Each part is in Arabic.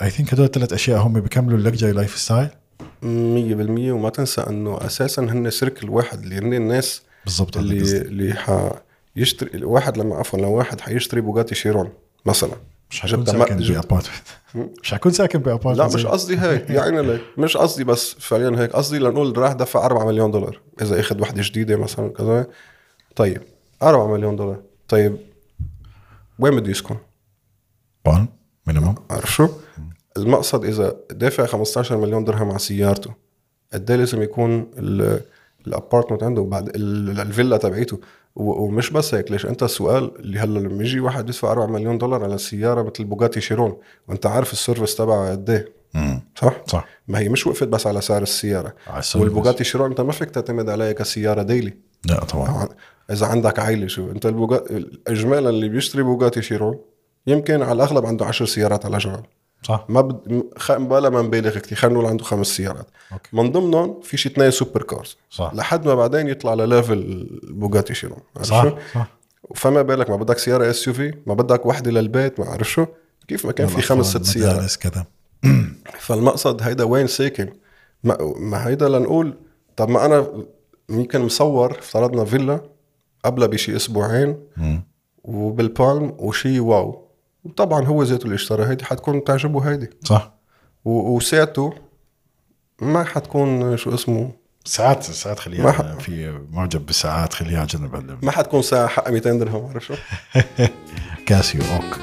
I think هدول 3 أشياء هم بيكملوا اللكجري لايف ستايل 100%. وما تنسى انه اساسا هن سيركل واحد اللي هن الناس بالضبط اللي يشتري الواحد لما عفوا لو واحد حيشتري بوغاتي شيرون مثلا مش حكون ساكن بأبارتمنت مش حكون ساكن بأبارتمنت. لا مش قصدي هيك يعني لك مش قصدي بس فعليا هيك قصدي لنقول راح دفع $4 مليون اذا اخذ وحده جديده مثلا كذا. طيب $4 مليون طيب وين بده يسكن؟ بان مينيمم. عارف شو المقصد؟ اذا دافع 15 مليون درهم على سيارته قد ايه لازم يكون الابارتمنت عنده بعد الفيلا تبعيته. ومش بس هيك. ليش انت السؤال اللي هلا لما يجي واحد يدفع $4 مليون على سياره مثل بوغاتي شيرون وانت عارف السيرفيس تبعها قد ايه صح؟ ما هي مش وقفت بس على سعر السياره. والبوغاتي شيرون انت ما فيك تعتمد عليها كسياره ديلي. لا طبعا. اذا عندك عائله شو انت اجمالا اللي بيشتري بوغاتي شيرون يمكن على الاغلب عنده 10 سيارات على جنب. صح. ما بلا ما نبالغ كتير. خلينا نقول عنده 5 سيارات. أوكي. من ضمنهم في شي 2 سوبر كارز. صح. لحد ما بعدين يطلع لليفل بوغاتي شيرون. صح. فما بالك ما بدك سيارة اس يو في ما بدك وحدة للبيت ما عارف شو كيف ما كان في 5-6 سيارات كذا. فالمقصد هيدا وين ساكن ما هيدا لنقول طب ما أنا يمكن مصور افترضنا فيلا قبل بشي أسبوعين وبالبالم وشي واو. طبعا هو ذاته اللي اشترى هيدي حتكون تعجبه هيدي. صح. وساعته ما حتكون شو اسمه ساعات خليها في معجب بالساعات خليها على جنب. ما حتكون ساعة حق 200 درهم عارف شو كاسيو اوك.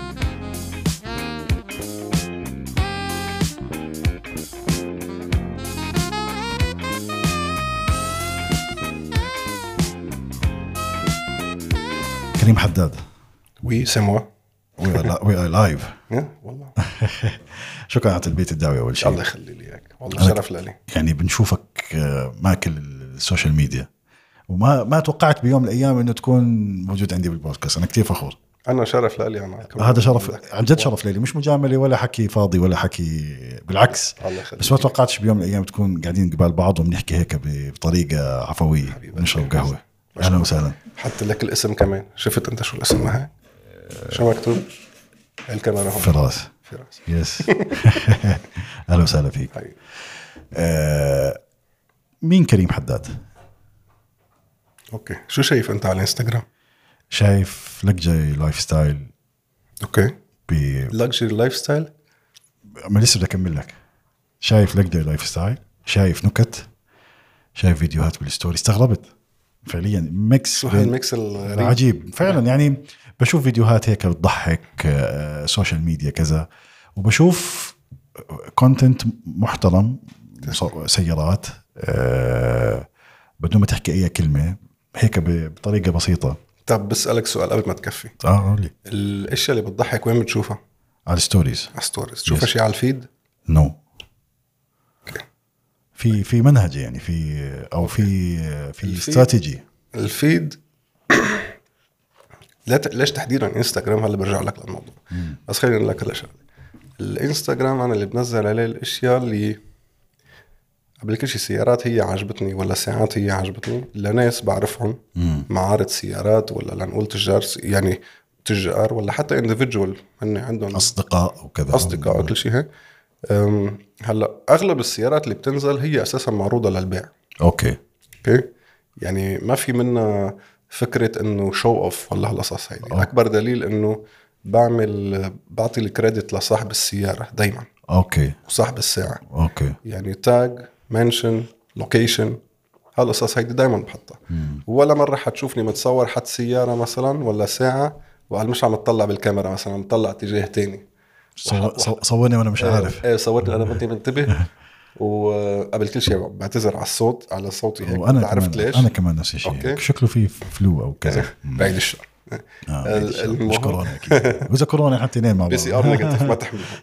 كريم حداد. وي سموا وي لايف والله. شكرا على تلبية الدعوة أول شيء. الله يخلي لي إياك والله شرف لي. يعني بنشوفك ماكل السوشيال ميديا وما توقعت بيوم من الأيام إنه تكون موجود عندي بالبودكاست. أنا كتير فخور. أنا شرف لي. أنا هذا شرف عن جد شرف لي. مش مجاملة ولا حكي فاضي ولا حكي بالعكس. بس ما توقعتش بيوم من الأيام تكون قاعدين قبال بعض وبنحكي هيك بطريقة عفوية نشرب قهوة. أهلا وسهلا. حتى لك الاسم كمان. شفت أنت شو الاسم هاي شو مكتوب الكاميرا هم فراس. يس. أهلا وسهلا فيك. مين كريم حداد؟ اوكي شو شايف انت على الانستغرام؟ شايف لكجري لايف ستايل. اوكي لكجري لايف ستايل. ما لسه بدي اكمل لك. شايف لكجري لايف ستايل. شايف نكت. شايف فيديوهات بالستوري. استغربت فعليا ميكس. شو هالميكس العجيب فعلا. يعني بشوف فيديوهات هيك بتضحك سوشيال ميديا كذا وبشوف كونتنت محترم سيارات بدون ما تحكي أي كلمة هيك بطريقة بسيطة. طب بسألك سؤال قبل ما تكفي. قولي. الاشياء اللي بتضحك وين بتشوفها؟ على الستوريز. على الستوريز. تشوفها شيء على الفيد؟ نو. في منهج يعني في استراتيجي. الفيد ليش تحديدا انستغرام؟ هلا برجع لك للموضوع. بس خليني اقول لك هلا شغله. الانستغرام انا اللي بنزل عليه الاشياء اللي قبل كل شيء سيارات هي عجبتني ولا ساعات هي عجبتني لناس بعرفهم معارض سيارات ولا لنقول تجار يعني تجار ولا حتى individual هن عندهم أصدقاء وكذا أصدقاء وكل شيء هيك. هلا أغلب السيارات اللي بتنزل هي أساسا معروضة للبيع. أوكي يعني ما في منا فكرة إنه شو أوف ولا هالقصص هيدي. أكبر دليل إنه بعطي الكريدت لصاحب السيارة دايما. أوكي. وصاحب الساعة. أوكي. يعني تاج منشن لوكيشن هالقصص هيدي دايما بحطها. ولا مرة حتشوفني متصور حد سيارة مثلا ولا ساعة وقال مش عم تطلع بالكاميرا مثلا عم تطلع اتجاه تاني. صورني وانا مش عارف. صورتني انا بدي منتبه. وقبل كل شيء بعتذر على الصوت على صوتي هيك. وانا عرفت ليش؟ انا كمان نفس الشيء. شكله فيه فلو او كذا. بعيد الشر. مش كورونا اكيد. واذا كورونا حتى اثنين مع بعض. PCR نيجاتيف ما تحملها.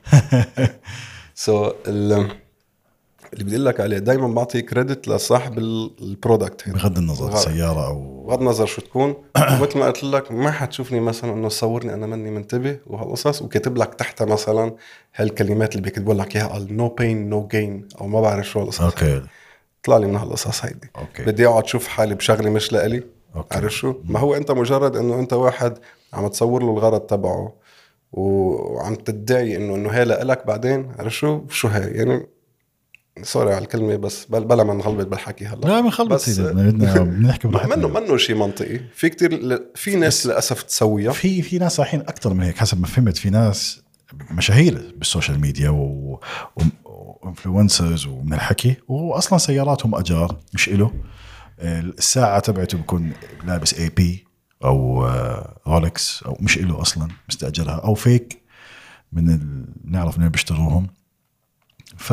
اللي بدي لك عليه دايما بعطي كريدت لصاحب البرودكت بغض النظر سيارة او بغض النظر شو تكون. مثل ما قلت لك ما حتشوفني مثلا انه صورني انا مني منتبه وهالقصص وكاتب لك تحتها مثلا هالكلمات اللي بيكتبوا لك اياها قال نو بين نو جين او ما بعرف شو هالقصص. اوكي طلع لي من هالقصص هيدي. بدي اقعد اشوف حالي بشغله مش لإلي. عارف شو؟ ما هو انت مجرد انه انت واحد عم تصور له الغرض تبعه وعم تدعي انه هي لك بعدين، عرفت شو هي يعني، سوري على الكلمه بس بلا ما نغلط بالحكي هلا. لا بنخلط سيدي، بدنا بنحكي براحتنا. منه شيء منطقي. في كتير في ناس للاسف تسويها. في ناس رايحين اكثر من هيك حسب ما فهمت. في ناس مشاهير بالسوشيال ميديا وانفلونسرز ومن الحكي، واصلا سياراتهم اجار مش إله. الساعه تبعته بكون لابس اي بي او رولكس او مش إله اصلا مستاجرها او فيك من نعرف انهم بيشتروهم. ف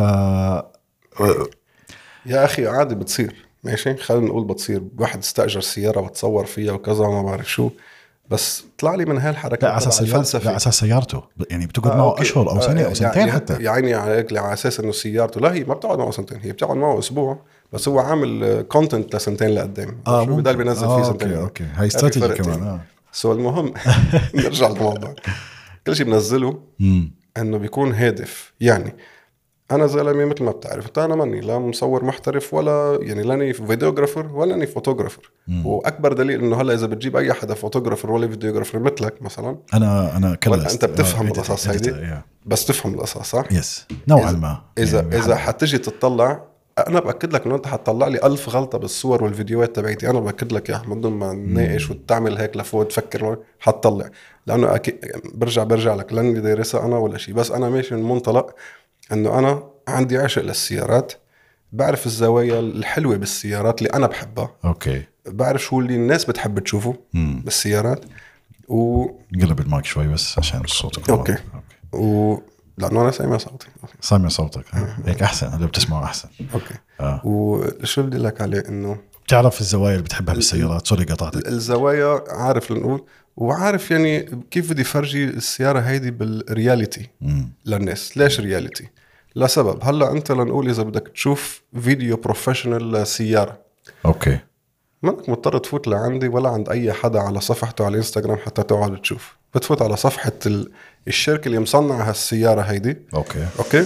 يا اخي عادي بتصير، ماشي خلينا نقول بتصير، واحد استاجر سياره وتصور فيها وكذا ما بعرف شو، بس طلع لي من هالحركه لا على اساس سيارته يعني بتقعد معه اشهر او سنه او سنتين يعني حتى يعني على اساس انه سيارته لا هي ما بتقعد معه سنتين، هي بتقعد معه اسبوع بس هو عامل كونتنت لسنتين لقدام. شو بدال بينزل فيه سنتين. اوكي هاي استراتيجي كمان. سو المهم نرجع للموضوع. كل شيء بنزله انه بيكون هادف. يعني انا زلمه مثل ما بتعرف انا ماني لا مصور محترف ولا يعني لاني فيديوغرافر ولا اني فوتوغرافر. واكبر دليل انه هلا اذا بتجيب اي حدا فوتوغرافر ولا فيديوغرافر مثلك مثلا، انا كلست انت بتفهم القصص هيدي بس تفهم القصص صح. يس نوعا ما. اذا حتجي تطلع، انا باكد لك انه انت حتطلع لي 1000 غلطه بالصور والفيديوهات تبعيتي. انا باكد لك يا احمد بدون ما نناقش وتعمل هيك لفوق تفكر حتطلع، لانه اكيد برجع لك لاني دارسها انا ولا شيء، بس انا ماشي من منطلق انه انا عندي عشق للسيارات، بعرف الزوايا الحلوه بالسيارات اللي انا بحبها. اوكي بعرف شو اللي الناس بتحب تشوفه بالسيارات. قلب المايك شوي بس عشان الصوت. اوكي لانه انا سامع صوتي. سامع صوتك هيك احسن، هلا بتسمعه احسن. اوكي وشو بدي لك عليه انه بتعرف الزوايا اللي بتحبها بالسيارات. سوري قطعتك. الزوايا عارف لنقول، وعارف يعني كيف بدي فرجي السيارة هيدي بالرياليتي للناس. ليش رياليتي؟ لسبب هلا انت لنقول اذا بدك تشوف فيديو بروفيشنال لسيارة، اوكي ما بدك مضطر تفوت لعندي ولا عند اي حدا على صفحته على الانستغرام حتى تقعد تشوف. بتفوت على صفحة الشركة اللي مصنعة هالسيارة هيدي. اوكي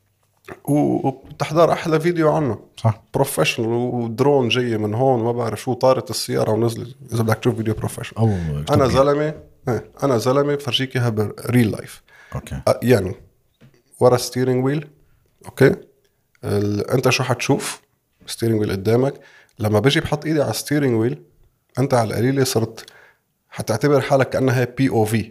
وبتحضر احلى فيديو عنه صح، بروفيشنال، ودرون جاي من هون وما بعرف شو طارت السياره ونزلت. اذا بدك تشوف فيديو بروفيشنال انا زلمه بفرجيك اياها بالريل لايف. اوكي يعني ورا ستيرنج ويل. اوكي انت شو حتشوف؟ ستيرنج ويل قدامك. لما بيجي بحط ايدي على ستيرنج ويل انت على القليله صرت حتعتبر حالك كانها بي او في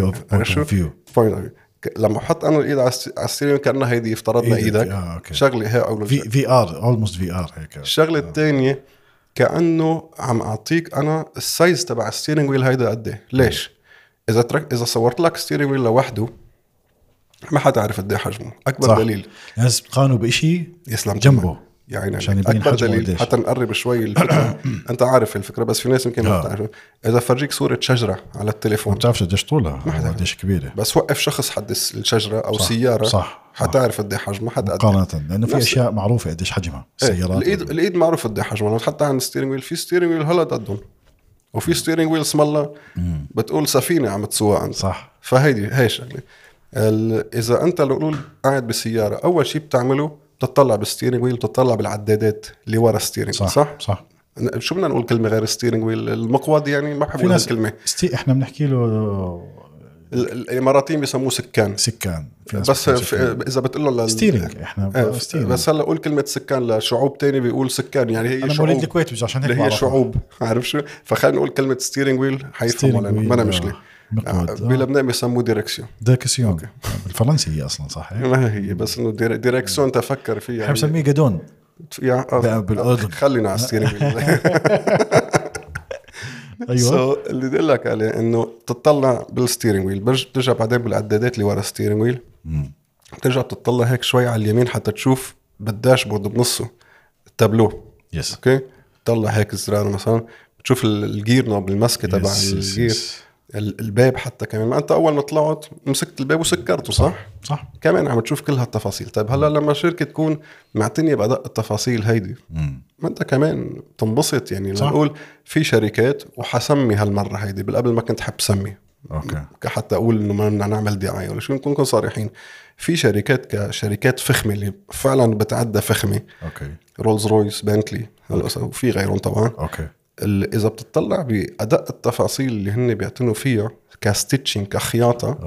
بوينت. لما احط انا الايد على السيرين كانها هيدي افترضنا ايدك شغله هي او في ار اولموست في ار هيك. الشغله الثانيه كانه عم اعطيك انا السايز تبع الستيرنج ويل هيدا قد ايه. ليش؟ اذا صورت لك ستيرنج ويل لوحده ما حتعرف قد ايه حجمه. اكبر صح. دليل الناس بتقارنوا بشيء يسلم جنبه يعني اكبر دليل حتى نقرب شوي الفكره. انت عارف الفكره بس في ناس يمكن ما بتعرف. اذا فرجيك صوره شجره على التليفون ما بتعرفش قديش طولها قديش كبيره، بس وقف شخص حد الشجره او صح. سياره صح. حتعرف قد ايه حجمها مقارنه، لانه في اشياء معروفه قديش حجمها السيارات. الايد معروف قد ايه حجمها. حتى عن الستيرنج ويل، في ستيرنج ويل هلا قدهم وفي ستيرنج ويل اسم الله بتقول سفينه عم تسوق انت. صح. فهيدي هي شغله. اذا انت نقول قاعد بالسياره اول شيء بتعمله بتطلع بالستيرنج ويل، بتطلع بالعدادات اللي ورا الستيرنج. صح شو بدنا نقول كلمه غير الستيرنج ويل؟ المقود يعني ما بحب اقول الكلمه احنا بنحكي له الاماراتيين بيسموه سكان بس اذا بتقول له ستيرنج احنا ستيرنج. بس هلا قول كلمه سكان لشعوب تاني بيقول سكان، يعني هي انا مولد الكويت مش عشان هيك هي شعوب عارف شو. فخلينا نقول كلمه ستيرنج ويل حيفهموا لنا ما انا مشكله. بلبنان بيسموه ديركسيون. بالفرنسي هي اصلا صح ما هي بس انه ديركسيون تفكر فيها. احنا بنسميه قدون بالاردن. خلينا على ستيرنج ويل. ايوه اللي بدي لك عليه انه تطلع بالستيرنج ويل، بترجع بعدين بالعدادات اللي ورا الستيرنج ويل، بترجع تطلع هيك شوي على اليمين حتى تشوف بالداشبورد بنصه التابلو. اوكي طلع هيك الزرار مثلا بتشوف الجير نوب المسكه تبع الجير. الباب حتى كمان ما انت اول ما طلعت مسكت الباب وسكرته صح كمان عم تشوف كل هالتفاصيل. طيب هلا لما شركه تكون معتنيه بادق التفاصيل هيدي ما انت كمان تنبسط. يعني نقول في شركات وحسمي هالمره هيدي بالقبل ما كنت حب سمي حتى اقول انه ما بدنا نعمل دعايه ولا شو، نكون صريحين. في شركات كشركات فخمه اللي فعلا بتعدى فخمه. رولز رويس، بنتلي، وفي غيرهم طبعا. إذا بتطلع بأدق التفاصيل اللي هن بيعتنوا فيها كستيتشنج كخياطة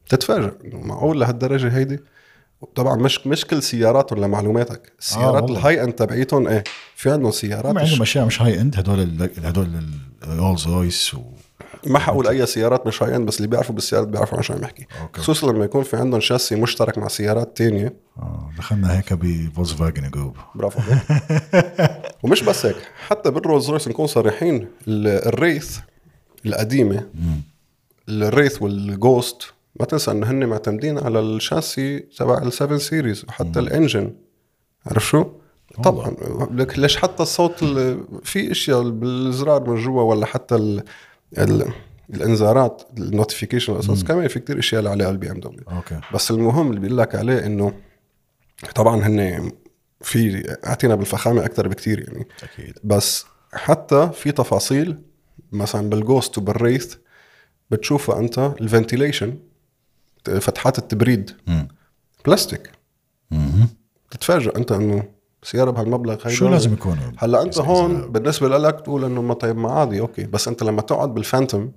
تتفاجئ انه معقول لهالدرجه هيدي. طبعا مش كل سياراتهم لمعلوماتك، السيارات الهاي اند تبعيتهم ايه في عندهم سيارات هم عندهم اشياء مش هاي اند، هدول الرولز رويس ما حقول اي سيارات مش هاي اند، بس اللي بيعرفوا بالسيارات بيعرفوا عن شو عم بحكي، خصوصا لما يكون في عندهم شاسي مشترك مع سيارات تانية. دخلنا هيك بفولكس فاجن جروب. برافو عليك. ومش بس هيك، حتى بالرولز رويس نكون صريحين، الريث القديمه الريث والجوست ما تنسى ان هن معتمدين على الشاسي تبع ال7 سيريز وحتى الانجن. عارف شو؟ طبعا لك ليش حتى الصوت في اشياء بالزرار من جوا، ولا حتى الانذارات النوتيفيكيشن اساس كمان في كتير اشياء اللي عليها البي ام دبليو. بس المهم اللي بيقول لك عليه انه طبعا هن في اعطينا بالفخامه اكثر بكتير يعني اكيد، بس حتى في تفاصيل مثلا بالجوست وبالريث بتشوفها انت، الفنتيليشن فتحات التبريد بلاستيك. تتفاجئ انت انه سيارة بهالمبلغ هيدا شو لازم يكون. هلا انت هون بالنسبة لك تقول انه ما طيب ما عادي اوكي، بس انت لما تقعد بالفانتوم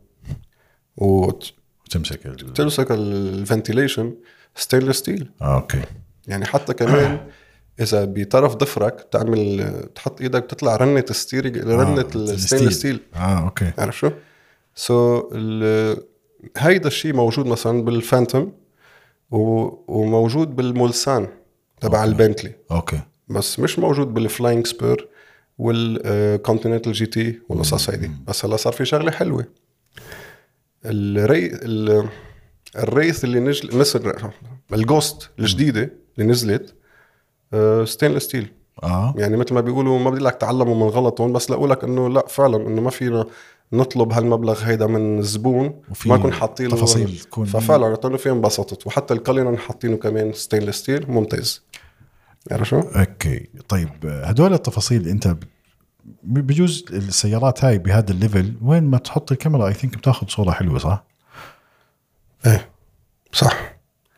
وتمسك الفنتيليشن ستينلس ستيل. اوكي، يعني حتى كمان اذا بطرف ضفرك تعمل تحط ايدك بتطلع رنة الستيرنج رنة الستينلس ستيل. اوكي، عارف شو؟ هيدا الشيء موجود مثلا بالفانتوم وموجود بالمولسان تبع البنتلي. اوكي، بس مش موجود بالفلاينج سبير والكونتيننتال جي تي والقصص هيدي. بس هلا صار في شغله حلوه، الريث اللي نزل مثل الجوست الجديده اللي نزلت ستينلس ستيل. يعني مثل ما بيقولوا ما بدي لك تعلموا من غلطهم، بس لاقول لك انه لا فعلا انه ما فينا نطلب هالمبلغ هيدا من الزبون ما نكون حاطين تفاصيل ففعلا انه فيهم انبسطت. وحتى الكالينر حاطينه كمان ستينلس ستيل ممتاز. عارف شو؟ اوكي طيب، هدول التفاصيل انت بجوز السيارات هاي بهذا الليفل وين ما تحط الكاميرا اي ثينك بتاخذ صوره حلوه صح؟ ايه صح.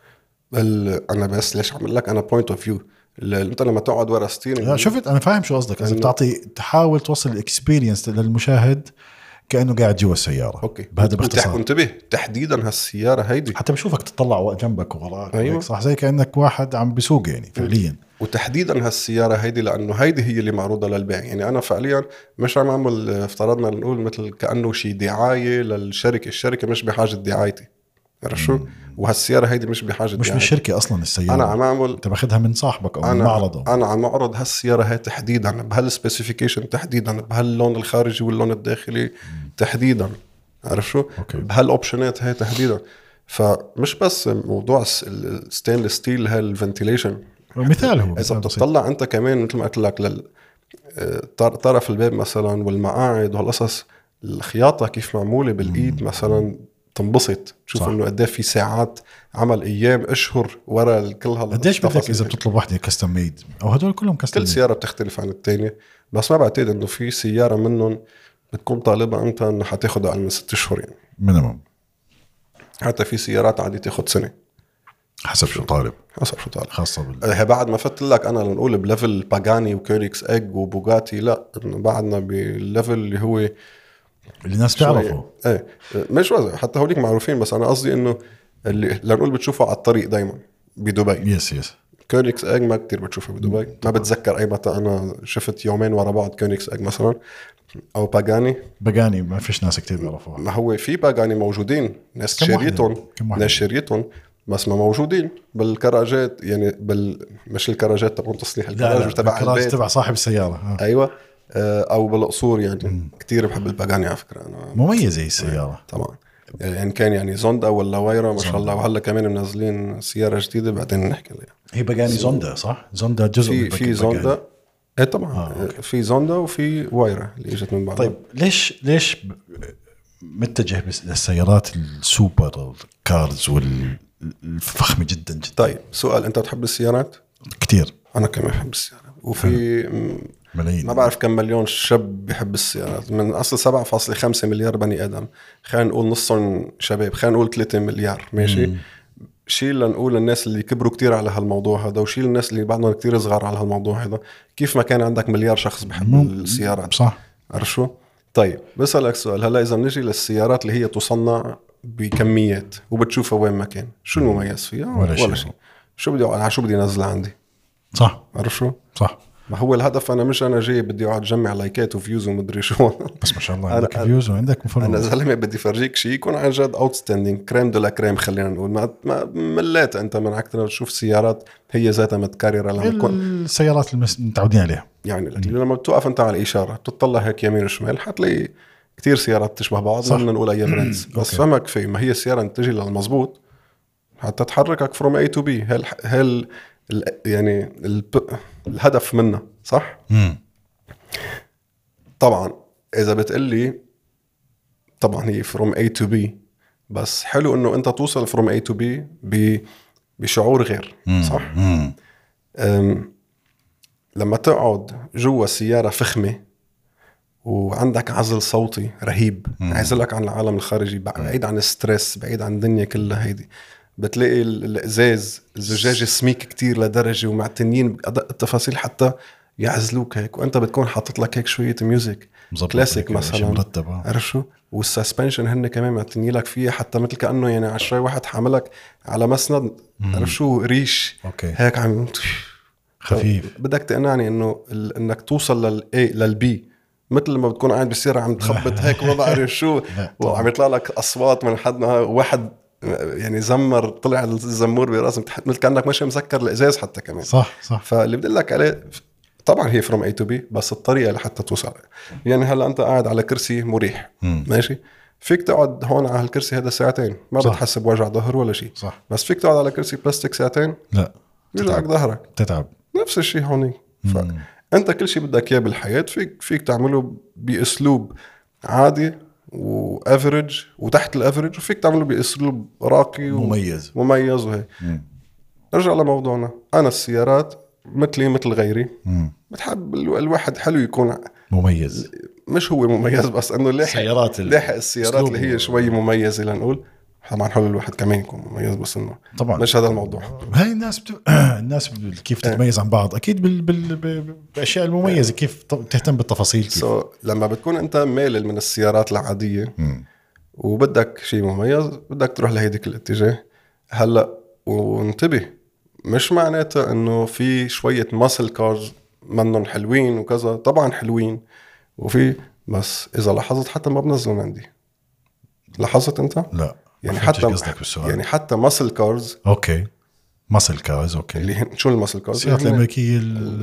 انا بس ليش عمل لك انا بوينت اوف فيو انت لما تقعد ورا ستيرنج. لا شفت انا فاهم شو قصدك، اذا بتعطي تحاول توصل الاكسبيرينس للمشاهد كانه قاعد جوا السياره. اوكي بهذا باختصار. انتبه تحديدا هالسياره هيدي حتى بشوفك تطلع جنبك ووراك. أيوة. صح زي كانك واحد عم بيسوق يعني فعليا. وتحديدا هالسياره هيدي لانه هيدي هي اللي معروضه للبيع. يعني انا فعليا مش عم اعمل افترضنا نقول مثل كانه شيء دعايه للشركه. الشركه مش بحاجه دعايتي. عرفت شو؟ وهالسياره هيدي مش بحاجه مش بالشركه اصلا السياره. انا عم اعمل انت باخذها من صاحبك او من معرض. انا عم اعرض هالسياره هي تحديدا بهالسبيسيفيكيشن تحديدا بهاللون الخارجي واللون الداخلي تحديدا. عرفت شو؟ بهالاوبشنات هي تحديدا. فمش بس موضوع الستينلس ستيل هالفنتيليشن مثال هو اذا بتطلع انت كمان مثل ما قلت لك طرف الباب مثلا والمقاعد وهالقصص الخياطه كيف معموله بالايد مثلا تنبسط. تشوف انه قد في ساعات عمل ايام اشهر ورا كل هذا. قديش بدك اذا بتطلب واحده كاستم ميد او هدول كلهم كاستم كل سياره بتختلف عن الثانيه. بس ما بعتقد انه في سياره منهم بتكون طالبها انت انه حتاخذها اقل من 6 اشهر يعني مينيمم. حتى في سيارات عادي تاخذ سنه حسب شو طالب. حسب شو طالب خاصه بعد ما فت لك انا لنقول بليفل باغاني وكيريكس اج وبوغاتي. لا انه بعدنا بالليفل اللي هو اللي الناس تعرفه. ايه مش وزن حتى هوليك معروفين. بس انا قصدي انه اللي لنقول بتشوفه على الطريق دايما بدبي. يس كونيكس اج ما كتير بتشوفه بدبي. ما بتذكر اي متى انا شفت يومين ورا بعض كونيكس اج مثلا او باغاني. ما فيش ناس كتير بيعرفوها. ما هو في باغاني موجودين ناس شريتهم بس ما موجودين بالكراجات. يعني مش الكراجات تبع تصليح الكراج تبع البيت تبع صاحب السياره. ايوه او بالقصور. يعني كتير بحب الباغاني على فكره. انا مميزه هي السياره طبعا. يعني كان يعني زوندا ولا وايرا ما شاء الله. وهلا كمان منزلين سياره جديده بعدين نحكي عليها. هي باغاني زوندا صح؟ زوندا جزء في زوندا. ايه طبعا في زوندا وفي وايرا اللي اجت من بعض. طيب ليش متجه للسيارات السوبر الكارز والفخمه جدا جدا؟ طيب سؤال، انت بتحب السيارات؟ كتير. انا كمان بحب السيارات. وفي ملايين ما بعرف كم مليون شاب بيحب السيارات من اصل 7.5 مليار بني ادم. خلينا نقول نصهم شباب. خلينا نقول 3 مليار ماشي. شيل لنقول الناس اللي كبروا كتير على هالموضوع هذا وشيل الناس اللي بعدهم كتير صغار على هالموضوع هذا. كيف ما كان عندك مليار شخص بحب السيارات صح. عارف شو؟ طيب بسألك سؤال، هلا إذا بنجي للسيارات اللي هي تصنع بكميات وبتشوفها وين ما كان. شو المميز فيها؟ ولا شيء. شو بدي انزل عندي؟ صح. عارف شو؟ صح. ما هو الهدف أنا مش أنا جاي بدي أقعد جمع لايكات وفيوز ومدري شو. بس ما شاء الله عندك فيوز وعندك مفروض. أنا زلمة بدي فرجيك شيء يكون عن جد outstanding كريم دولا كريم. خلينا نقول ما مليت أنت من عكتنا تشوف سيارات هي ذاتها متكررة لما تكون السيارات المتعودين عليها. يعني لما بتوقف أنت على الإشارة بتطلع هيك يمين وشمال حتلاقي كتير سيارات تشبه بعض. بدنا نقول أي برنس بس فهمك في ما هي السيارة أنت تجي للمزبوط حتى تحركك from A to B. هل يعني الهدف منه صح؟ طبعا إذا بتقلي طبعا هي from A to B بس حلو إنه أنت توصل from A to B بشعور غير صح؟ لما تقعد جوا سيارة فخمة وعندك عزل صوتي رهيب عازلك عن العالم الخارجي بعيد عن الستريس بعيد عن الدنيا كلها هيدي بتلاقي الازاز الزجاج سميك كتير لدرجة ومعتنين بأدق التفاصيل حتى يعزلوك هيك وانت بتكون حاطط لك هيك شوية ميوزك كلاسيك مثلا عارف شو والسسبنشن هن كمان معتنين لك فيه حتى مثل كأنه يعني عشرة واحد حاملك على مسند عارف شو ريش هيك عم خفيف. بدك تقنعني انك توصل للبي مثل ما بتكون قاعد بالسيارة عم تخبط هيك ما بعرف شو وعم يطلع لك أصوات من حد واحد يعني زمر طلع الزمور براسه مثل كأنك ماشي مذكر الإزاز حتى كمان صح. فاللي بدي لك عليه طبعا هي from A to B بس الطريقة لحتى توصل يعني هلا أنت قاعد على كرسي مريح ماشي فيك تقعد هون على هالكرسي هذا ساعتين ما بتحس بوجع ظهر ولا شيء بس فيك تقعد على كرسي بلاستيك ساعتين لا يوجعك ظهرك تتعب نفس الشيء هوني فأنت كل شيء بدك إياه بالحياة فيك تعمله بأسلوب عادي وافريج وتحت الافريج وفيك تعمله بأسلوب راقي مميز وهيك. نرجع لموضوعنا. أنا السيارات مثلي مثل غيري بتحب الواحد حلو يكون مميز مش هو مميز بس أنه لاحق السيارات اللي هي شوي مميزة لنقول طبعا حلو الواحد كمان يكون مميز بس انه طبعا مش هذا الموضوع. هاي الناس كيف تتميز عن بعض اكيد بالاشياء المميزه كيف تهتم بالتفاصيل كيف لما بتكون انت مالل من السيارات العاديه وبدك شيء مميز بدك تروح لهيديك الاتجاه. هلا وانتبه مش معناته انه في شويه ماسل كارز منهم حلوين وكذا طبعا حلوين وفي بس اذا لاحظت حتى ما بنزلون عندي. لاحظت انت؟ لا يعني حتى ماسل كارز اوكي ماسل كارز اوكي اللي شو الماسل كارز السيارات الامريكيه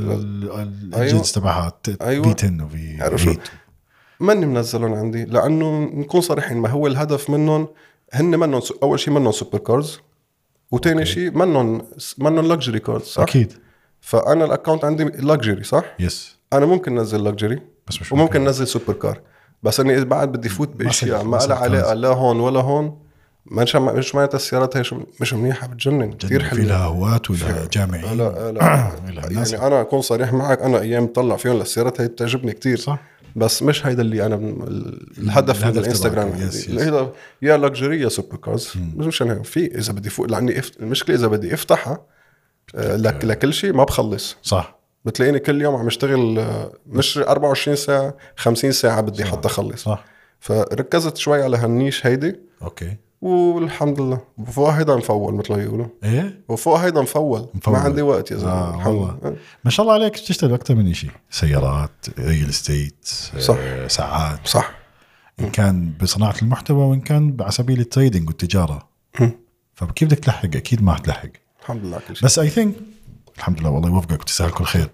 الجنس تبعها في 10 وفي 8 ماني منزلون عندي لانه نكون صريحين ما هو الهدف منهم منهم اول شيء منهم سوبر كارز وتاني شيء منهم لكجري كارز صح اكيد. فانا الاكونت عندي لكجري صح يس انا ممكن ننزل لكجري وممكن ننزل سوبر كار بس اني بعد بدي فوت باشياء ما لها علاقه لا هون ولا هون مش معناتها السيارات هي مش منيحه بتجنن كثير حلوه في لها هوات ولا جامعين لا يعني انا اكون صريح معك انا ايام طلع فيهم السيارات هي بتعجبني كثير صح بس مش هيدا اللي انا الهدف من الانستغرام هيدا يا لكجري يا سوبر كارز مش انا في اذا بدي فوق لاني المشكله اذا بدي افتحها لكل شيء ما بخلص صح بتلاقيني كل يوم عم اشتغل مش 24 ساعة 50 ساعة بدي حتى أخلص صح. فركزت شوي على هالنيش هيدي أوكي والحمد لله وفوق هيدا مفول مثل ما يقولوا إيه وفوق هيدا مفول ما عندي وقت يا زلمة ما شاء الله عليك تشتغل أكتر من شيء سيارات ريل استيت ساعات صح إن كان بصناعة المحتوى وإن كان على سبيل التريدينج والتجارة فكيف بدك تلحق أكيد ما هتلحق الحمد لله كل شيء بس I think الحمد لله والله يوفقك وتسهل كل خير.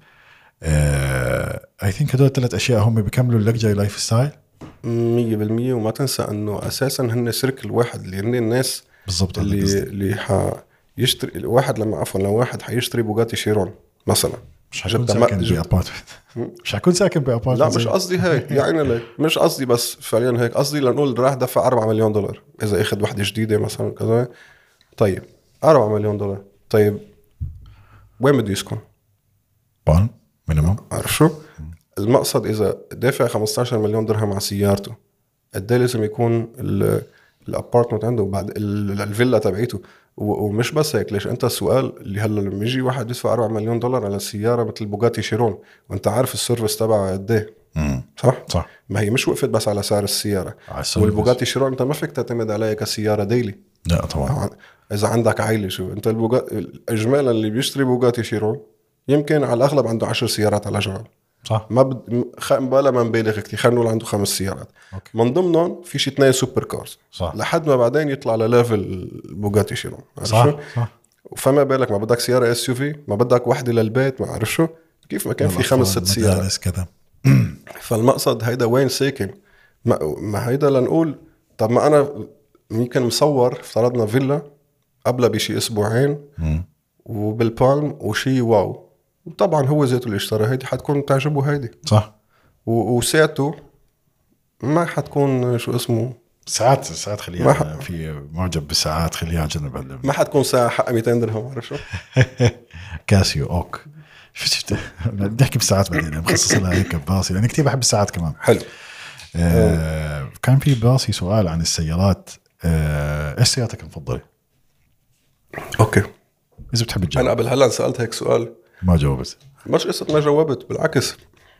I think هدول 3 أشياء هم بيكملوا اللكجري لايف ستايل 100% وما تنسى أنه أساسا هن سيركل واحد اللي هن الناس بالضبط اللي يشتري الواحد لو واحد حيشتري بوغاتي شيرون مثلا مش حكون ساكن بأبارتمنت مش حكون ساكن بأبارتمنت لا مش قصدي هيك يعني لك مش قصدي بس فعليا هيك قصدي لنقول راح دفع $4 مليون إذا أخذ واحدة جديدة مثلا كذا طيب $4 مليون طيب وين بده يسكن؟ بان مينيمم عارف شو؟ المقصد إذا دافع $15 مليون على سيارته قد ايه لازم يكون الابارتمنت عنده بعد الفيلا تبعيته ومش بس هيك. ليش انت السؤال اللي هلا لما يجي واحد يدفع $4 مليون على سياره مثل بوغاتي شيرون وانت عارف السيرفيس تبعها قد ايه صح ما هي مش وقفت بس على سعر السياره. والبوغاتي شيرون انت ما فيك تعتمد عليها كسياره ديلي. لا طبعا. اذا عندك عائله شو انت اجمالا اللي بيشتري بوغاتي شيرون يمكن على الاغلب عنده 10 سيارات على جنب. صح. ما بلا ما نبالغ كتير، خلينا نقول عنده 5 سيارات. أوكي. من ضمنهم في شي 2 سوبر كارز. صح. لحد ما بعدين يطلع لليفل بوغاتي شيرون. صح. صح. فما بالك ما بدك سياره اس يو في، ما بدك وحده للبيت، ما اعرف شو كيف ما كان في 5-6 سيارات كذا. فالمقصد هيدا وين ساكن؟ ما هيدا لنقول طب ما انا يمكن مصور افترضنا فيلا قبل بشي اسبوعين وبالبالم وشي واو، طبعا هو ذاته اللي اشترى هيدي حتكون تعجبه هيدي. صح. وساعته ما حتكون شو اسمه ساعات خليها في معجب بالساعات خليها على جنب. ما حتكون ساعة حق 200 درهم عارف شو كاسيو اوك. شفت بدي احكي بالساعات بعدين مخصص لها هيك باصي لأني كتير بحب الساعات كمان. حلو. كان في باصي سؤال عن السيارات. ايش سيارتك المفضلة؟ اوكي اذا بتحب تجاوب. انا قبل هلا سألت هيك سؤال ما جاوبت. مش قصة ما جاوبت بالعكس.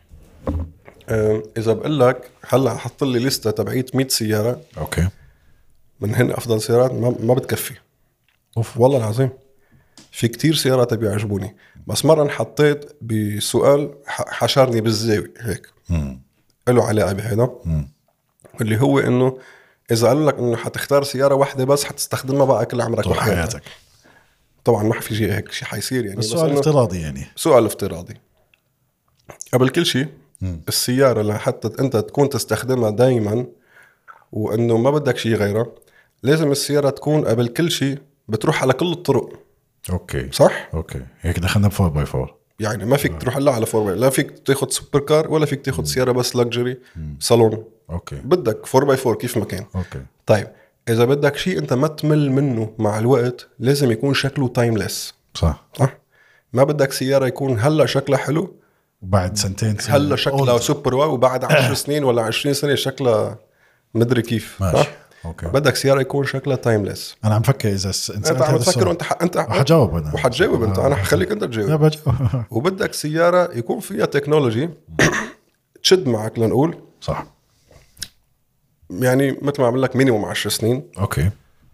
اذا بقول لك هلا حط لي لستة تبعيت 100 سيارة اوكي من هن افضل سيارات ما بتكفي. اوف والله العظيم في كتير سيارات بيعجبوني، بس مرة حطيت بسؤال حشرني بالزاوية هيك له علاقة بهذا اللي هو انه اذا قالوا لك انه حتختار سيارة واحدة بس حتستخدمها بقى كل عمرك وحياتك. طبعا ما في شيء هيك شيء حيصير يعني، بس سؤال افتراضي يعني. سؤال افتراضي. قبل كل شيء السيارة اللي حتى انت تكون تستخدمها دايما وانه ما بدك شيء غيره، لازم السيارة تكون قبل كل شيء بتروح على كل الطرق. اوكي صح. اوكي هيك دخلنا ب 4x4 يعني ما فيك تروح على 4x4، لا فيك تاخد سوبر كار ولا فيك تاخد سيارة بس لكجري صالون. اوكي بدك 4x4 كيف ما كان. اوكي طيب اذا بدك شيء انت ما تمل منه مع الوقت لازم يكون شكله تايمليس. صح. ما بدك سيارة يكون هلا شكلها حلو وبعد سنتين هلا شكلها سوبر واو وبعد 10 سنين ولا 20 سنة شكلها مدري كيف. ماشي. أوكي. بدك سيارة يكون شكلها تايمليس. أنا عم فكر إذا أنت عم تفكر أنت حجاوب أنا وحتجاوب أنت أنا حخليك أنت تجاوب. وبدك سيارة يكون فيها تكنولوجي تشد معك لنقول. صح. يعني مثل ما عمل لك مينيموم 10 سنين. أوكي.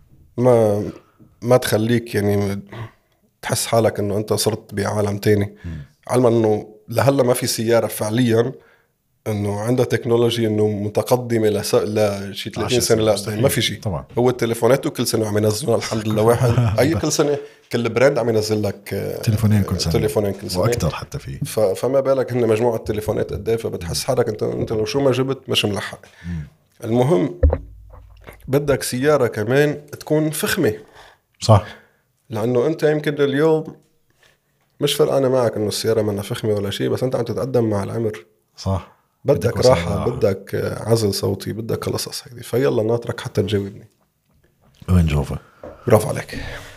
ما تخليك يعني تحس حالك إنه أنت صرت بعالم تاني. علما إنه لهلا ما في سيارة فعليا انه عندها تكنولوجي انه متقدمه لشي 30 سنه لا ما في شيء. طبعا هو التليفونات كل سنه عم ينزلوا الحمد لله واحد اي كل سنه كل براند عم ينزل لك تليفونين كل سنه واكثر حتى في فما بالك هن مجموعه تليفونات قد ايه، فبتحس حالك انت لو شو ما جبت مش ملحق. المهم بدك سياره كمان تكون فخمه. صح. لانه انت يمكن اليوم مش فرقانه معك انه السياره منها فخمه ولا شيء، بس انت عم تتقدم مع العمر. صح. بدك راحة بدك عزل صوتي بدك قصص هيدي. فيلا ناطرك حتى تجاوبني. رينج روفر. برافو عليك.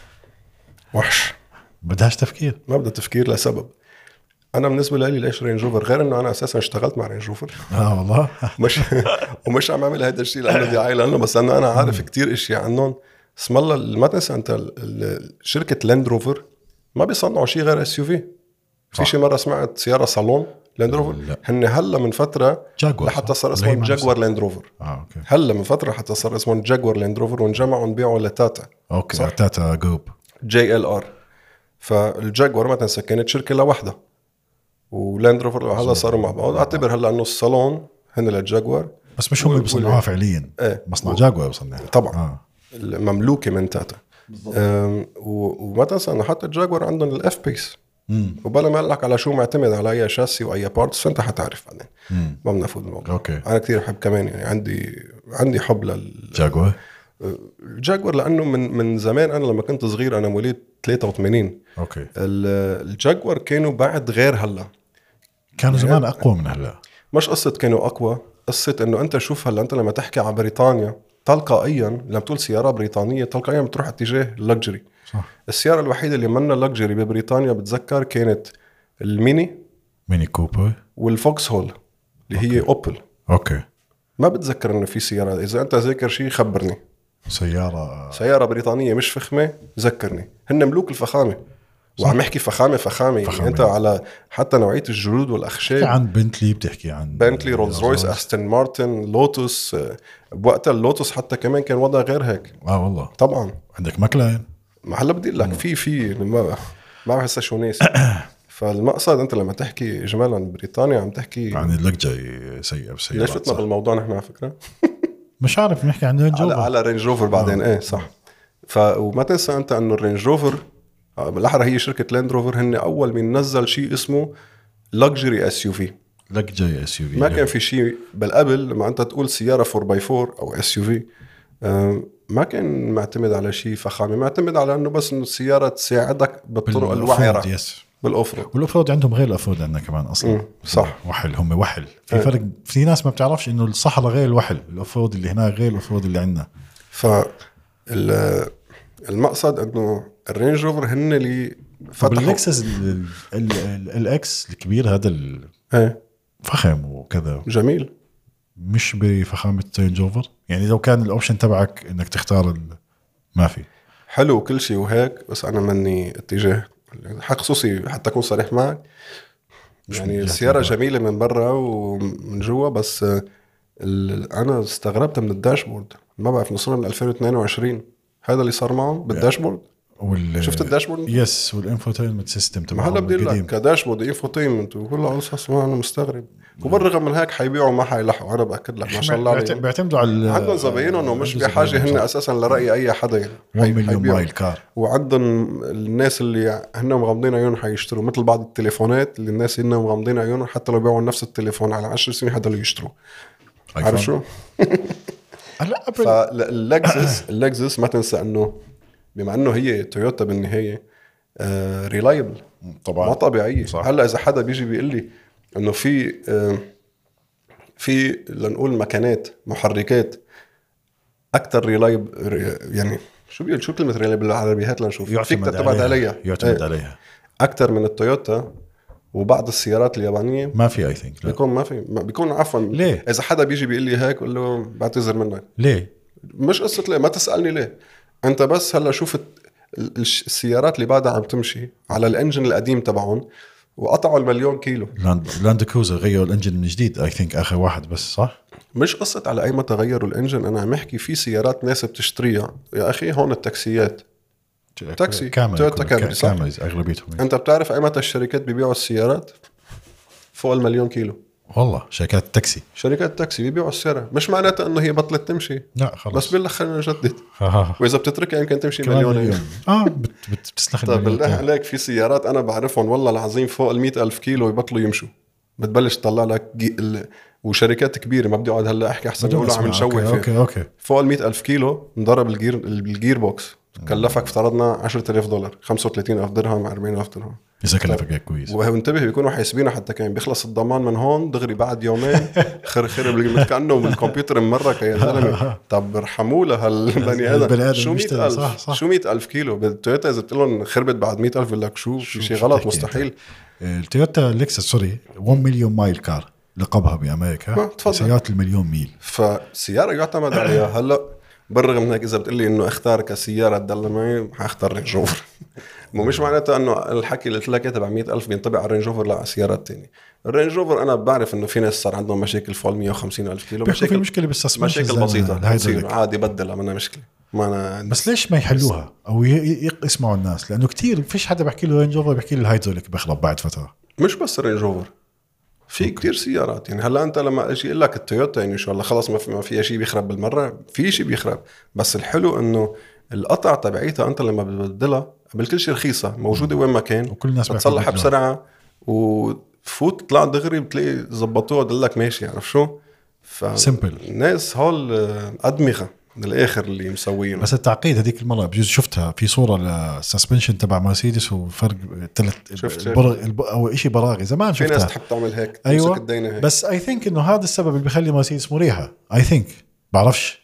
وحش. بدهاش تفكير. ما بدها تفكير لسبب. أنا بالنسبة لي ليش رينج روفر غير إنه أنا أساسا اشتغلت مع رينج روفر. والله. ومش عم أعمل هذا الشيء لأنه دي عائلة لأنه بس أنا عارف كتير إشياء عنهم. اسم الله ما تنسى أنت شركة لاند روفر ما بيصنعوا شيء غير اس يو في. في شيء مرة سمعت سيارة صالون لاند روفر هن هلا من فترة لحتى صار اسمه جاكوار لاند روفر. أوكي. هلا من فترة حتى صار اسمه جاكوار لاند روفر وانجمعوا نبيعوا لتاتا. اوكي صح؟ تاتا جروب JLR. فالجاكوار ما تنسى كانت شركة لوحدها ولاند روفر هذا صاروا مع بعض. اعتبر هلا انه الصالون هن للجاكوار بس مش هم اللي بيصنعوها فعليا. مصنع جاكوار بيصنعها طبعا. مملوكة من تاتا. وما تنسى انه حتى الجاكوار عندهم الاف بيس. وبلا ما لك على شو معتمد على اي شاسي واي بارتس فانت حتعرف بعدين. ما بنفوت الموضوع. اوكي. انا كثير بحب كمان يعني عندي حب للجاكوار. الجاكوار لانه من زمان انا لما كنت صغير انا مواليد 83. اوكي. الجاكوار كانوا بعد غير هلا كانوا يعني زمان اقوى من هلا. مش قصه كانوا اقوى، قصه انه انت شوف هلا انت لما تحكي عن بريطانيا تلقائيا لما تقول سياره بريطانيه تلقائيا بتروح اتجاه اللكجري. صح. السيارة الوحيدة اللي منها لكجري ببريطانيا بتذكر كانت الميني كوبر والفوكس هول اللي هي أوبل. أوكي. ما بتذكر إنه في سيارة. إذا أنت ذاكر شيء خبرني. سيارة بريطانية مش فخمة ذكرني. هن ملوك الفخامة وعم يحكي فخامة. يعني انت على حتى نوعية الجلود والأخشاب، بتحكي عن بنتلي، بتحكي عن بنتلي، رولز رويس، أستون مارتن، لوتوس. بوقتها اللوتوس حتى كمان كان وضع غير هيك. والله طبعا عندك ماكلارين. ما هلا بدي لك في ما بحسها شو ناسي. فالمقصد انت لما تحكي اجمالا بريطانيا عم تحكي عن اللهجة سيئة بسيئة. ليش فتنا بالموضوع نحن على فكرة؟ مش عارف نحكي عن رينج روفر. على رينج روفر بعدين. ايه صح. وما تنسى انت انه الرينج روفر بالاحرى هي شركة لاند روفر هن اول من نزل شيء اسمه لكجري اس يو في. لكجري اس يو في ما كان في شيء بالقبل. لما انت تقول سيارة 4x4 او اس يو في ما كان معتمد على شيء فخامة، معتمد على انه بس انه السيارة تساعدك بالطرق الوعرة بالأوفرود. والأوفرود عندهم غير الأوفرود عندنا كمان أصلا. صح. وحل هم وحل في فرق. في ناس ما بتعرفش إنه الصحراء غير الوحل. الأوفرود اللي هنا غير الأوفرود اللي عندنا. المقصد إنه الرينج روفر هن اللي فتحوا. باللكسس الإكس الكبير هذا فخم وكذا جميل، مش بفخامة رينج روفر. يعني لو كان الأوبشن تبعك إنك تختار ما في حلو وكل شيء وهيك، بس أنا مني اتجاه حق خصوصي حتى أكون صريح معك. يعني السيارة جميلة من برا ومن جوا، بس أنا استغربت من الداشبورد. ما بعرف نصرنا من 2022 هذا اللي صار معهم بالداشبورد. شفت الداشبورد؟ يس. والانفوتينمنت سيستم تبعهم هلا بدي لك كداشبورد انفوتينمنت وكل قصص. ما انا مستغرب. وبالرغم من هيك حيبيعوا ما حيلحقوا. انا باكد لك ما شاء الله عليهم بيعتمدوا على عندهم زباينهم ومش بحاجه هن اساسا لراي اي حدا. يعني 1 مليون مايل كار. وعندهم الناس اللي هن مغمضين عيونهم حيشتروا، مثل بعض التليفونات اللي الناس هن مغمضين عيونهم حتى لو بيعوا نفس التليفون على 10 سنين حدا اللي يشتروا. عارف شو؟ فاللكزس ما تنسى انه بما انه هي تويوتا بالنهايه ريلايبل طبعا ما طبيعيه. هلا اذا حدا بيجي بيقول لي انه في لنقول مكانات محركات اكثر ريلايبل، يعني شو كلمه ريلايبل بالعربي؟ هات لنشوف. فيك تعتمد عليها عليها اكثر من التويوتا وبعض السيارات اليابانيه. ما في اي ثينك بيكون عفوا. ليه؟ اذا حدا بيجي بيقول لي هيك قول له بعتذر منك. ليه؟ مش قصه ليه، ما تسالني ليه. انت بس هلا شوف السيارات اللي بعدها عم تمشي على الانجن القديم تبعهم وقطعوا 1,000,000 كيلو. لاند كروزر غيروا الانجن من جديد اي ثينك اخر واحد بس. صح. مش قصه على اي متى غيروا الانجن. انا عم احكي في سيارات ناس بتشتريها يا اخي. هون التاكسيات تاكسي تويوتا كامري صح. اغلبيتهم. انت بتعرف اي متى الشركات بيبيعوا السيارات فوق 1,000,000 كيلو؟ والله شركات التاكسي بيبيعوا السيارة. مش معناته انه هي بطلت تمشي، لا خلص، بس بيقول لك خلينا نجدد. واذا بتتركها يمكن تمشي مليون. بتستخدم. طيب بالله عليك في سيارات انا بعرفهم والله العظيم فوق 100,000 كيلو يبطلوا يمشوا. بتبلش تطلع لك وشركات كبيرة. ما بدي اقعد هلا احكي احسن نقوله عم نشوه فيه. أوكي. فوق 100,000 كيلو نضرب الجير بوكس كلفك افترضنا $10,000 35,000 درهم 40,000 درهم إذا كلفك هيك كويس. وانتبه بيكونوا حاسبينه حتى كان بيخلص الضمان من هون دغري بعد يومين خرب كأنه بالكمبيوتر مرة يا زلمة. طب ارحموا له هالبني آدم. شو 100,000 شو 100,000 كيلو بالتويوتا؟ إذا بتقول لهم خربت بعد 100,000 بقول لك شو في شيء غلط مستحيل. التويوتا لكسس 1 مليون مايل كار لقبها بأمريكا. سيارات 1,000,000 ميل. فسيارة يعتمد عليها. هلا بالرغم من هيك إذا بتقلي إنه اختار كسيارة تدل معي حاختار رينج روفر. مش معناته إنه الحكي اللي قلت لك تبع 100,000 بينطبق على الرينج روفر، لا على سيارات تانية. الرينج روفر أنا بعرف إنه في ناس صار عندهم مشاكل فوق 150,000 كيلو. مشكلة بالسسبنشن، مشاكل بسيطة تصير عادي بدلها منها مشكلة. بس ليش ما يحلوها أو يسمعوا الناس؟ لأنه كتير فيش حدا بحكي له رينج روفر بحكي له الهايدروليك بيخرب بعد فترة. مش بس الرينج روفر، في كتير سيارات. يعني هلا انت لما اجي اقول لك التويوتا يعني ان شاء الله خلاص ما فيها شيء بيخرب بالمره، في شيء بيخرب. بس الحلو انه القطع تبعيتها انت لما بتبدلها قبل كل شيء رخيصه موجوده وين ما كان، وكل الناس بتصلحها بسرعه وفوت طلع دغري بتلاقي زبطوها دلك ماشي. عارف شو؟ سمبل. الناس هول ادمغه من الاخر اللي مسوينه. بس التعقيد هذيك المره بجوز شفتها في صوره للسسبنشن تبع مرسيدس وفرق او شيء براغي زمان شفتها. في ناس تحب تعمل هيك. ايوه هيك. بس اي ثينك انه هذا السبب اللي بيخلي مرسيدس مريحه. اي ثينك بعرفش.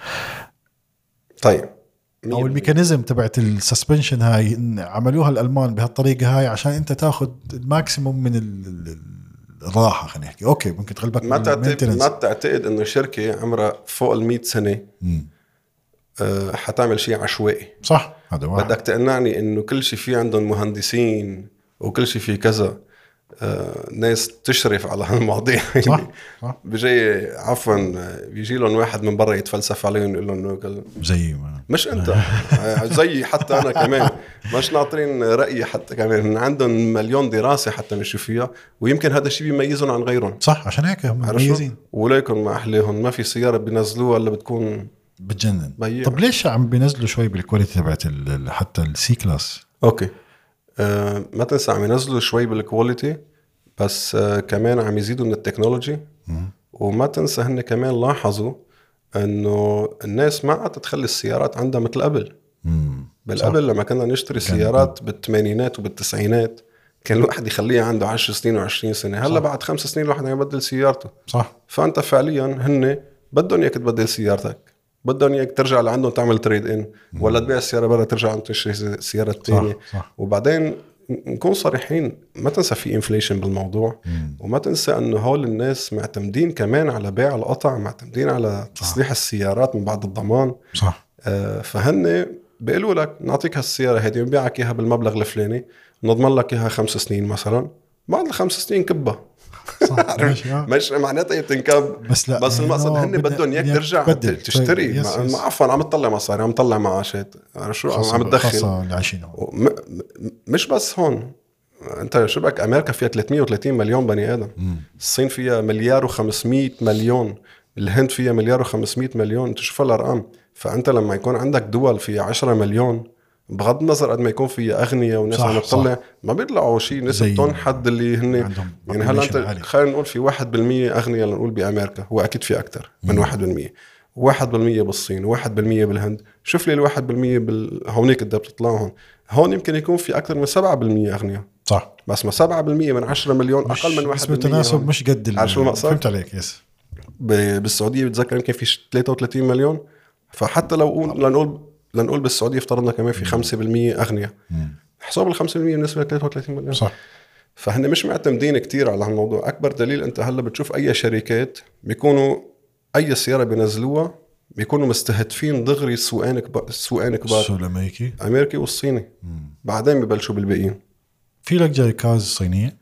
طيب او الميكانيزم تبعت السسبنشن هاي عملوها الالمان بهالطريقه هاي عشان انت تاخذ الماكسيموم من الراحه. خلينا نحكي اوكي ممكن تغلبك. ما تعتقد انه شركه عمرها فوق 100 سنه حتعمل شيء عشوائي. صح، هذا واحد. بدك تقنعني انه كل شيء فيه عندهم مهندسين وكل شيء فيه كذا، ناس تشرف على هالمواضيع. صح. صح. بيجي عفوا بيجي لهم واحد من برا يتفلسف عليهم يقول لهم زي ما مش انت زي حتى انا كمان مش ناطرين رأيي حتى كمان عندهم مليون دراسة حتى نشوف فيها، ويمكن هذا الشيء بيميزهم عن غيرهم. صح، عشان هيك هم مميزين. ولكن ما أحليهم ما في سيارة بينزلوها اللي بتكون بتجنن. بيئة. طب ليش عم بينزلوا شوي بالكواليتي تبعت حتى السي كلاس؟ اوكي ما تنسى عم ينزلوا شوي بالكواليتي، بس كمان عم يزيدوا من التكنولوجي. وما تنسى هن كمان لاحظوا انه الناس ما عاد تخلي السيارات عندها مثل قبل. بالقبل لما كنا نشتري سيارات بالثمانينات وبالتسعينات كان الواحد يخليها عنده 10 سنين و20 سنة. هلا بعد 5 سنين الواحد يبدل سيارته. صح. فانت فعليا هن بدهم اياك تبدل سيارتك، بدهم اياك ترجع لعندهم تعمل تريد ان، ولا تبيع السيارة برا ترجع عند تشتري سيارة تانية. وبعدين نكون صريحين، ما تنسى في انفليشن بالموضوع. وما تنسى انه هول الناس معتمدين كمان على بيع القطع، معتمدين على تصليح السيارات من بعد الضمان. صح. فهن بيقولوا لك نعطيك هالسيارة هذه ونبيعك اياها بالمبلغ الفلاني، نضمن لك اياها 5 سنين مثلا، بعد ال5 سنين كبها. مش معناتها تنكب، بس المقصد هن بدهم اياك ترجع تشتري. عفوا عم تطلع مصاري، عم تطلع معاشات، شو عم تدخل. مش بس هون، انت شو بك امريكا فيها 330 مليون بني ادم. الصين فيها 1.5 مليار، الهند فيها 1.5 مليار. انت شوف الارقام. فانت لما يكون عندك دول فيها 10 مليون، بغض النظر قد ما يكون فيها أغنياء وناس عم تطلع، ما بيطلعوا شيء نسبتهم حد اللي هن يعني. هلا انت خلينا نقول في 1% أغنياء نقول بأمريكا، هو أكيد في أكتر من 1%. 1% بالصين، 1% بالهند. شوف لي 1% هونيك قد بتطلعهم. هون يمكن يكون في أكثر من 7% أغنياء. صح. بس ما 7% من 10 مليون أقل من 1%. نسبة تناسب مش قد فهمت عليك. يس. بالسعودية بتذكر يمكن في 33 مليون. فحتى لو لنقول بالسعودية افترضنا كمان في 5% أغنياء، حساب 5% بالنسبة ل 33 مليون. صح. فهن مش معتمدين كتير على هالموضوع. أكبر دليل أنت هلا بتشوف أي شركات بيكونوا أي سيارة بينزلوها بيكونوا مستهدفين دغري السوقين كبار. السوق الأمريكي والصيني. بعدين ببلشوا بالباقيين. في لك جاي كاز صينية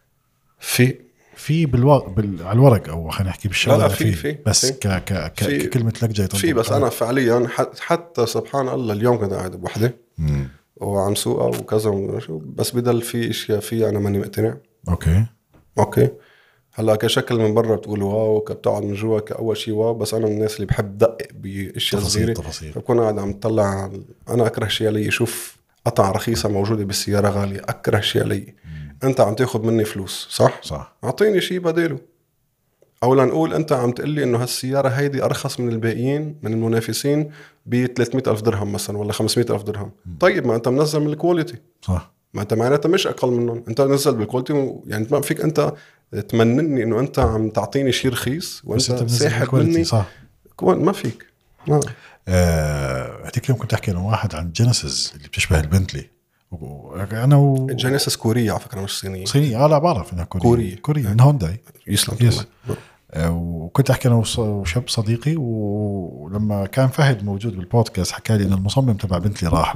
في على الورق، او خلينا نحكي بالشارع. لا في بس ككلمه لك جاي في. بس انا فعليا حتى سبحان الله اليوم كنت قاعد بوحده وعم سوقها وكذا بس بدل في اشياء فيها انا ماني مقتنع. اوكي هلا كشكل من برا بتقول واو، كبتقعد من جوا كاول شيء واو، بس انا من الناس اللي بحب دقق باشياء صغيره. بكون قاعد عم طلع. انا اكره شيء علي اشوف قطعه رخيصه موجوده بالسياره غاليه، اكره شيء علي. انت عم تاخذ مني فلوس، صح. اعطيني شيء بديله. او لنقول انت عم تقلي انه هالسياره هيدي ارخص من الباقيين من المنافسين ب 300,000 درهم مثلا ولا 500,000 درهم. طيب ما انت منزل من الكواليتي، صح. ما انت معناتها مش اقل منهم، انت نزل بالكواليتي. يعني ما فيك انت تمنني انه انت عم تعطيني شيء رخيص وانت ساحب مني. صح. ما فيك. هديك اليوم كنت احكي مع واحد عن جينيسيس اللي بتشبه البنتلي. انا جينيسيس كورية على فكرة، مش صينية. لا بعرف انها كورية من هونداي. يسلم. وكنت احكي انا وشاب صديقي، ولما كان فهد موجود بالبودكاست حكى لي ان المصمم تبع بنتلي راح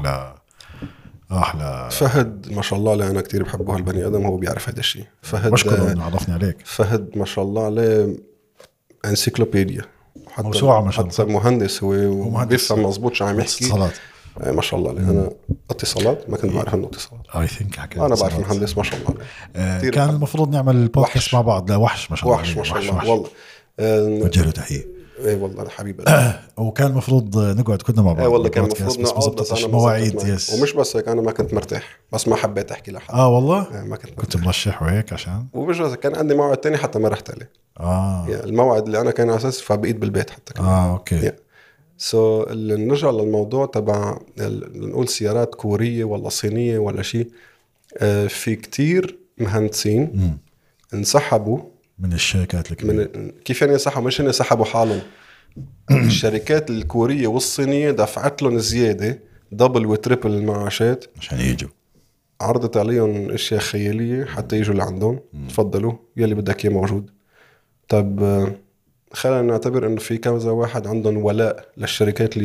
فهد ما شاء الله عليه. انا كتير بحبه هالبني ادم، هو بيعرف هذا الشيء. فهد بشكره انه عرفني عليك. فهد ما شاء الله عليه انسيكلوبيديا، موسوعة ما شاء الله. حتى مهندس هو بيفهم مظبوط شو عم يحكي. اتصالات ما شاء الله عليه. انا اتصالات ما كنت بعرف انه اتصالات. انا بعرف مهندس ما شاء الله عليه. كان المفروض نعمل البودكاست مع بعض. لا وحش ما شاء الله. وحش ما شاء الله والله. وجه له تحية. اي والله انا حبيبي. وكان المفروض نقعد كنا مع بعض. والله كان المفروض نقعد بس انا مواعيد. ومش بس هيك، انا ما كنت مرتاح بس ما حبيت احكي لحد. والله ما كنت مرشح وهيك عشان ومش بس كان عندي موعد تاني حتى ما رحت عليه. يعني الموعد اللي انا كان على اساس فبقيت بالبيت حتى كمان. اوكي. اللي نرجع للموضوع تبع نقول سيارات كورية ولا صينية ولا شيء. في كتير مهندسين انسحبوا من الشركات الكبيرة. كيف يعني انسحبوا؟ مش انسحبوا حالهم. الشركات الكورية والصينية دفعت لهم زيادة دبل وتريبل المعاشات عشان يجوا. عرضت عليهم اشياء خيالية حتى يجوا لعندهم. تفضلوا يلي بدك اياه موجود. طب خلينا نعتبر انه في كذا واحد عندهم ولاء للشركات اللي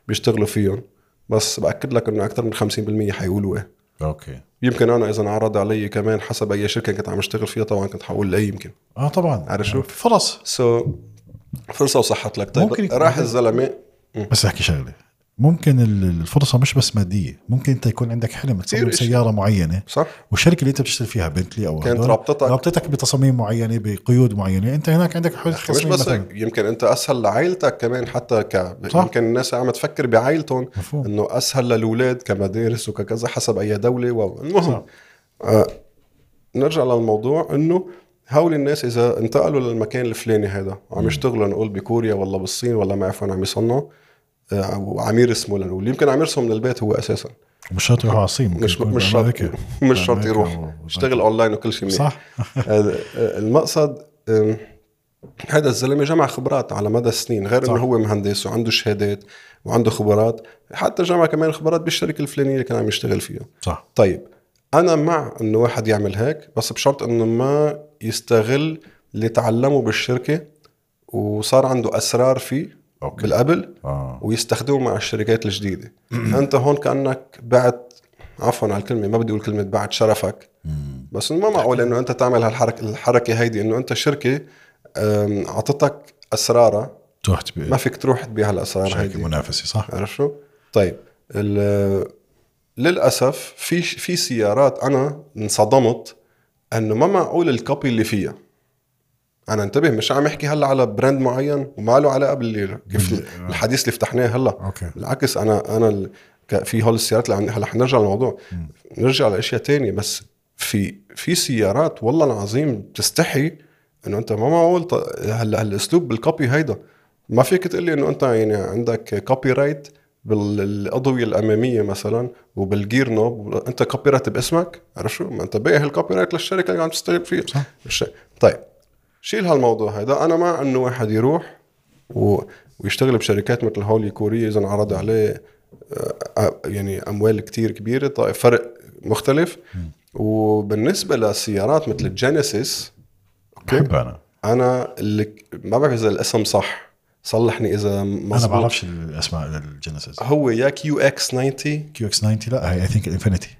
بيشتغلوا فيهم، بس بأكد لك انه اكثر من 50% حيقولوا ايه. اوكي. يمكن انا اذا انعرض علي كمان حسب اي شركه كنت عم اشتغل فيها طبعا كنت حقول لا يمكن. طبعا عارف شو في فرص فرصه وصحت لك. طيب ممكن راح الزلمه بس احكي شغله، ممكن الفرصه مش بس ماديه، ممكن انت يكون عندك حلم تصمم سياره معينه، صح، والشركه اللي انت بتشتغل فيها بنتلي او كانت رابطتك بتصاميم معينه بقيود معينه، انت هناك عندك حل مش بس يمكن انت اسهل لعائلتك كمان، حتى يمكن الناس عم تفكر بعائلتهم انه اسهل للاولاد كمدارس وكذا حسب اي دوله. المهم نرجع للموضوع انه هول الناس اذا انتقلوا للمكان الفلاني هذا عم يشتغلوا نقول بكوريا ولا بالصين ولا ما عرفوا عم يصنعوا وعم يرسموا لنقول، يمكن عم يرسم من البيت هو اساسا، مش شرط يروح على الصين، مش شرط يروح يشتغل اونلاين وكل شيء منيح. صح. المقصد هذا الزلمه جمع خبرات على مدى السنين، غير انه هو مهندس وعنده شهادات وعنده خبرات، حتى جمع كمان خبرات بالشركه الفلانيه اللي كان عم يشتغل فيها. صح. طيب انا مع انه واحد يعمل هيك، بس بشرط انه ما يستغل اللي تعلمه بالشركه وصار عنده اسرار فيه بالقبل ويستخدمه مع الشركات الجديده. انت هون كانك بعت، عفوا على الكلمه ما بدي اقول كلمه بعت شرفك، بس ما معقول انه انت تعمل الحركه هيدي، انه انت شركه عطتك اسرارها ما فيك تروح تبيع الاسرار هيدي، منافسه. صح. عارف شو؟ طيب للاسف في سيارات انا انصدمت انه ما معقول الكوبي اللي فيها. انا انتبه، مش عم احكي هلا على براند معين وما له علاقه كيف الحديث اللي فتحناه هلا. بالعكس انا في هول السيارات اللي هلا حنرجع للموضوع، نرجع لاشياء تانية، بس في سيارات والله العظيم بتستحي انه انت ما معقول هلا الاسلوب بالكوبي هيدا. ما فيك تقول لي انه انت يعني عندك كوبي رايت بالاضويه الاماميه مثلا وبالجير نوب، انت كوبي رايت باسمك، عارف شو؟ ما انت بايع الكوبي رايت للشركه اللي عم تشتغل فيها. طيب شيل هالموضوع هذا. انا مع انه واحد يروح ويشتغل بشركات مثل هولي كوريا اذا انعرض عليه يعني اموال كتير كبيره، طيب فرق مختلف. وبالنسبه للسيارات مثل الجينيسيس، انا اللي ما بعرف اذا الاسم صح، صلحني اذا مظبوط. انا بعرفش الاسماء الجينيسيس. هو يا كيو اكس 90 لا هي اي ثينك الانفينيتي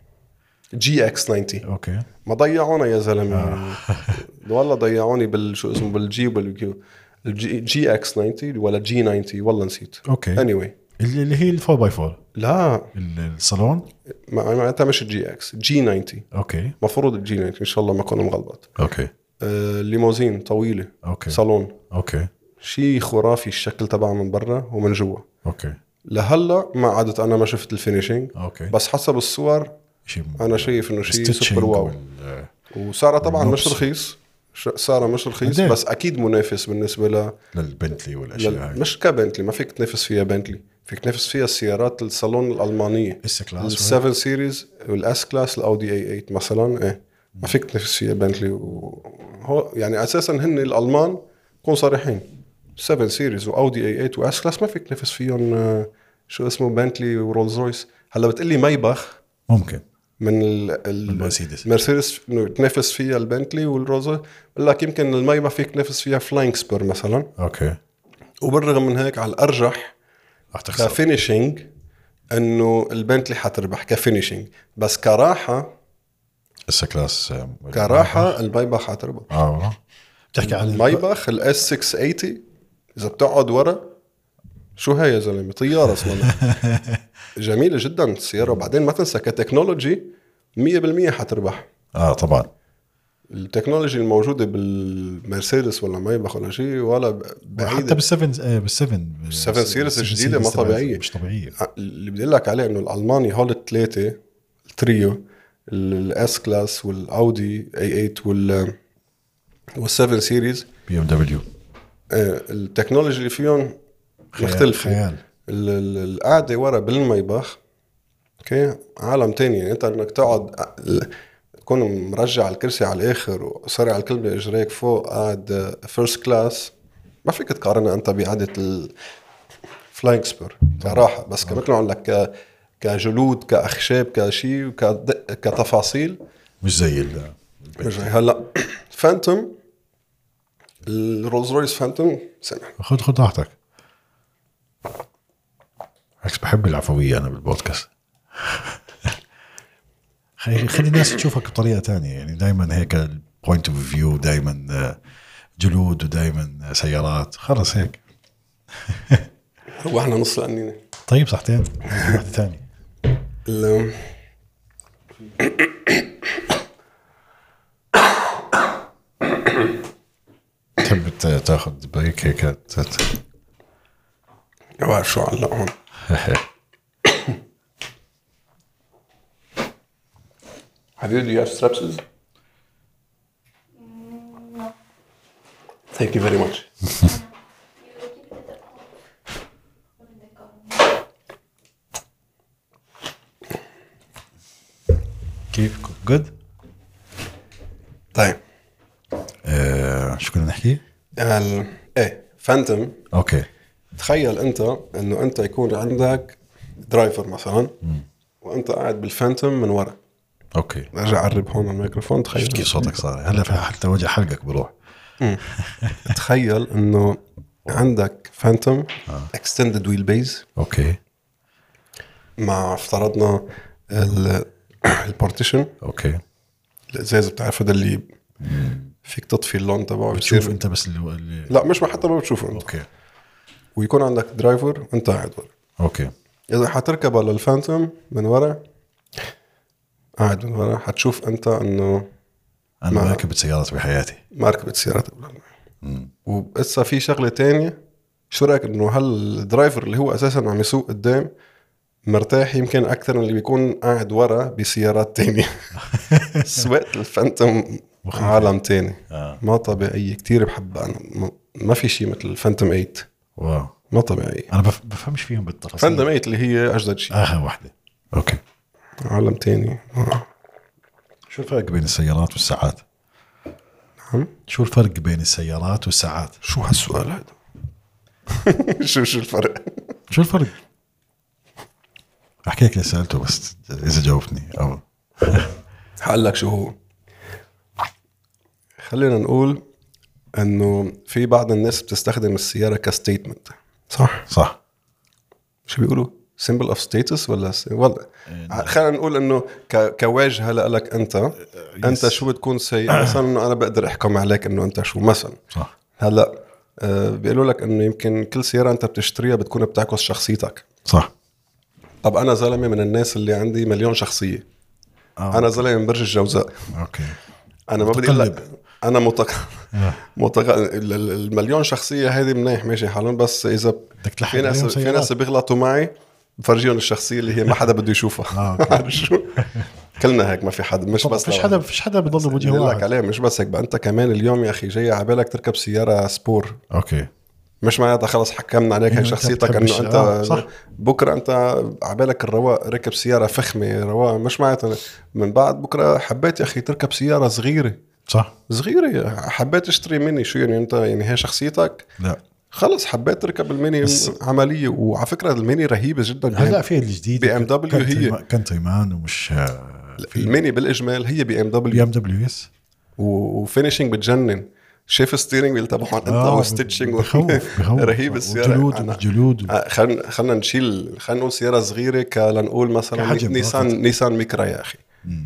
جي اكس 90. اوكي. ما ضيعونا يا زلمه. والله ضيعوني بالشو اسمه بالجي وبالكيو. الجي اكس 90 ولا جي 90 والله نسيت. اوكي. anyway اللي هي الفور باي فور. لا الصالون معناتها مش الجي اكس، جي 90. اوكي. مفروض الجي 90 ان شاء الله ما اكون مغلط. اوكي. ليموزين طويله. اوكي. صالون. اوكي. شيء خرافي الشكل تبعه من برا ومن جوا. اوكي. لهلا ما عادت انا ما شفت الفينيشينج. اوكي. بس حسب الصور انا شايف انه شيء سوبر واو. وسارة طبعا مش رخيص، سارة مش رخيص، بس اكيد منافس بالنسبه للبنتلي والاشياء هاي. مش كبنتلي، ما فيك تنافس فيها بنتلي، فيك تنافس فيها السيارات الصالون الالمانيه، ال7 سيريز والاس كلاس، الاودي اي 8 مثلا. ايه ما فيك تنافس فيها بنتلي. وهو يعني اساسا هن الالمان كون صريحين، 7 سيريز واودي اي 8 واس كلاس ما فيك تنافس فيهم شو اسمه بنتلي ورولز رويس. هلا بتقلي مايباخ ممكن من المرسيدس انه تنافس فيها البنتلي والرولز رويس، لكن يمكن المايباخ فيك تنافس فيها فلاينج سبير مثلا. اوكي. وبالرغم من هيك على الارجح كفينيشينج انه البنتلي حتربح كفينيشينج، بس كراحه اس كلاس كراحه المايباخ حتربح. بتحكي عن المايباخ الاس 680 اذا بتقعد ورا شو هي يا زلمه، طياره اصلا. جميله جدا السياره. وبعدين ما تنسى كتكنولوجي 100% حتربح. طبعا التكنولوجي الموجوده بالمرسيدس ولا مايباخ ولا شيء ولا بعيد. حتى بالسفن سيريس الجديده ما طبيعيه، مش طبيعيه. اللي بدي لك عليه انه الالماني هول الثلاثه التريو، الاس كلاس والاودي اي 8 وال7 سيريز بي ام دبليو، التكنولوجي اللي فيهم مختلفه. القعده ورا بالمايباخ اوكي عالم تاني. يعني انت انك تقعد تكون مرجع الكرسي على الاخر وصارع الكلمه اجريك فوق قاعد فيرست كلاس، ما فيك تقارنها انت بقعده الفلاينج سبير كراحه. بس كمثل عم لك كجلود كاخشاب كشيء كتفاصيل مش زي مش زي هلا فانتوم. الرولز رويس فانتوم سامح خد راحتك. عكس بحب العفوية أنا بالبودكاست. خلي الناس تشوفك بطريقة تانية يعني. دايما هيك البوينت اوف فيو، دايما جلود ودايما سيارات، خلص هيك. هو احنا نص الأنينة. طيب صحتين واحدة ثانية. تحب تاخذ بريك هيك؟ بعرف شو علق هون. Have you have strepsils? No. Thank you very much. كيف good؟ طيب شو كنا نحكي؟ ايه فانتوم. اوكي. تخيل انت انه انت يكون عندك درايفر مثلا وانت قاعد بالفانتوم من ورا. اوكي. ارجع اقرب هون الميكروفون. تخيل كيف صوتك صار هلا حتى وجه حلقك بروح. تخيل انه عندك فانتوم اكستندد ويل بيز. اوكي. مع افترضنا البارتيشن. اوكي. الازاز بتعرف هذا اللي فيك تطفي اللون تبعه. بتشوف انت بس اللي لا مش حتى ما بتشوفه انت. اوكي. ويكون عندك درايفر وانت قاعد ورا. اوكي. اذا حتركب على الفانتوم من ورا، قاعد من ورا، حتشوف انت انه انا ما ركبت سيارات بحياتي. ما ركبت سيارات قبل. وبقصة في شغلة تانية، شو رأيك انه هالدرايفر اللي هو اساسا عم يسوق قدام مرتاح يمكن اكثر من اللي بيكون قاعد ورا بسيارات تانية. سواقة الفانتوم عالم تاني. ما طبيعي. كتير بحبها انا. ما في شيء مثل الفانتوم 8. واو ما طبيعي. انا بفهمش فيهم بالتفاصيل. فانتوم 8 اللي هي اجدد شيء. واحدة. اوكي. عالم تاني. شو الفرق بين السيارات والساعات؟ نعم. شو الفرق بين السيارات والساعات؟ شو هالسؤال هذا؟ شو الفرق؟ شو الفرق؟ احكي لك اللي سألته بس اذا جاوبتني او هقول لك شو هو. خلينا نقول انه في بعض الناس بتستخدم السيارة كستيتمنت. صح. شو بيقولوا symbol of status ولا خلينا نقول انه كواجهة لك انت شو بتكون سيء. مثلا انه انا بقدر احكم عليك انه انت شو مثلا. صح. هلا بيقولوا لك انه يمكن كل سيارة انت بتشتريها بتكون بتعكس شخصيتك. صح. طب انا زلمة من الناس اللي عندي مليون شخصية. انا زلمة من برج الجوزاء. اوكي. انا ما بدي اقول لك انا المليون شخصيه هذه منيح ماشي حالهم. بس اذا في ناس بيغلطوا معي بفرجيهم الشخصيه اللي هي ما حدا بده يشوفها. كلنا هيك. ما في حدا. مش بس فيش حدا بضل بوجه واحد. لك عليه. مش بس هيك بقى. انت كمان اليوم يا اخي جاي على بالك تركب سياره سبور. اوكي. مش معناتها خلص حكمنا عليك هيك شخصيتك انه انت بكره انت على بالك الرواق ركب سياره فخمه رواق. مش معناتها من بعد بكره حبيت يا اخي تركب سياره صغيره. صح. صغيرة. حبيت تشتري ميني. شو يعني انت يعني هي شخصيتك؟ لا خلص حبيت تركب الميني عملية. وعلى فكرة الميني رهيبة جدا. هلا في الجديد بي ام دبليو. هي كنتريمان ومش الميني بالاجمال هي بي ام دبليو يس. وفينيشنج بتجنن. شايف ستيرنج ويل تبعهم انت وستيتشنج رهيب السيارة. جلود. خلنا نشيل. خلينا نقول سيارة صغيرة لنقول مثلا نيسان ميكرا يا اخي.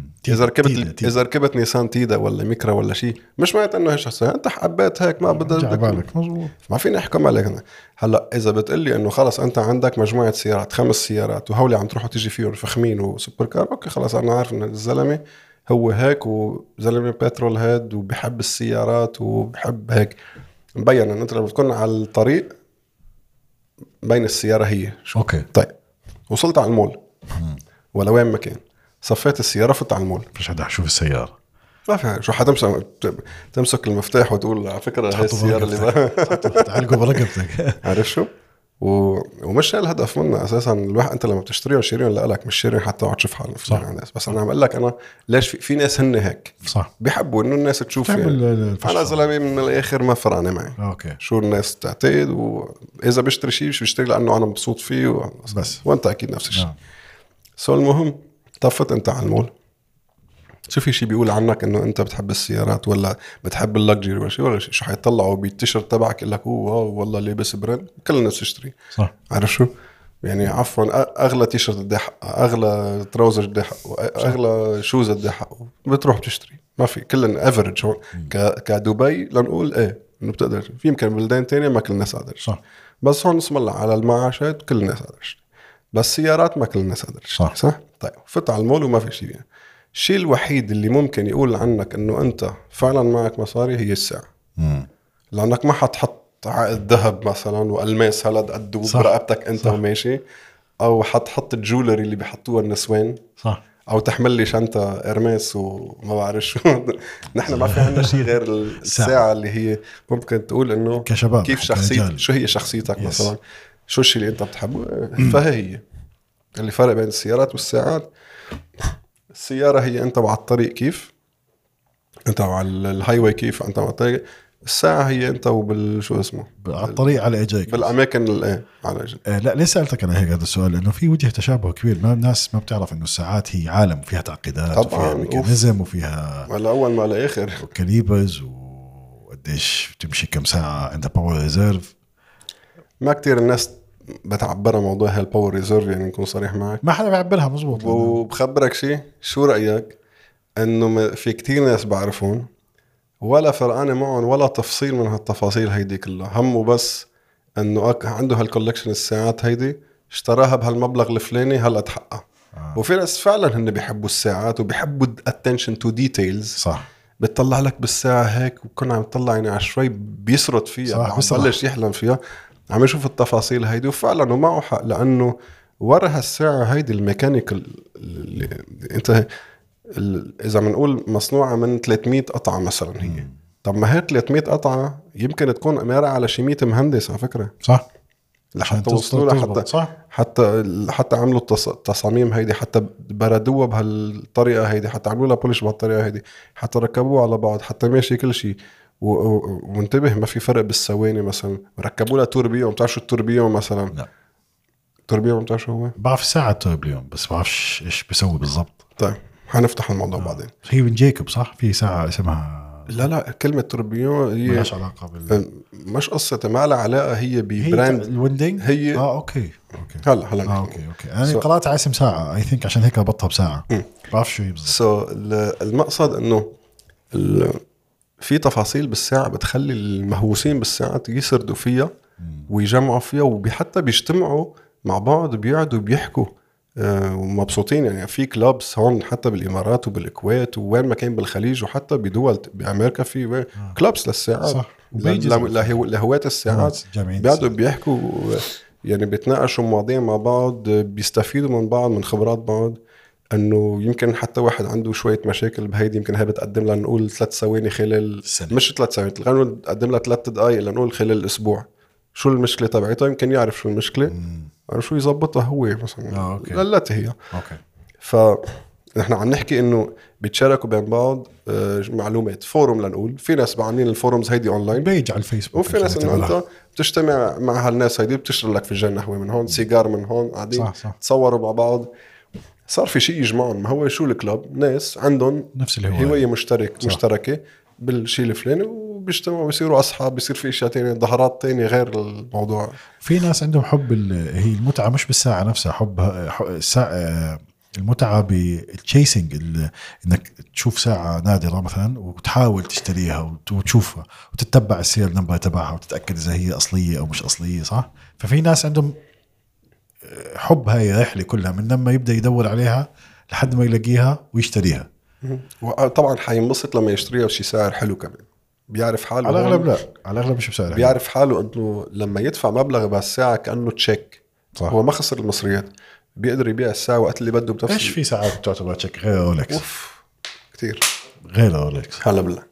إذا ركبت نيسان تيدا ولا ميكرا ولا شيء مش معناته إنه هي شخصية. أنت حبيت هيك ما بدك مظبوط. ما فيني أحكم عليك. هلا إذا بتقلي إنه خلاص أنت عندك مجموعة سيارات 5 سيارات وهولي عم تروحوا تيجي فيهم فخمين وسوبر كار. أوكي خلاص أنا عارف إن الزلمة هو هيك وزلمة بترول هيد وبحب السيارات وبحب هيك. مبين إن أنت لما تكون على الطريق بين السيارة هي شو. أوكي. طيب وصلت على المول ولا وين ما كان صفيت السيارة فت على المول. فيش حدا يشوف السيارة. ما في شو تمسك المفتاح وتقول على فكرة هاي السيارة اللي تعلقوا برقبتك. عارف شو. ومش الهدف منه أساسا. الواحد أنت لما بتشتريهم شيرين لألك مش شيرين حتى تقعد تشوف حالك في الناس. بس أنا عم أقول لك أنا ليش في ناس هن هيك. صح. بيحبوا إنه الناس تشوف. يعني أنا زلمة من الآخر ما فرقني معي. أوكي. شو الناس تعتقد. وإذا بشتري شيء بشتري لأنه أنا مبسوط فيه بس. وأنت أكيد نفس الشيء. المهم طفت أنت على المول. شو في شيء بيقول عنك انه انت بتحب السيارات ولا بتحب اللكجري ولا شو حيطلعوا بالتيشيرت تبعك يقول لك واو والله لابس براند. كل الناس تشتري. صح. عارف شو. يعني عفوا اغلى تيشرت قد حق، اغلى تراوزر قد حق، اغلى شوز قد حق، بتروح بتشتري. ما في كلنا افريج هون كدبي لنقول ايه انه بتقدر. في يمكن بلدان تانية ما كل الناس قادر، صح. بس هون اسم الله على المعاشات كل الناس قادر، بس سيارات ما كل الناس قادر. صح. طيب فت على المول وما في شيء يعني. الشيء الوحيد اللي ممكن يقول عنك انه انت فعلا معك مصاري هي الساعه. لانك ما حتحط عقد ذهب مثلا والماس هلا قد برقبتك انت. صح. وماشي، او حتحط الجولري اللي بيحطوها النسوان. صح. او تحمل لي شنطه ارماس وما بعرف شو. نحن ما في عندنا شيء غير الساعه اللي هي ممكن تقول انه كشباب كيف شخصيتك، شو هي شخصيتك مثلا، شو الشيء اللي انت بتحبه. فهي اللي فرق بين السيارات والساعات. السياره هي انت على الطريق كيف، انت على الهاي واي كيف انت على الطريق. الساعة هي انت وبالشو اسمه على الطريق على اجيك بالاماكن الايه على اجيك. لا ليه سألتك انا هيك هذا السؤال؟ لانه في وجه تشابه كبير. ما الناس ما بتعرف انه الساعات هي عالم فيها تعقيدات وفيها ميكانيزم وفيها على اول ما لاخر كاليبرز وقديش بتمشي كم ساعة عندها باور ريزيرف. ما كتير الناس بتعبرها موضوع هالباور ريزيرف، يعني نكون صريح معك ما حدا بيعبرها مزبوط. وبخبرك شيء، شو رأيك انه في كتير ناس بعرفون ولا فرقانة معهم ولا تفصيل من هالتفاصيل هيدي كلها، همه بس انه عنده هالكولكشن الساعات هيدي اشتراها بهالمبلغ الفلاني هلا تحقق. وفي ناس فعلا هن بيحبوا الساعات وبيحبوا attention to details. صح. بتطلع لك بالساعة هيك وكنا عم تطلع يعني على شوي بيسرد فيها، بلش يحلم فيها، عم يشوف التفاصيل هيدي. وفعلا ومعه حق، لأنه ورا هالساعة هيدي الميكانيكال انت إذا منقول مصنوعة من 300 قطعة مثلا هي. طب ما هي 300 قطعة يمكن تكون أمارة على شي 100 مهندس على فكرة. صح. لحتى وصلوا حتى عملوا التصاميم هيدي، حتى بردوها بهالطريقة هيدي، حتى عملوا لها بولش بهالطريقة هيدي، حتى ركبوها على بعض، حتى ماشي كل شيء. وانتبه ما في فرق بالثواني مثلا. ركبوا لها توربيون. بتعرف شو التوربيون مثلا؟ لا. توربيون بتعرف شو هو؟ بعرف الساعة التوربيون بس بعرفش ايش بيسوي بالضبط. طيب حنفتح الموضوع بعدين. هي من جيكوب صح؟ في ساعة اسمها لا كلمة توربيون هي مالهاش علاقة مش قصة، ما لها علاقة. هي ببراند الويندينج. هي اوكي هلا اوكي انا قرأت على اسم ساعة اي ثينك عشان هيك ربطها بساعة. بعرف شو هي بالضبط. المقصد انه في تفاصيل بالساعة بتخلي المهووسين بالساعات يسردوا فيها ويجمعوا فيها، وحتى بيجتمعوا مع بعض بيقعدوا بيحكوا ومبسوطين. يعني في كلابس هون حتى بالإمارات وبالكويت ووين ما كان بالخليج، وحتى بدول بأمريكا في كلابس للساعات. صح. لهواة الساعات بيقعدوا بيحكوا، يعني بيتناقشوا مواضيع مع بعض، بيستفيدوا من بعض، من خبرات بعض. انه يمكن حتى واحد عنده شويه مشاكل بهيدي، يمكن هي بتقدم لنا نقول 3 ثواني خلال السنة. مش 3 ثواني، خلينا نقدم لها 3 دقائق لنقول خلال الاسبوع شو المشكله تبعتها. يمكن يعرف شو المشكله شو يزبطها هو مثلا. لالتي هي اوكي. فنحن عم نحكي انه بيتشاركوا بين بعض معلومات. فورم لنقول، في ناس بعملين الفورمز هيدي اونلاين بيج على الفيسبوك، وفي ناس انه انت بتجتمع مع هالناس هيدي، بتشتري لك فنجان قهوه من هون، سيجار من هون، قاعدين تصوروا مع بعض. صار في شيء يجمعهم. ما هو شو الكلاب؟ ناس عندهم نفس الهواية مشتركة بالشيء الفلاني، وبيجتمعوا ويصيروا أصحاب، بيصير في أشياء تانية، ظهرات تانية غير الموضوع. في ناس عندهم حب هي المتعة مش بالساعة نفسها، حب الساعة، المتعة بالتشيسنج، انك تشوف ساعة نادرة مثلا وتحاول تشتريها وتشوفها وتتبع السير نمبر تبعها وتتأكد إذا هي أصلية أو مش أصلية. صح. ففي ناس عندهم حب هاي الرحلة كلها من لما يبدأ يدور عليها لحد ما يلاقيها ويشتريها. وطبعا حينبسط لما يشتريها بشي سعر حلو كمان. بيعرف حاله على الأغلب. لا على الأغلب مش بسعر. بيعرف حاله أنه لما يدفع مبلغ بهالساعة كأنه تشيك. صح. هو ما خسر المصريات، بيقدر يبيع الساعة وقت اللي بده بنفسه. إيش في ساعات تعتبر تشيك غير رولكس؟ أوف كتير غير رولكس. هلا بالله.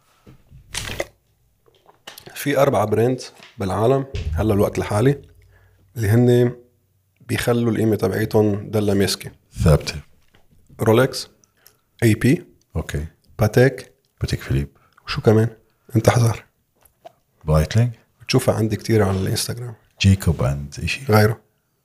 في 4 براند بالعالم هلا الوقت الحالي اللي هن بيخلوا القيمة تبعيتهم دلة ماسكة ثابتة. رولكس، اي بي، اوكي، باتيك فيليب، وشو كمان انت حذر، برايتلينج بتشوفها عندي كتير على الانستغرام، جيكوب اند ايشي غيره.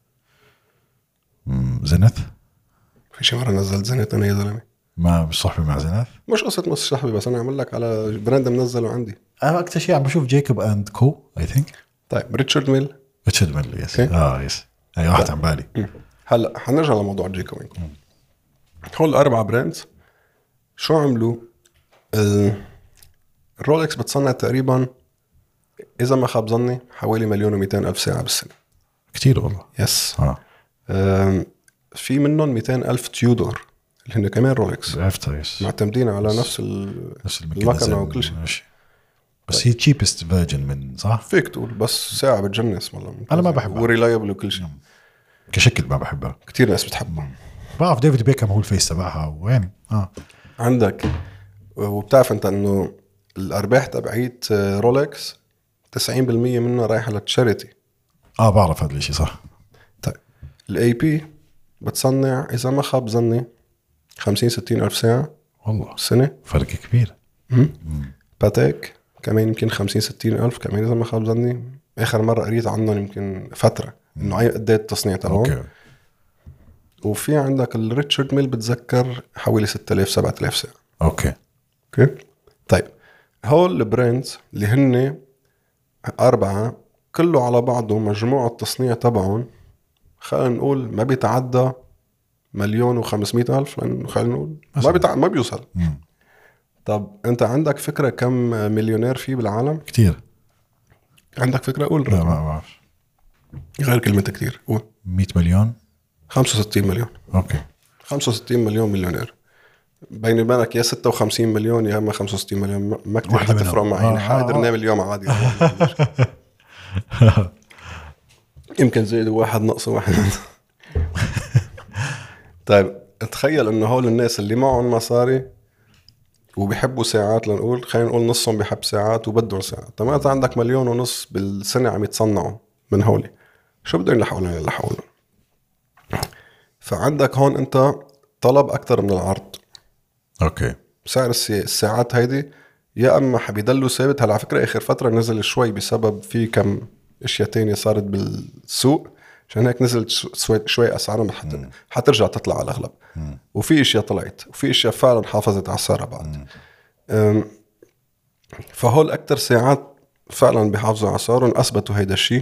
زنث، في شي مرة نزلت زنث انا يا زلمة. ما مش صاحبي مع زنث، مش قصة مش صاحبي، بس انا اعمل لك على براند منزله عندي. انا اكثر شيء عم بشوف جيكوب اند كو اي ثينك. طيب ريتشارد ميل. يس. يس اي واحد عن بالي. هلا حنرجع لموضوع جيكو وينك. هول الأربعة براندز شو عملوا؟ الرولكس بتصنع تقريبا إذا ما خاب ظني حوالي 1,200,000 ساعة بالسنة. كتير والله. يس. في منهم 200,000 تيودور اللي هن كمان رولكس. عرفتها. يس. معتمدين على نفس المكنة وكل شيء. بس هي cheapest version من صح؟ فيك تقول بس ساعة بتجنس والله. أنا ما بحبها. وريلايبل وكل شيء. كشكل ما بحبها. كتير ناس بتحبها. بعرف ديفيد بيكهام هو الفيس تبعها وين عندك. وبتعرف انت انه الارباح تبعيت رولكس 90% منها رايحه للتشاريتي. بعرف هذا الشيء صح. طيب الاي بي بتصنع اذا ما خاب ظني 50-60 الف ساعه والله سنه. فرق كبير. باتيك كمان يمكن 50-60 الف كمان اذا ما خاب ظني. اخر مره قريت عنهم يمكن فتره انه قد ايه التصنيع تبعهم. وفي عندك الريتشارد ميل بتذكر حوالي 6,000-7,000 ساعة. اوكي. طيب هول البراندز اللي هن 4 كله على بعضه مجموع التصنيع تبعهم خلينا نقول ما بيتعدى 1,500,000 لأنه خلينا نقول ما بيوصل. طب انت عندك فكرة كم مليونير فيه بالعالم؟ كتير. عندك فكرة؟ قول. لا ما بعرف. غير كلمة كتير. قول. 100 مليون. 65 مليون. اوكي. 65 مليون مليونير. بيني وبينك يا 56 مليون يا اما 65 مليون. ما كتير حتفرق معي. حقدر نعمل اليوم عادي. يمكن زائد 1 ناقص 1. طيب تخيل انه هول الناس اللي معهم مصاري وبيحبوا ساعات. لنقول خلينا نقول نصهم بيحب ساعات وبدهم ساعات. طب انت عندك 1.5 مليون بالسنة عم يتصنعوا من هولي. شو بدهم يلحقوا؟ فعندك هون انت طلب اكتر من العرض. اوكي. سعر الساعات هيدي يا اما حبيدلوا ثابت. هلا على فكره اخر فتره نزل شوي بسبب في كم اشياء تانية صارت بالسوق عشان هيك نزلت شوي اسعارها حترجع تطلع على الاغلب. وفي اشياء طلعت وفي اشياء فعلا حافظت على سعرها بعد. فهول اكتر ساعات فعلا بيحافظوا على سعرهم. اثبتوا هيدا الشيء.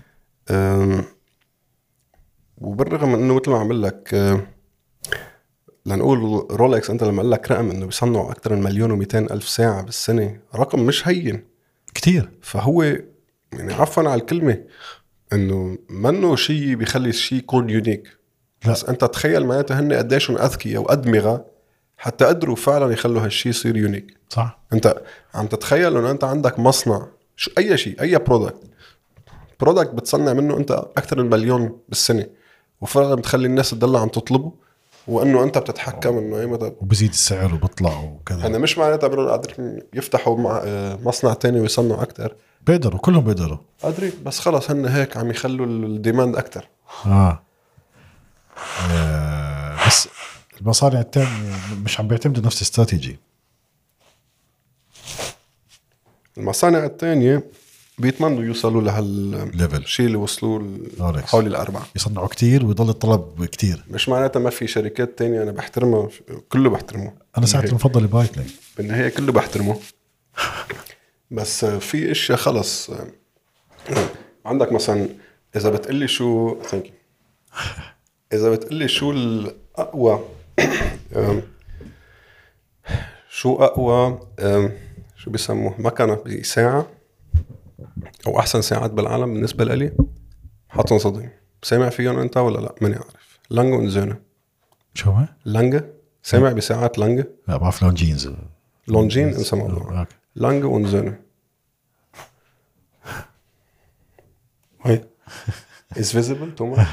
وبالرغم انه مثل ما عمل لك لنقول رولكس انت لما قال لك رقم انه بيصنعوا اكثر من 1,200,000 ساعه بالسنه رقم مش هين كتير. فهو يعني عفوا على الكلمه انه منه شيء بيخلي الشيء يكون يونيك. بس انت تخيل معناته هن قديش اذكياء وادمغه حتى قدروا فعلا يخلوا هالشيء يصير يونيك. صح. انت عم تتخيل انه انت عندك مصنع اي شيء اي برودكت بتصنع منه انت اكثر من 1,000,000 بالسنه وفعلا بتخلي الناس تضل عم تطلبه وانه انت بتتحكم انه ايمتى وبزيد السعر وبطلع وكذا. انا مش معناتها بيقولوا قادرين يفتحوا مع مصنع تاني ويصنعوا اكتر. بيقدروا كلهم بيقدروا قادرين بس خلص هن هيك عم يخلوا الديماند اكتر. بس المصانع التانية مش عم بيعتمدوا نفس الاستراتيجي. المصانع التانية بيتمنوا يوصلوا لهالليفل الشيء اللي وصلوا حوالي 4 يصنعوا كتير ويضل الطلب كتير. مش معناتها ما في شركات تانية أنا بحترمها كله بحترمه. أنا ساعتي المفضل بايكلي بالنهاية كله بحترمه. بس في إشياء خلص عندك مثلا إذا بتقلي شو إذا بتقلي شو الأقوى شو بيسموه مكنة بساعة أو أحسن ساعات بالعالم بالنسبة لي حاطن صديم. سامع فيهم أنت ولا لا؟ ماني عارف. لانجا ونزونة. شو هو؟ لانجا. سامع بساعات لانجا؟ لا بعرف لونجينز. لونجين انسى موضوع. لانجا ونزونة. هاي is visible too much.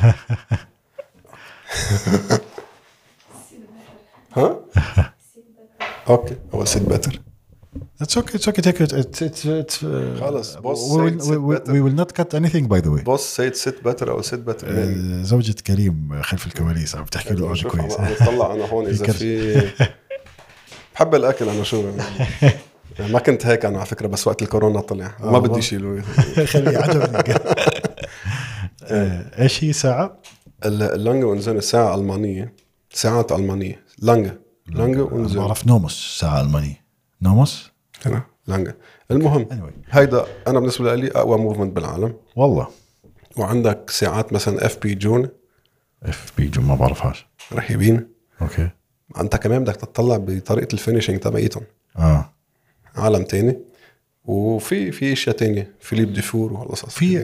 ها؟ اوكي هو sit better. It's okay. Take it. It's خلاص. We will not cut anything by the way. boss said sit better أو sit better. زوجة كريم خلف الكواليس عم بتحكي له أوجه كويس. طلع أنا هون إذا في بحب الأكل أنا شو ما كنت هيك أنا على فكرة بس وقت الكورونا طلع ما بدي شيله. خلي عجبني. إيش هي ساعة؟ اللانجا ونزون ساعة ألمانية. ساعات ألمانية. لانجا ونزون. بعرف نوموس ساعة ألمانية. نوموس لانجا. المهم هيدا أنا بالنسبة لي أقوى موفمنت بالعالم والله. وعندك ساعات مثلا اف بي جون. اف بي جون ما بعرفهاش. رهيبين. اوكي. انت كمان بدك تطلع بطريقه الفينيشنج تبعيتهم. عالم تاني. وفي اشياء تانية فيليب ديفور وهالقصص. في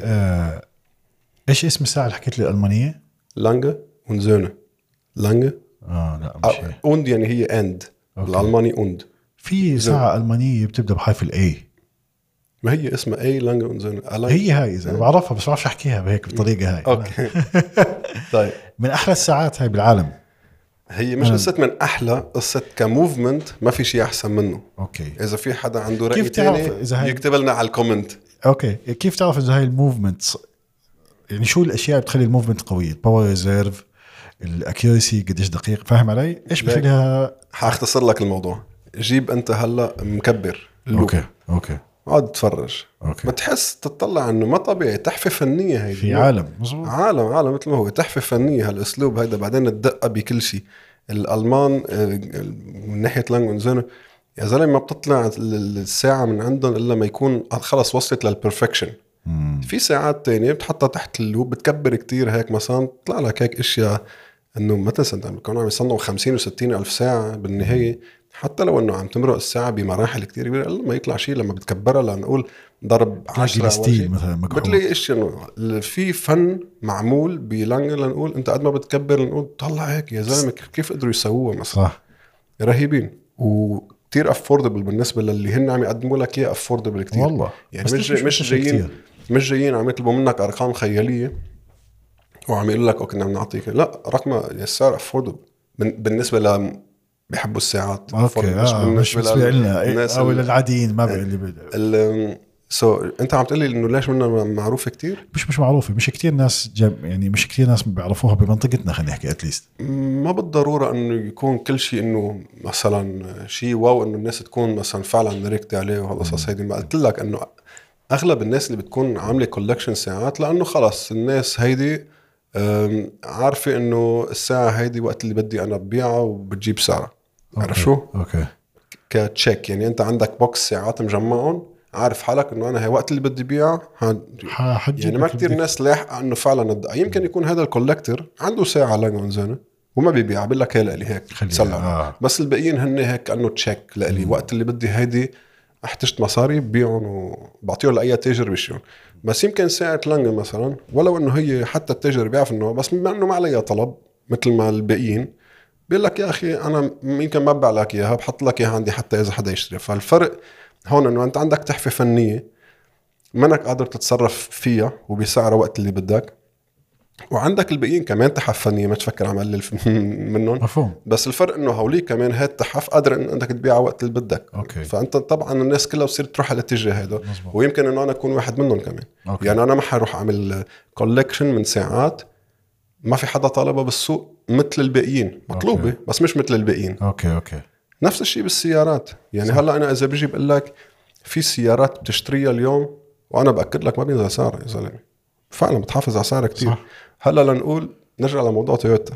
ايش اسم الساعه اللي حكيت لي الالمانيه؟ لانجا ونزونه. لانجا لا مش هي. اوند يعني هي اند بالالماني اوند. في ساعه المانيه بتبدا بحرف الاي. ما هي اسمها اي لانجا ونزونه. هي هاي اذا بعرفها بس ما بعرفش احكيها بهيك بالطريقه هاي. اوكي. طيب من احلى الساعات هاي بالعالم. هي مش قصة من أحلى، قصة كموفمنت ما في شيء أحسن منه. أوكي. إذا في حدا عنده رأي تاني يكتب لنا على الكومنت. أوكي. كيف تعرف إذا هاي الموفمنت يعني شو الأشياء بتخلي الموفمنت قوية؟ باور ريزيرف، الأكيورسي قديش دقيق، فاهم علي؟ إيش بخليها؟ هختصر لك الموضوع. جيب أنت هلا مكبر اللوب. أوكي. اقعد تفرج. بتحس تطلع انه ما طبيعي. تحفة فنية هيدي في عالم. مزبوط. عالم مثل ما هو تحفة فنية هالاسلوب هيدا. بعدين الدقة بكل شيء. الالمان من ناحية لانجونزون يا زلمة ما بتطلع الساعة من عندهم الا ما يكون خلص وصلت للبرفكشن. في ساعات تانية بتحطها تحت اللوب بتكبر كتير هيك مثلا تطلع لك هيك اشياء انه ما تنسى كانوا عم يصنعوا 50 و60 الف ساعة بالنهاية. حتى لو انه عم تمرق الساعه بمراحل كتير كبيره ما يطلع شيء لما بتكبرها لنقول ضرب 10 مثلا بتلاقي ايش انه في فن معمول بلانج لنقول انت قد ما بتكبر لنقول طلع هيك يا زلمه كيف قدروا يسووها مثلا. صح. رهيبين وكتير افوردبل بالنسبه للي هن عم يقدموا لك اياه. افوردبل كتير والله يعني مش جايين عم يطلبوا منك ارقام خياليه وعم يقول لك اوكي بدنا نعطيك لا رقم السعر افوردبل بالنسبه ل بيحبوا الساعات. اوكي. مش بالنسبه لنا او للعاديين ما اللي انت عم تقولي انه ليش منها معروفه كتير؟ مش معروفه. مش كتير ناس يعني مش كتير ناس بيعرفوها بمنطقتنا. خلينا نحكي اتليست ما بالضروره انه يكون كل شيء انه مثلا شيء واو انه الناس تكون مثلا فعلا ركضت عليه وهالقصص هيدي. ما قلت لك انه اغلب الناس اللي بتكون عامله كولكشن ساعات لانه خلص الناس هيدي عارفه انه الساعه هيدي وقت اللي بدي انا ببيعها وبتجيب سعرها. عارف شو؟ اوكي. كتشيك يعني انت عندك بوكس ساعات مجمعهم عارف حالك انه انا هي وقت اللي بدي بيعها يعني ما كتير ناس لاحقه انه فعلا يمكن يكون هذا الكولكتر عنده ساعه لانجونزون وما بيبيع بقول لك هي لي هيك سلم. بس الباقيين هن هيك كانه تشيك لي وقت اللي بدي هيدي احتجت مصاري ببيعهم وبعطيهم لاي تاجر بيشون. بس يمكن ساعه لانجون مثلا ولو انه هي حتى التاجر بيعرف انه بس بما انه ما عليها طلب مثل ما الباقيين بيقول لك يا أخي أنا يمكن ما ببيع لك إياها بحط لك إياها عندي حتى إذا حدا يشتري. فالفرق هون إنه أنت عندك تحفة فنية منك قادر تتصرف فيها وبسعرها وقت اللي بدك وعندك الباقيين كمان تحف فنية ما تفكر عم أقلل منهم مفهوم. بس الفرق إنه هولي كمان هاد تحف قادر إن أنك تبيعها وقت اللي بدك. أوكي. فأنت طبعا الناس كلها بتصير تروح على الاتجاه هذا ويمكن إنه أنا أكون واحد منهم كمان. أوكي. يعني أنا ما حروح أعمل كولكشن من ساعات ما في حدا طالبها بالسوق مثل الباقيين مطلوبة. أوكي. بس مش مثل الباقيين. اوكي. نفس الشيء بالسيارات يعني صح. هلا انا اذا بيجي بقول لك في سيارات بتشتريها اليوم وانا باكد لك ما بينزل سعرها يا زلمه فعلا بتحافظ على سعرها كتير. صح. هلا لنقول نرجع لموضوع تويوتا.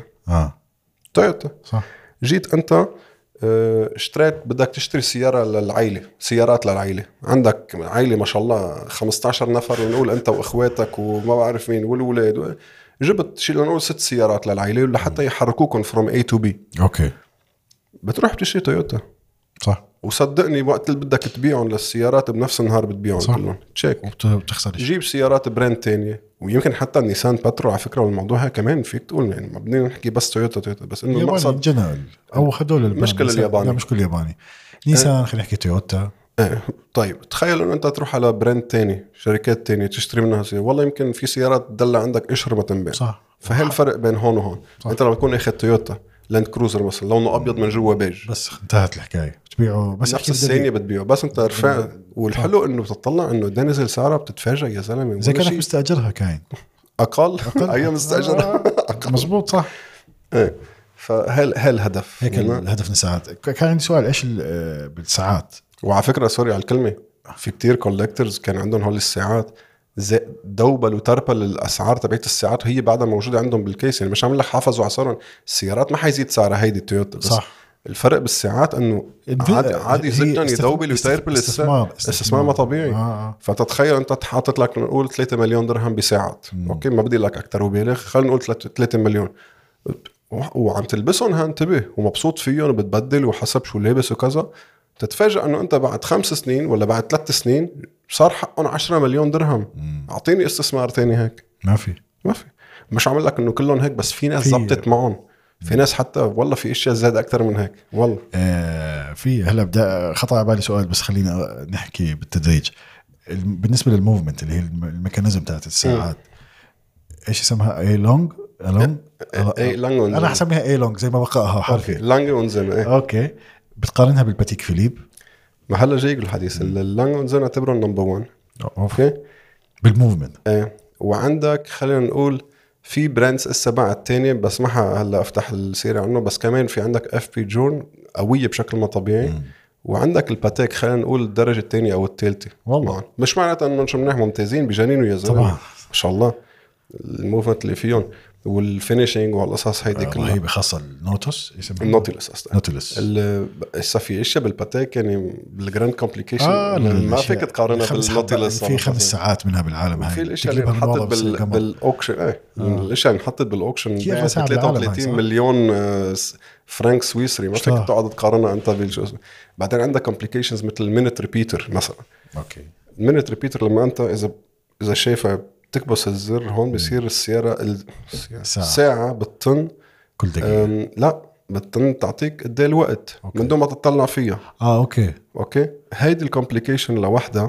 تويوتا صح. جيت انت اشتريت بدك تشتري سيارة للعائلة سيارات للعائلة عندك عائلة ما شاء الله 15 نفر ونقول انت واخواتك وما بعرف مين والولاد جبت شيء لنقول 6 سيارات للعائلة لحتى يحركوكم from A to B. اوكي. بتروح بتشتري تويوتا صح وصدقني وقت اللي بدك تبيعهم للسيارات بنفس النهار بتبيعهم كلهم تشيك وبتخسر. جيب سيارات براند تانية ويمكن حتى النيسان باترو على فكرة والموضوع كمان فيك تقول يعني ما بدنا نحكي بس تويوتا بس انه المقصد جنرال او هدول مش كل الياباني. لا مش كل ياباني. نيسان خلينا نحكي تويوتا. طيب تخيل انه انت تروح على براند تاني شركات تانية تشتري منها سيارة والله يمكن في سيارات تدلع عندك اشهر ما تنبيع. صح. فهي الفرق بين هون وهون. صح. انت لما تكون اخذ تويوتا لاند كروزر مثلا لونه ابيض من جوا بيج بس انتهت الحكايه بتبيعه بس نفس الثانيه بتبيعه بس انت رفع. والحلو انه بتطلع انه ده نزل سعرها بتتفاجئ يا زلمه زي كانك مستاجرها كاين اقل ايام مستاجرها. مزبوط صح. ايه فهل الهدف هيك الهدف من الساعات. كان عندي سؤال ايش بالساعات وعلى فكره سوري على الكلمه في كتير كولكترز كان عندهم هول الساعات دوبل وتربل الاسعار تبعت الساعات وهي بعدها موجوده عندهم بالكيس يعني مش عامل لك حافظوا على سعرهم السيارات ما حيزيد سعرها هيدي التويوتا بس صح. الفرق بالساعات انه عادي جدا يدوبل ويتيربل استثمار ما طبيعي. فتتخيل انت حاطط لك نقول 3 مليون درهم بساعات، اوكي ما بدي لك اكثر وبالغ، خلينا نقول 3 مليون، وعم تلبسهم انتبه ومبسوط فيهم وبتبدل وحسب شو لابس وكذا، تتفاجئ انه انت بعد 5 سنين ولا بعد 3 سنين صار حقهم 10 مليون درهم. اعطيني استثمار تاني هيك. ما في مش عامل لك انه كلهم هيك، بس في ناس زبطت معهم، في ناس حتى والله في اشياء زاد اكثر من هيك والله. في هلا بدأ خطر على بالي سؤال، بس خلينا نحكي بالتدريج. بالنسبه للموفمنت اللي هي الميكانيزم تاعت الساعات، ايش اسمها؟ اي لونج انا حسميها اي لونج زي ما بقراها حرفي لانج اونزن. اوكي بتقارنها بالباتيك فيليب؟ ما هلا جاي الحديث. اللانج اونزن اعتبره نمبر 1 اوكي بالموفمنت. وعندك خلينا نقول في براندز اسا بعد تاني، بس ما هلا افتح السيره عنه، بس كمان في عندك اف بي جورن قويه بشكل ما طبيعي. وعندك الباتيك خلينا نقول الدرجه الثانيه او الثالثه. والله مش معناتها انه مش منيح، ممتازين بجنينه يا زلمه ما شاء الله الموفمنت اللي فيهم والفينيشينج والقصص هيدي كلها. هي بخاصه النوتوس يسموه النوتيلس هسه في اشياء بالباتيك يعني بالجراند كومبليكيشن ما فيك تقارنها بالنوتيلس. في 5 ساعات منها بالعالم هاي. في الاشياء اللي انحطت بالاوكشن الاشياء اللي انحطت بالاوكشن 33 مليون فرنك سويسري، ما فيك تقعد تقارنها انت بالجو. بعدين عندك كومبليكيشنز مثل المينت ريبيتر مثلا. اوكي المينت ريبيتر لما انت اذا شايفها تكبس الزر هون بيصير الساعة بالطن كل دقيقة. لا بالطن تعطيك قد ايه الوقت من دون ما تطلع فيها. اوكي هيدي الكومبليكيشن لوحدها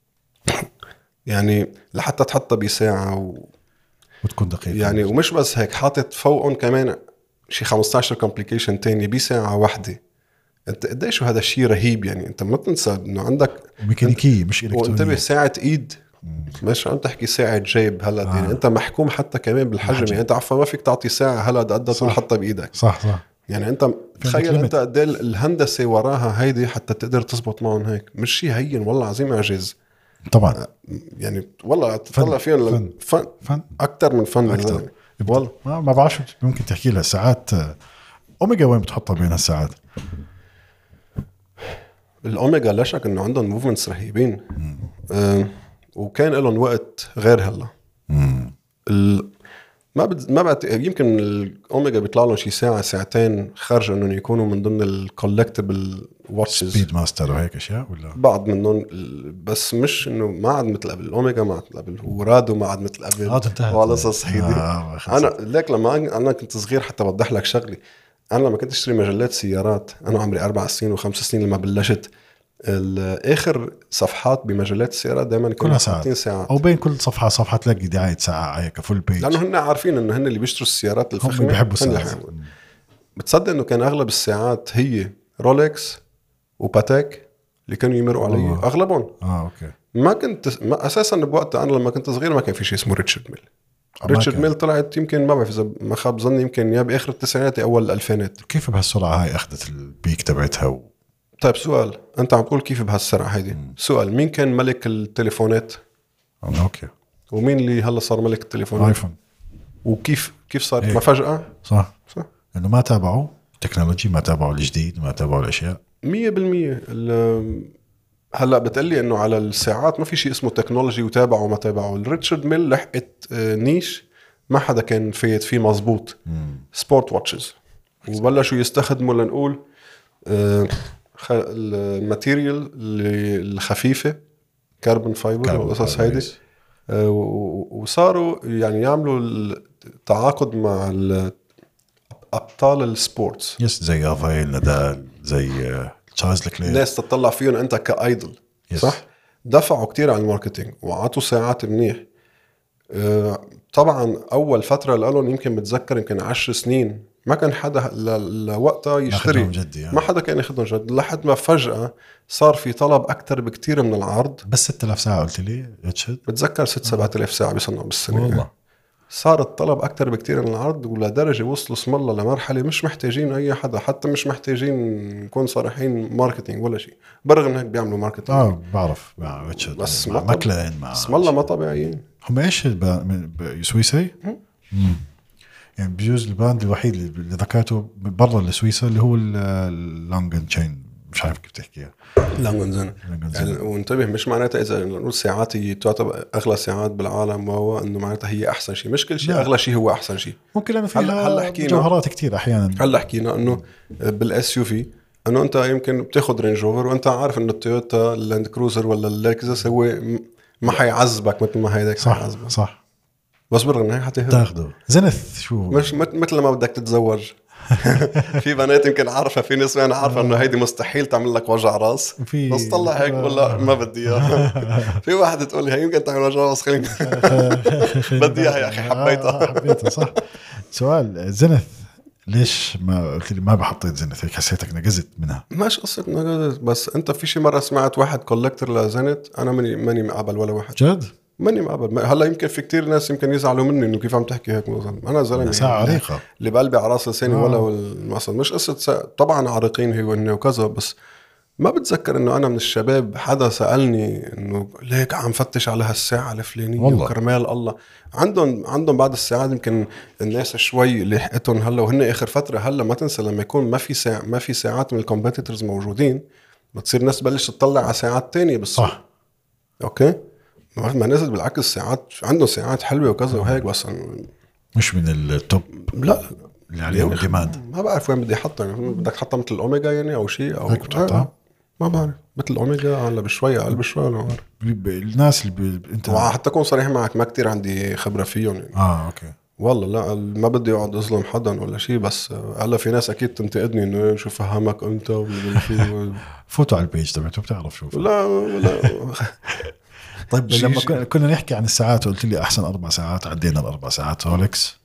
يعني لحتى تحطها بساعة وتكون دقيقة يعني. ومش بس هيك، حاطط فوقهم كمان شي 15 كومبليكيشن تاني بساعة واحدة. انت قديش هذا الشيء رهيب يعني. انت ما تنسى انه عندك ميكانيكية مش إلكترونية. وانتبه ساعة ايد مش عم تحكي ساعة جيب هلا يعني انت محكوم حتى كمان بالحجم يعني. انت عفوا ما فيك تعطي ساعة هلا قد تحطها بايدك. صح يعني انت تخيل انت قد الهندسة وراها هيدي حتى تقدر تزبط معهم هيك. مش شيء هين والله عظيم اعجاز طبعا يعني. والله تطلع فيهم فن اكثر من فن أكتر. والله ما بعرفش ممكن تحكي لها ساعات اوميجا وين بتحطها بين الساعات؟ الاوميجا لا شك انه عندهم موفمنتس رهيبين وكان لهم وقت غير هلا. ما بعد يمكن الاوميجا بيطلع لهم شي ساعه ساعتين خارج انهم يكونوا من ضمن الكولكتبل واتشز سبيد ماستر وهيك اشياء ولا بعض منهم، بس مش انه ما عاد مثل قبل. الاوميجا ما عاد مثل قبل ورادو ما عاد مثل قبل ولا قصص هيدي. انا ليك لما انا كنت صغير حتى بوضح لك شغلي. انا لما كنت اشتري مجلات سيارات انا عمري 4 سنين و5 سنين لما بلشت، اخر صفحات بمجلات السيارات دائما كانوا 60 ساعه او بين كل صفحه تلاقي دعايه ساعه هيك فول بيج، لانه هن عارفين انه هن اللي بيشتروا السيارات الفخمه هم بيحبوا الساعات. بتصدق انه كان اغلب الساعات هي رولكس وباتيك اللي كانوا يمروا علي اغلبهم. اوكي. ما كنت اساسا بوقتها انا لما كنت صغير ما كان في شيء اسمه ريتشارد ميل. ريتشارد ميل طلعت يمكن ما بعرف اذا ما خاب ظني يمكن يا باخر التسعينات اول الالفينات. كيف بهالسرعه هاي اخذت البيك تبعتها طيب سؤال، انت عم تقول كيف بهالسرعه هيدي؟ سؤال، مين كان ملك التليفونات؟ اوكي. ومين اللي هلا صار ملك التليفونات؟ ايفون. وكيف صار ما فجأة؟ صح انه ما تابعوا التكنولوجي، ما تابعوا الجديد، ما تابعوا الاشياء 100%. هلا بتقلي انه على الساعات ما في شيء اسمه تكنولوجي وتابعوا وما تابعوا. الريتشارد ميل لحقت نيش ما حدا كان فايت فيه مزبوط، سبورت واتشز، وبلشوا يستخدموا لنقول الماتيريال الخفيفة كاربون فايبر والقصص هيدي، وصاروا يعني يعملوا التعاقد مع أبطال السبورتس زي رافائيل نادال، زي تشارلز لكلير، ناس تطلع فيهم أنت كايدل. صح؟ دفعوا كتير على الماركتينج وعطوا ساعات منيح. طبعا أول فترة لهم يمكن بتذكر يمكن 10 سنين ما كان حدا لوقتها يشتري، ما حدا كان ياخذهم جد، لحد ما فجأة صار في طلب أكتر بكتير من العرض. بس 6000 ساعة قلت لي ريتشارد؟ بتذكر 6-7 ساعة بيصنعوا بالسنة والله. صار الطلب أكتر بكتير من العرض، ولدرجة وصلوا اسم الله لمرحلة مش محتاجين أي حدا، حتى مش محتاجين نكون صريحين ماركتينج ولا شيء، برغم هيك بيعملوا ماركتينج. بعرف مع ريتشارد بس مع ماكلارين مع اسم الله ما طبيعيين. هم إيش سويسري؟ يعني بجوز البراند الوحيد اللي ذكرته برا لسويسرا اللي هو اللونجن تشين، مش عارف كيف تحكيها، لانجنزن يعني. وانتبه مش معناتها اذا نقول ساعات هي تعتبر اغلى ساعات بالعالم وهو انه معناتها هي احسن شيء. مش كل شيء اغلى شيء هو احسن شيء. ممكن لانه فيها جوهرات كتير احيانا. هلا حكينا انه بالاس يو في انه انت يمكن بتاخذ رينج روفر وانت عارف انه التويوتا اللاند كروزر ولا اللكزس هو ما حيعذبك مثل ما هيداك حيعذبك. صح بس بالنهاية تاخده زنث. شو مش مثل ما بدك تتزوج. في بنات يمكن عارفة، في ناس أنا عارفة إنه هيدي مستحيل تعمل لك وجع راس، بس طلع هيك ولا ما بدي إياها. في واحدة تقول لي هي يمكن تعمل وجع راس، خليني بدي إياها يا أخي، حبيتها صح. سؤال زنث، ليش ما قلت لي ما بحطيت زنث؟ هيك حسيتك نقزت منها. مش قصة نقزت، بس أنت في شي مرة سمعت واحد كولكتر لزنث؟ أنا ماني مقابل ولا واحد جد. ماني مقابل. هلا يمكن في كتير ناس يمكن يزعلوا مني انه كيف عم تحكي هيك مثلا. انا زلمه ساعه عريقه اللي بقلبي على راس لساني ولا المقصد مش قصه طبعا عريقين هي وانه وكذا، بس ما بتذكر انه انا من الشباب حدا سالني انه ليك عم فتش على هالساعه الفلانيه وكرمال الله. عندهم بعض الساعات يمكن الناس شوي لحقتهم هلا وهن اخر فتره. هلا ما تنسى لما يكون ما في ساعات من الكومبيتيتورز موجودين، بتصير الناس تبلش تطلع على ساعات تانية بالسوق. صح اوكي، ما نزل بالعكس ساعات عنده ساعات حلوه وكذا وهيك، بس مش من التوب. لا اللي عليهم ديماند. ما بعرف وين بدي احطها. يعني بدك تحطها مثل الاوميجا يعني او شيء او هيك بتحطها؟ ما بعرف مثل الاوميجا ولا بشويه اقل بشويه ولا بعرف. الناس اللي انت حتى اكون صريح معك ما كتير عندي خبره فيهم يعني. اوكي والله لا ما بدي اقعد اظلم حدا ولا شيء، بس هلا في ناس اكيد تنتقدني انه شو فهمك انت وشو. فوتوا على البيج تبعته بتعرف شو. لا طيب لما كنا نحكي عن الساعات وقلت لي احسن 4 ساعات، عدينا ال4 ساعات رولكس.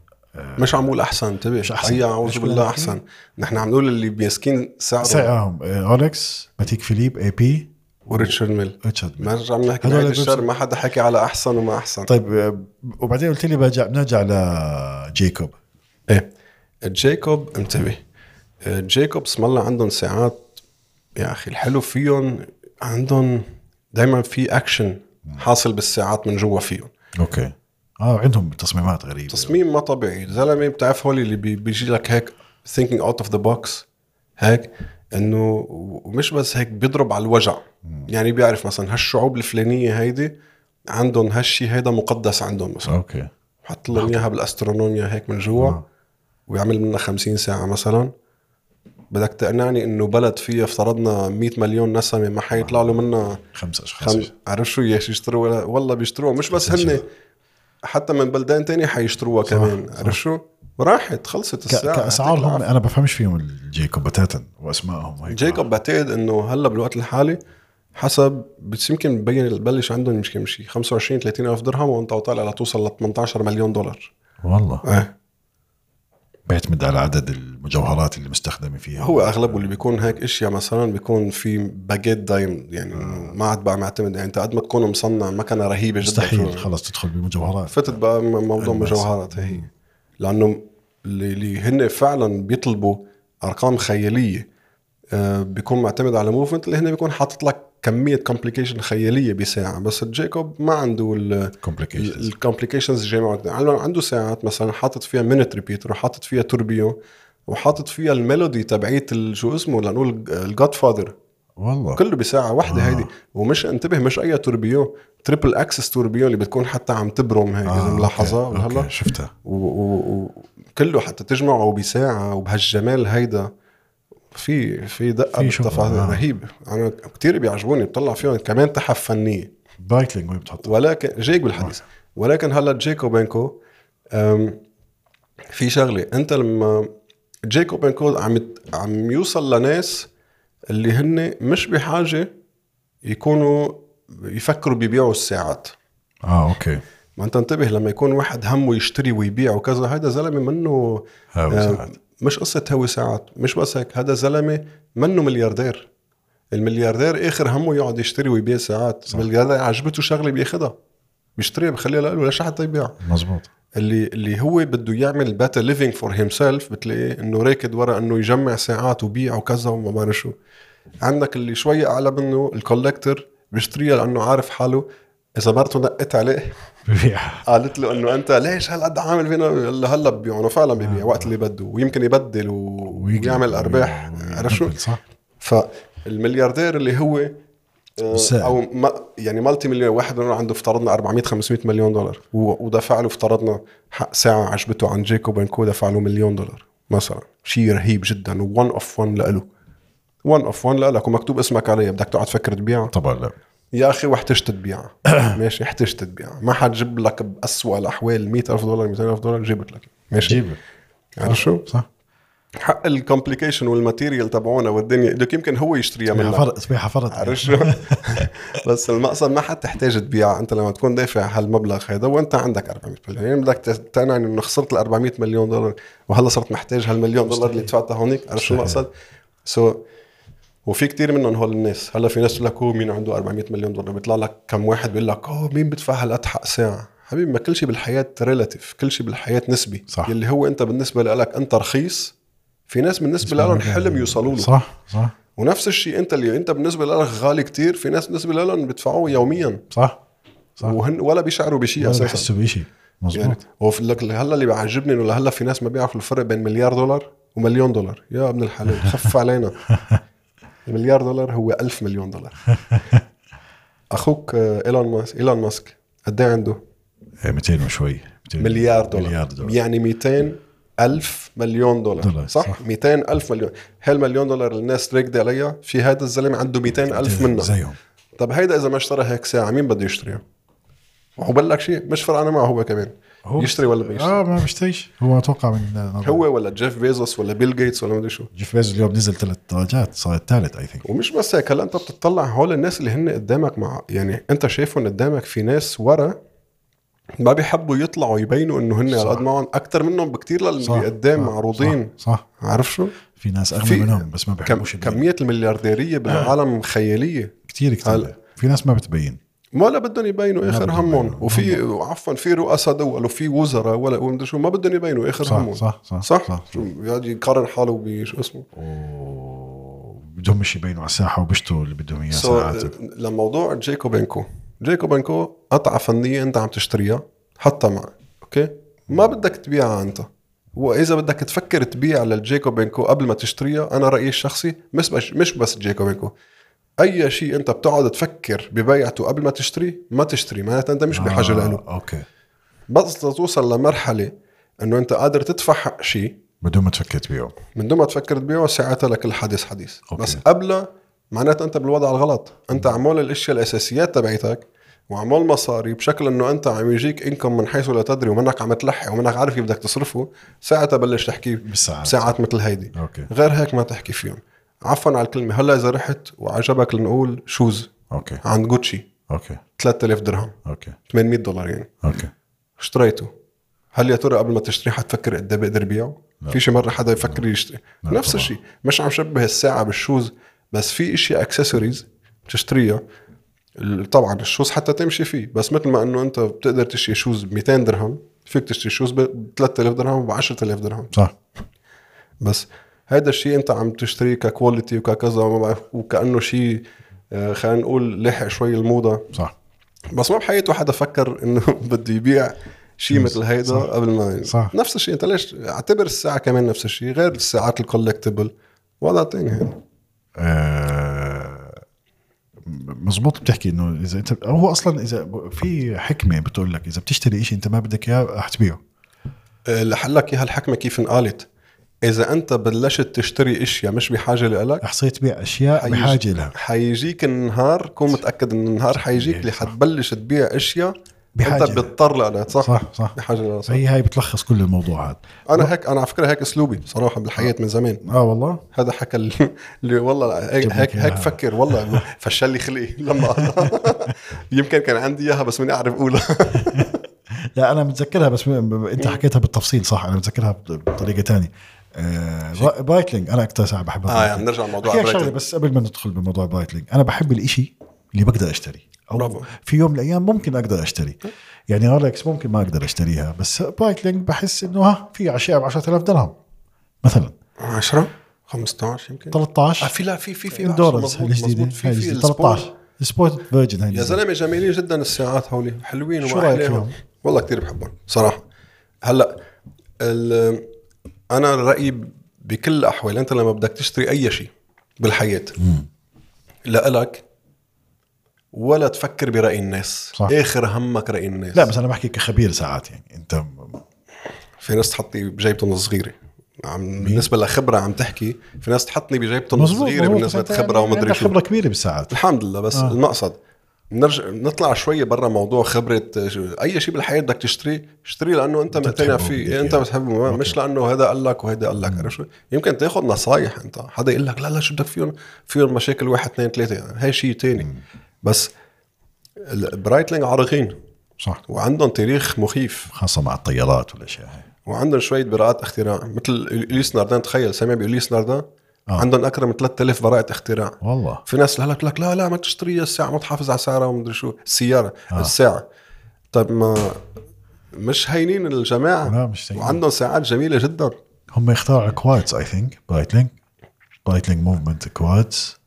مش عم نقول احسن، انتبه مش احسن، اعوذ بالله احسن. نحن عم نقول اللي بيسكين سعرهم رولكس، باتيك فيليب، اي بي وريتشارد ميل. ما عم نحكي عن الشر، ما حدا حكي على احسن وما احسن. طيب وبعدين قلت لي بنرجع لجيكوب. ايه جيكوب انتبه، جيكوب اسم الله عندهم ساعات يا اخي. الحلو فيهم عندهم دايما في اكشن حاصل بالساعات من جوا فيهم. اوكي عندهم تصميمات غريبة، تصميم ما طبيعي. زلمة بتعرف هولي اللي بيجي لك هيك thinking out of the box هيك، انه ومش بس هيك بيضرب على الوجع. يعني بيعرف مثلا هالشعوب الفلانية هيدي عندهم هالشي هيدا مقدس عندهم مثلا. اوكي حط لهم اياها بالاسترونوميا هيك من جوا ويعمل منها 50 ساعة مثلا. بدك تقنعني انه بلد فيها افترضنا 100 مليون نسمة ما حيطلع له منها 5 أشخاص. عارف شو يشتروا؟ والله بيشتروها. مش بس هن، حتى من بلدان تانية حيشتروها كمان. عارف شو؟ راحت خلصت الساعة. كأسعارهم أنا بفهمش فيهم الجيكوب بتاتا وأسمائهم هيك. جيكوب بعتقد إنه هلا بالوقت الحالي حسب بس يمكن ببلش عندهم مش كمشي 25-30 ألف درهم وأنت طالع على توصل ل 18 مليون دولار. والله بيعتمد على عدد المجوهرات اللي مستخدمة فيها. هو أغلبه اللي بيكون هيك إشياء مثلا بيكون في باجيت دايم يعني. ما عاد بقى معتمد يعني أنت قد ما تكون مصنع مكنة رهيبة جدا مستحيل خلص تدخل بمجوهرات. فتت بقى موضوع مجوهرات هي، لأنه اللي هن فعلا بيطلبوا أرقام خيالية بيكون معتمد على موفمنت اللي هن بيكون حاطط لك كمية كومبليكيشن خيالية بساعة. بس الجيكوب ما عنده الكومبليكيشنز جامعة. عنده ساعات مثلا حاطط فيها مينت ريبيتر وحاطط فيها توربيو وحاطط فيها الميلودي تبعيت شو اسمه لنقول الجاد فاذر. والله كله بساعة واحدة هيدي. ومش انتبه مش أي توربيو، تريبل أكسس توربيو اللي بتكون حتى عم تبرم هيك إذا ملاحظة. هلا شفتها وكله حتى تجمعه بساعة وبهالجمال هيدا. في دقة بالتفاصيل رهيبة. أنا كتير بيعجبوني بطلع فيهم كمان تحف فنية. بايكلينج وين بتحط، ولكن جيك بالحديث. ولكن هلا جيكوب بينكو في شغلة. أنت لما جيكوب بينكو عم يوصل لناس اللي هن مش بحاجة يكونوا يفكروا بيبيعوا الساعات. اوكي. ما انت انتبه لما يكون واحد همه يشتري ويبيع وكذا، هذا زلمة منه مش قصة هوي ساعات. مش بس هيك، هذا زلمة منه ملياردير. الملياردير اخر همه يقعد يشتري ويبيع ساعات. الملياردير عجبته شغلة بياخدها بيشتريها بخليها له ليش حتى يبيع. مزبوط. اللي هو بده يعمل better living for himself بتلاقيه انه راكد ورا انه يجمع ساعات وبيع وكذا وما بعرف شو. عندك اللي شوية اعلى منه الكولكتر بيشتريها لانه عارف حاله اذا مرته دقت عليه قالت له انه انت ليش هالقد عامل فينا، هلا ببيعه فعلا ببيع وقت اللي بده، ويمكن يبدل ويعمل ارباح. عرفت شو؟ فالملياردير اللي هو او يعني مالتي مليون واحد عنده افترضنا 400-500 مليون دولار ودفع له افترضنا حق ساعه عجبته عن جيكوب اند كو دفع له $1 مليون مثلا، شيء رهيب جدا، وون اوف وان له، ون اوف وان لك ومكتوب اسمك عليه، بدك تقعد تفكر تبيعه؟ طبعا لا يا اخي، واحتجت تبيعه ماشي، احتجت تبيعه، ما حد جيب لك بأسوأ الاحوال $100,000 $200,000 جيبت لك ماشي، جيبه. عارف شو؟ صح. حق الكومبليكيشن والماتيريال تبعونا والدنيا دوك يمكن هو يشتريها منك، صبيحه فرض، عارف شو؟ بس المقصد ما حد تحتاج تبيعها انت لما تكون دافع هالمبلغ هذا وانت عندك 400 مليون، يعني بدك تقنعني انه خسرت $400 مليون وهلا صرت محتاج $1 مليون اللي دفعتها هونيك، عارف شو المقصد؟ وفي كتير منهم هول الناس. هلا في ناس تقول لك هو مين عنده $400 مليون، بيطلع لك كم واحد بيقول لك مين بدفع هالقد حق ساعه. حبيبي، ما كل شيء بالحياه ريلاتيف، كل شيء بالحياه نسبي. صح. اللي هو انت بالنسبه لك انت رخيص، في ناس بالنسبه لهم حلم يوصلوا له. صح. ونفس الشيء انت اللي انت بالنسبه لك غالي كتير، في ناس بالنسبه لهم بيدفعوه يوميا. صح. وهن ولا بيشعروا بشيء اساسا، ولا بيحسوا بشيء. مظبوط. يعني وفي لك هلا اللي بيعجبني انه هلا في ناس ما بيعرفوا الفرق بين $1 مليار و$1 مليون. يا ابن الحلال، خف علينا. $1 مليار هو $1,000 مليون. اخوك ايلون ماسك قد ايه عنده؟ 200 وشوي. $1 مليار. يعني 200,000 مليون دولار. صح. 200,000 مليون. $1 مليون الناس راكده عليها، في هذا الزلمه عنده 200,000 منه زيهم. طب هيدا اذا ما اشترى هيك ساعه مين بده يشتريها؟ وهو بقول شيء مش فرقانه معه هو كمان يشتري ولا بيشتري. ما بيشتريش هو، اتوقع من هو ولا جيف بيزوس ولا بيل جيتس ولا ما ادري شو. جيف بيزوس اليوم نزل 3 درجات، صار الثالث اي ثينك. ومش بس هيك، هلا انت بتطلع هول الناس اللي هن قدامك، مع يعني انت شايفهم قدامك، في ناس ورا ما بيحبوا يطلعوا يبينوا انه هن على قد معهم اكثر منهم بكتير للي قدام معروضين. صح. عارف شو؟ في ناس اغنى منهم بس ما بيحبوش. كمية المليارديريه بالعالم خياليه كتير. في ناس ما بتبين، ولا بدهم يبينوا اخر همهم. وفي عفوا في رؤساء دول وفي وزراء ولا ومدري شو ما بدهم يبينوا اخر همهم. صح. يجي يقارن حاله بشو اسمه، بدهم مش يبينوا على الساحه وبيشتوا اللي بدهم اياه ساعات. لموضوع جيكوب اند كو قطعه فنيه انت عم تشتريها حتى معك، اوكي، ما بدك تبيعها انت. واذا بدك تفكر تبيع للجيكوب اند كو قبل ما تشتريها، انا رايي الشخصي مش بس جيكوب اند كو، اي شيء انت بتقعد تفكر ببيعته قبل ما تشتري، ما تشتري، معناتها انت مش بحاجه له. اوكي. بس توصل لمرحله انه انت قادر تدفع حق شيء من دون ما تفكر تبيعه، ساعتها لك الحديث حديث. أوكي. بس قبل معناتها انت بالوضع الغلط، انت عمول الاشياء الاساسيات تبعيتك وعمول مصاري بشكل انه انت عم يجيك انكم من حيث لا تدري، ومنك عم تلحق ومنك عارف كيف بدك تصرفه، ساعتها بلش تحكي بساعات مثل هيدي. أوكي. غير هيك ما تحكي فيهم. عفوا على الكلمه، هلا اذا رحت وعجبك لنقول شوز اوكي عند جوتشي، اوكي، $3,000 اوكي، $800 يعني، اوكي، اشتريته، هل يا ترى قبل ما تشتري حتفكر قد ايه بقدر بيعه؟ في شي مره حدا يفكر يشتري؟ نفس الشيء. مش عم شبه الساعه بالشوز، بس في اشياء اكسسوارز تشتريها. طبعا الشوز حتى تمشي فيه، بس مثل ما انه انت بتقدر تشتري شوز $200، فيك تشتري شوز $3,000 $10,000. صح. بس هذا الشيء انت عم تشتريه ككواليتي وككذا، وكأنه شيء خلينا نقول لحق شوي الموضة. صح. بس ما بحياته حدا فكر انه بده يبيع شيء مثل هيدا قبل ما. صح. نفس الشيء انت ليش اعتبر الساعة كمان نفس الشيء، غير الساعات الكولكتبل وضع تاني هنا. مزبوط. بتحكي انه اذا انت هو اصلا اذا في حكمة بتقول لك اذا بتشتري اشي انت ما بدك اياه رح تبيعه. لحلك اياها الحكمة كيف انقالت. إذا أنت بلشت تشتري أشياء مش بحاجة لك، حصيت تبيع أشياء بحاجة لها، حيجيك النهار، كون متأكد إن النهار حيجيك اللي حتبلش تبيع أشياء بحاجة أنت بتضطر لها. صح. بحاجة لها. صح. هي بتلخص كل الموضوع هذا. أنا على فكرة هيك أسلوبي صراحة بالحياة من زمان. والله هذا حكى اللي والله هيك فكر والله فشل لي خلقي لما يمكن كان عندي إياها بس من أعرف أقولها. لا أنا متذكرها، بس أنت حكيتها بالتفصيل صح. أنا متذكرها بطريقة تانية. بايتلينج أنا أكتر ساعة بحبها. يعني نرجع لموضوع بايتلينج. بس قبل ما ندخل بموضوع بايتلينج، أنا بحب الإشي اللي بقدر أشتري، أو في يوم من الأيام ممكن أقدر أشتري. يعني رولكس ممكن ما أقدر أشتريها، بس بايتلينج بحس إنه في أشياء $10,000 مثلا، 10 15 يمكن 13. في لا في الدورز الجديدة في 13 سبورت فيرجن هاي يا زلمه جميلين جدا الساعات هولي حلوين شو رايك فيهم؟ والله كتير بحبهم صراحه. هلا انا رايي بكل الاحوال انت لما بدك تشتري اي شيء بالحياه لألك ولا تفكر برأي الناس. صح. اخر همك رأي الناس. لا بس انا بحكي كخبير ساعات يعني انت في ناس تحطي بجيبتهم الصغيره بالنسبه لخبره عم تحكي، في ناس تحطني بجيبتهم الصغيره بالنسبه لخبره ومدري شو. خبره كبيره بالساعات الحمد لله. بس المقصد نرجع نطلع شويه برا موضوع خبره. اي شيء بالحياه بدك اشتري لانه انت مقتنع فيه، انت بتحبه، مش لانه هذا قال لك وهذا قال لك. عرفت شو؟ يمكن تاخذ نصايح، انت حدا يقول لك لا شو بدك فيهم مشاكل 1 2 3 يعني هاي شيء تاني. بس برايتلينج عارقين صح، وعندهم تاريخ مخيف خاصه مع الطيارات والاشياء هاي، وعندهم شويه براءات اختراع مثل إليس ناردان. تخيل سامع بإليس ناردان عندهم اكثر من 3000 براءه اختراع. والله في ناس لك لا ما تشتري الساعه، ما تحافظ على سعرها ومدري شو. السياره الساعه طيب ما مش هينين الجماعه. لا مش هينين. وعندهم ساعات جميله جدا. هم يختاروا كوادز اي ثينك برايتلينج موفمنت كوادز.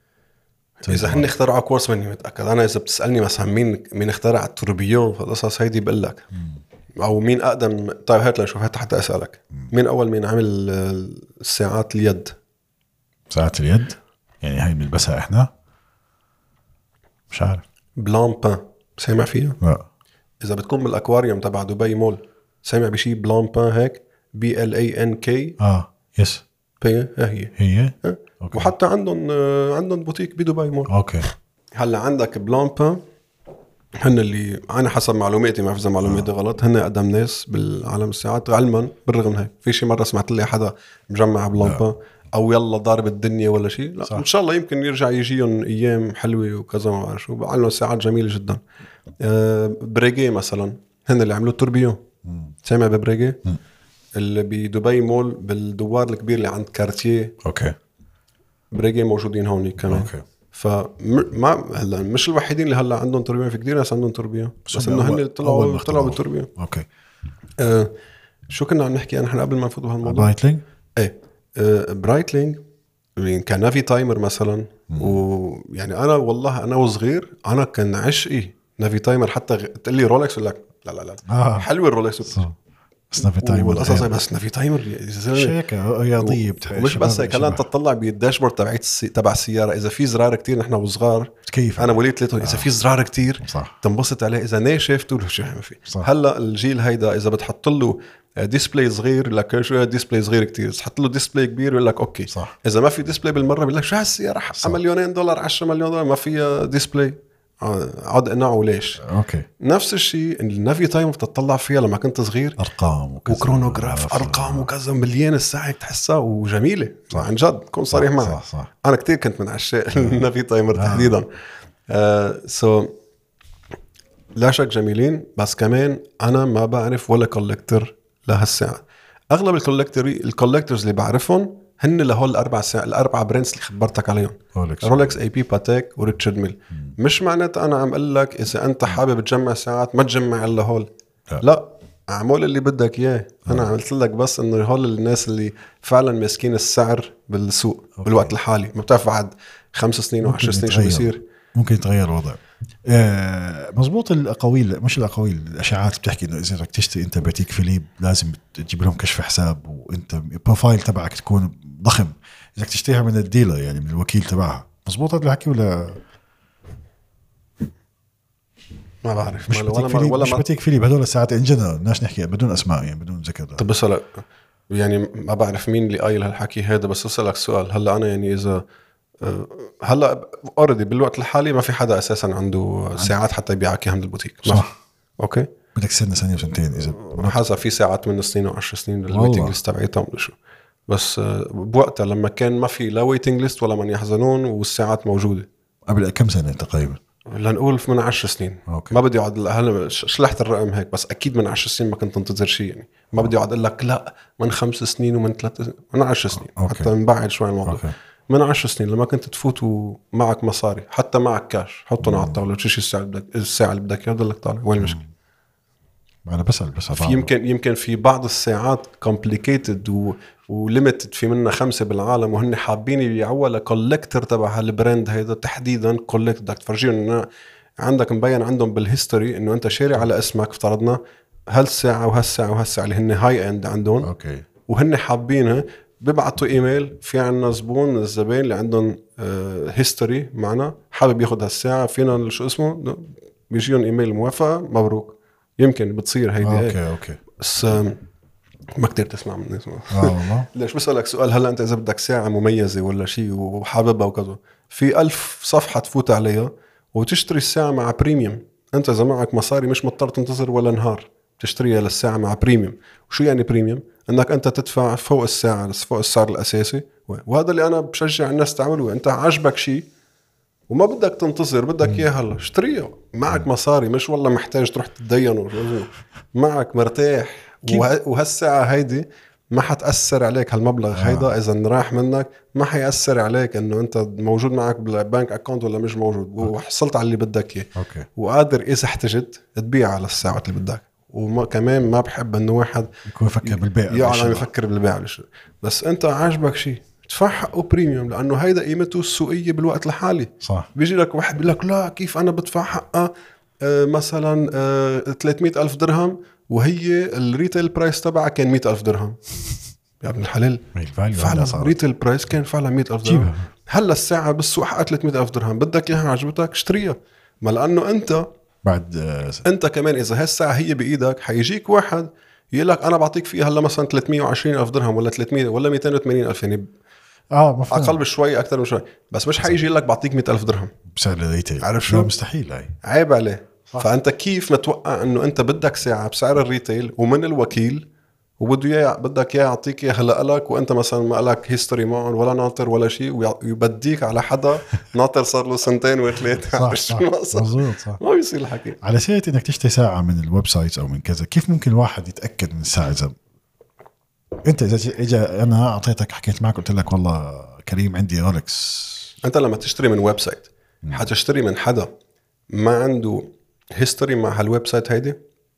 اذا هن اخترعوا كورس ماني متاكد. انا اذا بتسالني مثلا مين اخترع التوربيون فالقصص هيدي بقول لك، او مين اقدم. طيب هات لنشوف، هات حتى اسالك مين اول مين عمل الساعات اليد. ساعات اليد يعني هاي بنلبسها احنا؟ مش عارف. بلامبان سامع فيها؟ لا. اذا بتكون بالاكواريوم تبع دبي مول سامع بشي بلامبان هيك BLANK؟ يس هي أوكي. وحتى عندهم بوتيك بدبي مول. اوكي. هلا عندك بلامبان هن اللي انا حسب معلوماتي، ما اذا معلوماتي غلط، هن اقدم ناس بالعالم الساعات علما. بالرغم من هيك في شي مره سمعت لي حدا مجمع بلامبان او يلا ضارب الدنيا ولا شيء. لا صح. ان شاء الله يمكن يرجع يجيهم ايام حلوه وكذا ما بعرف شو. بعلم ساعات جميله جدا. بريغي مثلا هن اللي عملوا التوربيون. سامع ببريغي اللي بدبي مول بالدوار الكبير اللي عند كارتيه. اوكي. بريغي موجودين هون كمان. اوكي. فما هلا مش الوحيدين اللي هلا عندهم توربيون، في كتير ناس عندهم توربيون بس انه هن طلعوا بالتوربيون. اوكي. شو كنا عم نحكي نحن قبل ما نفوت بهالموضوع؟ برايتلينج. ايه برايتلينج يعني كان نافي تايمر مثلا. ويعني انا والله انا وصغير انا كان عشقي نافي تايمر. حتى تقول لي رولكس ولا لا حلوه الرولكس بس نافي تايمر بس نافي تايمر شيكه رياضيه بتحب. مش بس هيك، هلا انت تطلع بالداشبورد تبع السياره اذا في زرار كتير. نحن وصغار كيف انا وليت اذا في زرار كتير تنبسط عليه، اذا ناشف تقول شو ما في. هلا الجيل هيدا اذا بتحط له ديسبلاي صغير لك شو ديسبلاي صغير كتير، تحط له ديسبلاي كبير يقول لك اوكي صح. اذا ما في ديسبلاي بالمره بيقول لك شو هالسياره $1 مليون 10 مليون دولار ما فيها ديسبلاي. عاد اقنعه ليش. اوكي. نفس الشيء النافي تايم بتطلع فيها لما كنت صغير، ارقام وكرونوغراف ارقام وكذا مليان الساعه تحسها وجميله عن جد. كون صريح معك انا كتير كنت من عشاق النافي تايمر تحديدا. لا شك جميلين. بس كمان انا ما بعرف ولا كولكتر لهالساعه. اغلب الكولكترز اللي بعرفهم هن لهول الاربع برينس اللي خبرتك عليهم، رولكس اي بي باتيك وريتشارد ميل. مش معناته انا عم اقول لك اذا انت حابب تجمع ساعات ما تجمع الا هول. لا اعمل اللي بدك اياه. انا عملت لك بس انه هول الناس اللي فعلا ماسكين السعر بالسوق بالوقت الحالي. ما بتعرف بعد 5 سنين و10 سنين شو بيصير. ممكن يتغير الوضع. مزبوط. الأقاويل مش الأقاويل، الأشعاعات بتحكي إنه إذا بدك تشتري أنت بيتيك فيليب لازم تجيب لهم كشف حساب، وأنت بروفايل تبعك تكون ضخم إذا بدك تشتريها من الديلر يعني من الوكيل تبعها. مزبوط هذا الحكي ولا ما بعرف؟ مش بيتيك فيليب هدول الساعات إن جنرال ناش نحكي بدون أسماء يعني بدون ذكر. طب بس هلا يعني ما بعرف مين اللي قايل هالحكي هذا، بس أسألك سؤال. هلا أنا يعني إذا هلا اوريدي بالوقت الحالي ما في حدا اساسا عنده ساعات حتى يبيعك اياها من البوتيك. صح. اوكي. بدك سنه وسنتين اذا حسب. في ساعات من سنين و10 سنين الويتنج ليست تبعتها ولا شو. بس بوقتها لما كان ما في لا ويتنج ليست ولا من يحزنون والساعات موجوده. قبل كم سنه تقريبا؟ لنقول من 10 سنين. أوكي. ما بدي اقعد هلا شلحت الرقم هيك، بس اكيد من 10 سنين ما كنت انتظر شيء يعني. ما بدي اقعد اقول لك لا من 5 سنين ومن 3 سنين. من 10 سنين. حتى نبعد شوي الموضوع. أوكي. من 10 سنين لما كنت تفوت ومعك مصاري حتى معك كاش حطهم على الطاوله، شو الساعه اللي بدك اياها ضلك طالع. وين المشكله؟ انا بسال في يمكن في بعض الساعات complicated وليميتد، في منها 5 بالعالم وهن حابين يبيعوها لكولكتر تبع هالبراند هيدا تحديدا. كولكت بدك تفرجيهم انه عندك مبين عندهم بالهيستوري انه انت شاري على اسمك، افترضنا هالساعه وهالساعه وهالساعه اللي هن هاي اند عندهم. اوكي. وهن حابينها، بيبعتوا ايميل في عنا زبون من الزبائن اللي عندهم هيستوري معنا حابب ياخد هالساعه، فينا شو اسمه، بيجيهم ايميل موافقه مبروك. يمكن بتصير هيدي. اوكي بس ما كتير تسمع من الناس. والله. ليش بسألك سؤال، هلا انت اذا بدك ساعه مميزه ولا شيء وحاببها وكذا، في 1000 صفحه تفوت عليها وتشتري الساعه مع بريميوم. انت اذا معك مصاري مش مضطر تنتظر ولا نهار، تشتريها للساعه مع بريميوم. وشو يعني بريميوم؟ انك انت تدفع فوق الساعه، فوق السعر الاساسي. وهذا اللي انا بشجع الناس تعمله. انت عجبك شيء وما بدك تنتظر، بدك اياه هلا، اشتريها. معك مصاري، مش والله محتاج تروح تدين، معك مرتاح. وهالساعه هيدي ما حتأثر عليك، هالمبلغ هيدا اذا راح منك ما حيأثر عليك انه انت موجود معك بالبنك اكاونت ولا مش موجود، وحصلت على اللي بدك اياه. وقادر اذا احتجت تبيع على الساعه اللي بدك. وكمان ما بحب انه واحد يكون يفكر بالبيع، يعني يفكر بالبيع. بس انت عاجبك شيء تدفع حقه بريميوم، لانه هيدا قيمته السوقيه بالوقت الحالي. صح. بيجي لك واحد بيقول لك لا كيف انا بدفع حقها مثلا 300,000 درهم وهي الريتيل برايس تبعها كان 100,000 درهم. يا ابن الحلال، فعلا الريتيل برايس كان فعلا 100,000 درهم. هلا الساعه بالسوق حقها 300,000 درهم، بدك اياها عجبتك اشتريها. ما لانه انت بعد انت كمان اذا هالساعه هي بايدك حيجيك واحد يقول لك انا بعطيك فيها هلا مثلا 320,000 درهم ولا 300 ولا 280,000، يعني مفهوم. اقل بشوي اكثر من شوي، بس مش حيجي لك بعطيك 100,000 درهم بسعر الريتيل. عارف شو؟ مستحيل، هاي عيب عليه. فانت كيف متوقع انه انت بدك ساعه بسعر الريتيل ومن الوكيل وبده اياه، بدك اياه يعطيك اياه هلا لك، وانت مثلا ما لك هيستوري معهم ولا ناطر ولا شيء، ويبديك على حدا ناطر صار له 2 و3. صح. مظبوط. صح. ما بيصير الحكي. على سيرة انك تشتري ساعه من الويب سايت او من كذا، كيف ممكن الواحد يتاكد من الساعه؟ اذا انت اذا انا اعطيتك، حكيت معك قلت لك والله كريم عندي رولكس، انت لما تشتري من ويب سايت حتشتري من حدا ما عنده هيستوري مع هالويب سايت هيدي.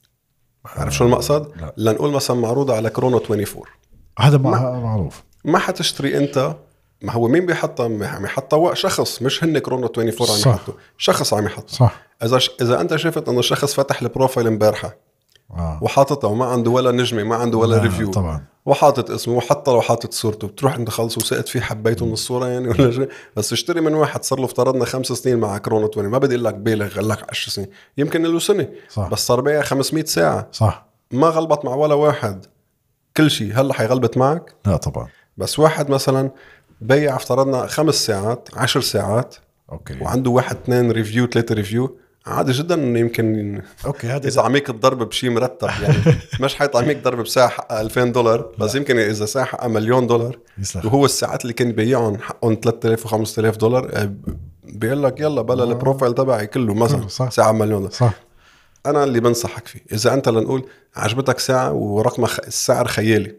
عارف شو المقصد؟ لنقول مثلا معروضة على كرونو 24، هذا معروف. ما حتشتري انت. ما هو مين بيحطها شخص، مش هن كرونو 24 عم يحطوا، شخص عم يحطها. صح. اذا انت شفت انه الشخص فتح البروفايل امبارحه وحاططها وما عنده ولا نجمه، ما عنده ولا ريفيو طبعا، وحاطط اسمه وحطه وحاطط صورته، بتروح انت خلص وسقت فيه حبيته من الصوره يعني ولا شيء. بس اشتري من واحد صار له افترضنا 5 سنين مع كرونو 20، ما بدي اقول لك بالغ، قال لك 10 سنين، يمكن له سنه. صح. بس صار بيع 500 ساعه. صح. ما غلبت مع ولا واحد. كل شيء هلا حيغلبت معك؟ لا طبعا. بس واحد مثلا بيع افترضنا 5 ساعات 10 ساعات، اوكي، وعنده 1 2 ريفيو 3 ريفيو، عادي جدا انه يمكن اوكي هذا اذا عميك الضرب بشيء مرتب يعني مش حيطعميك ضرب بساعه حقها $200، بس يمكن اذا ساعه حقها $1,000,000 وهو الساعات اللي كان بيبيعهم حقهم $3,000 و$5,000 بيقول لك يلا بلا البروفايل تبعي كله مثلا ساعه $1,000,000. صح. انا اللي بنصحك فيه، اذا انت لنقول عجبتك ساعه ورقم السعر خيالي،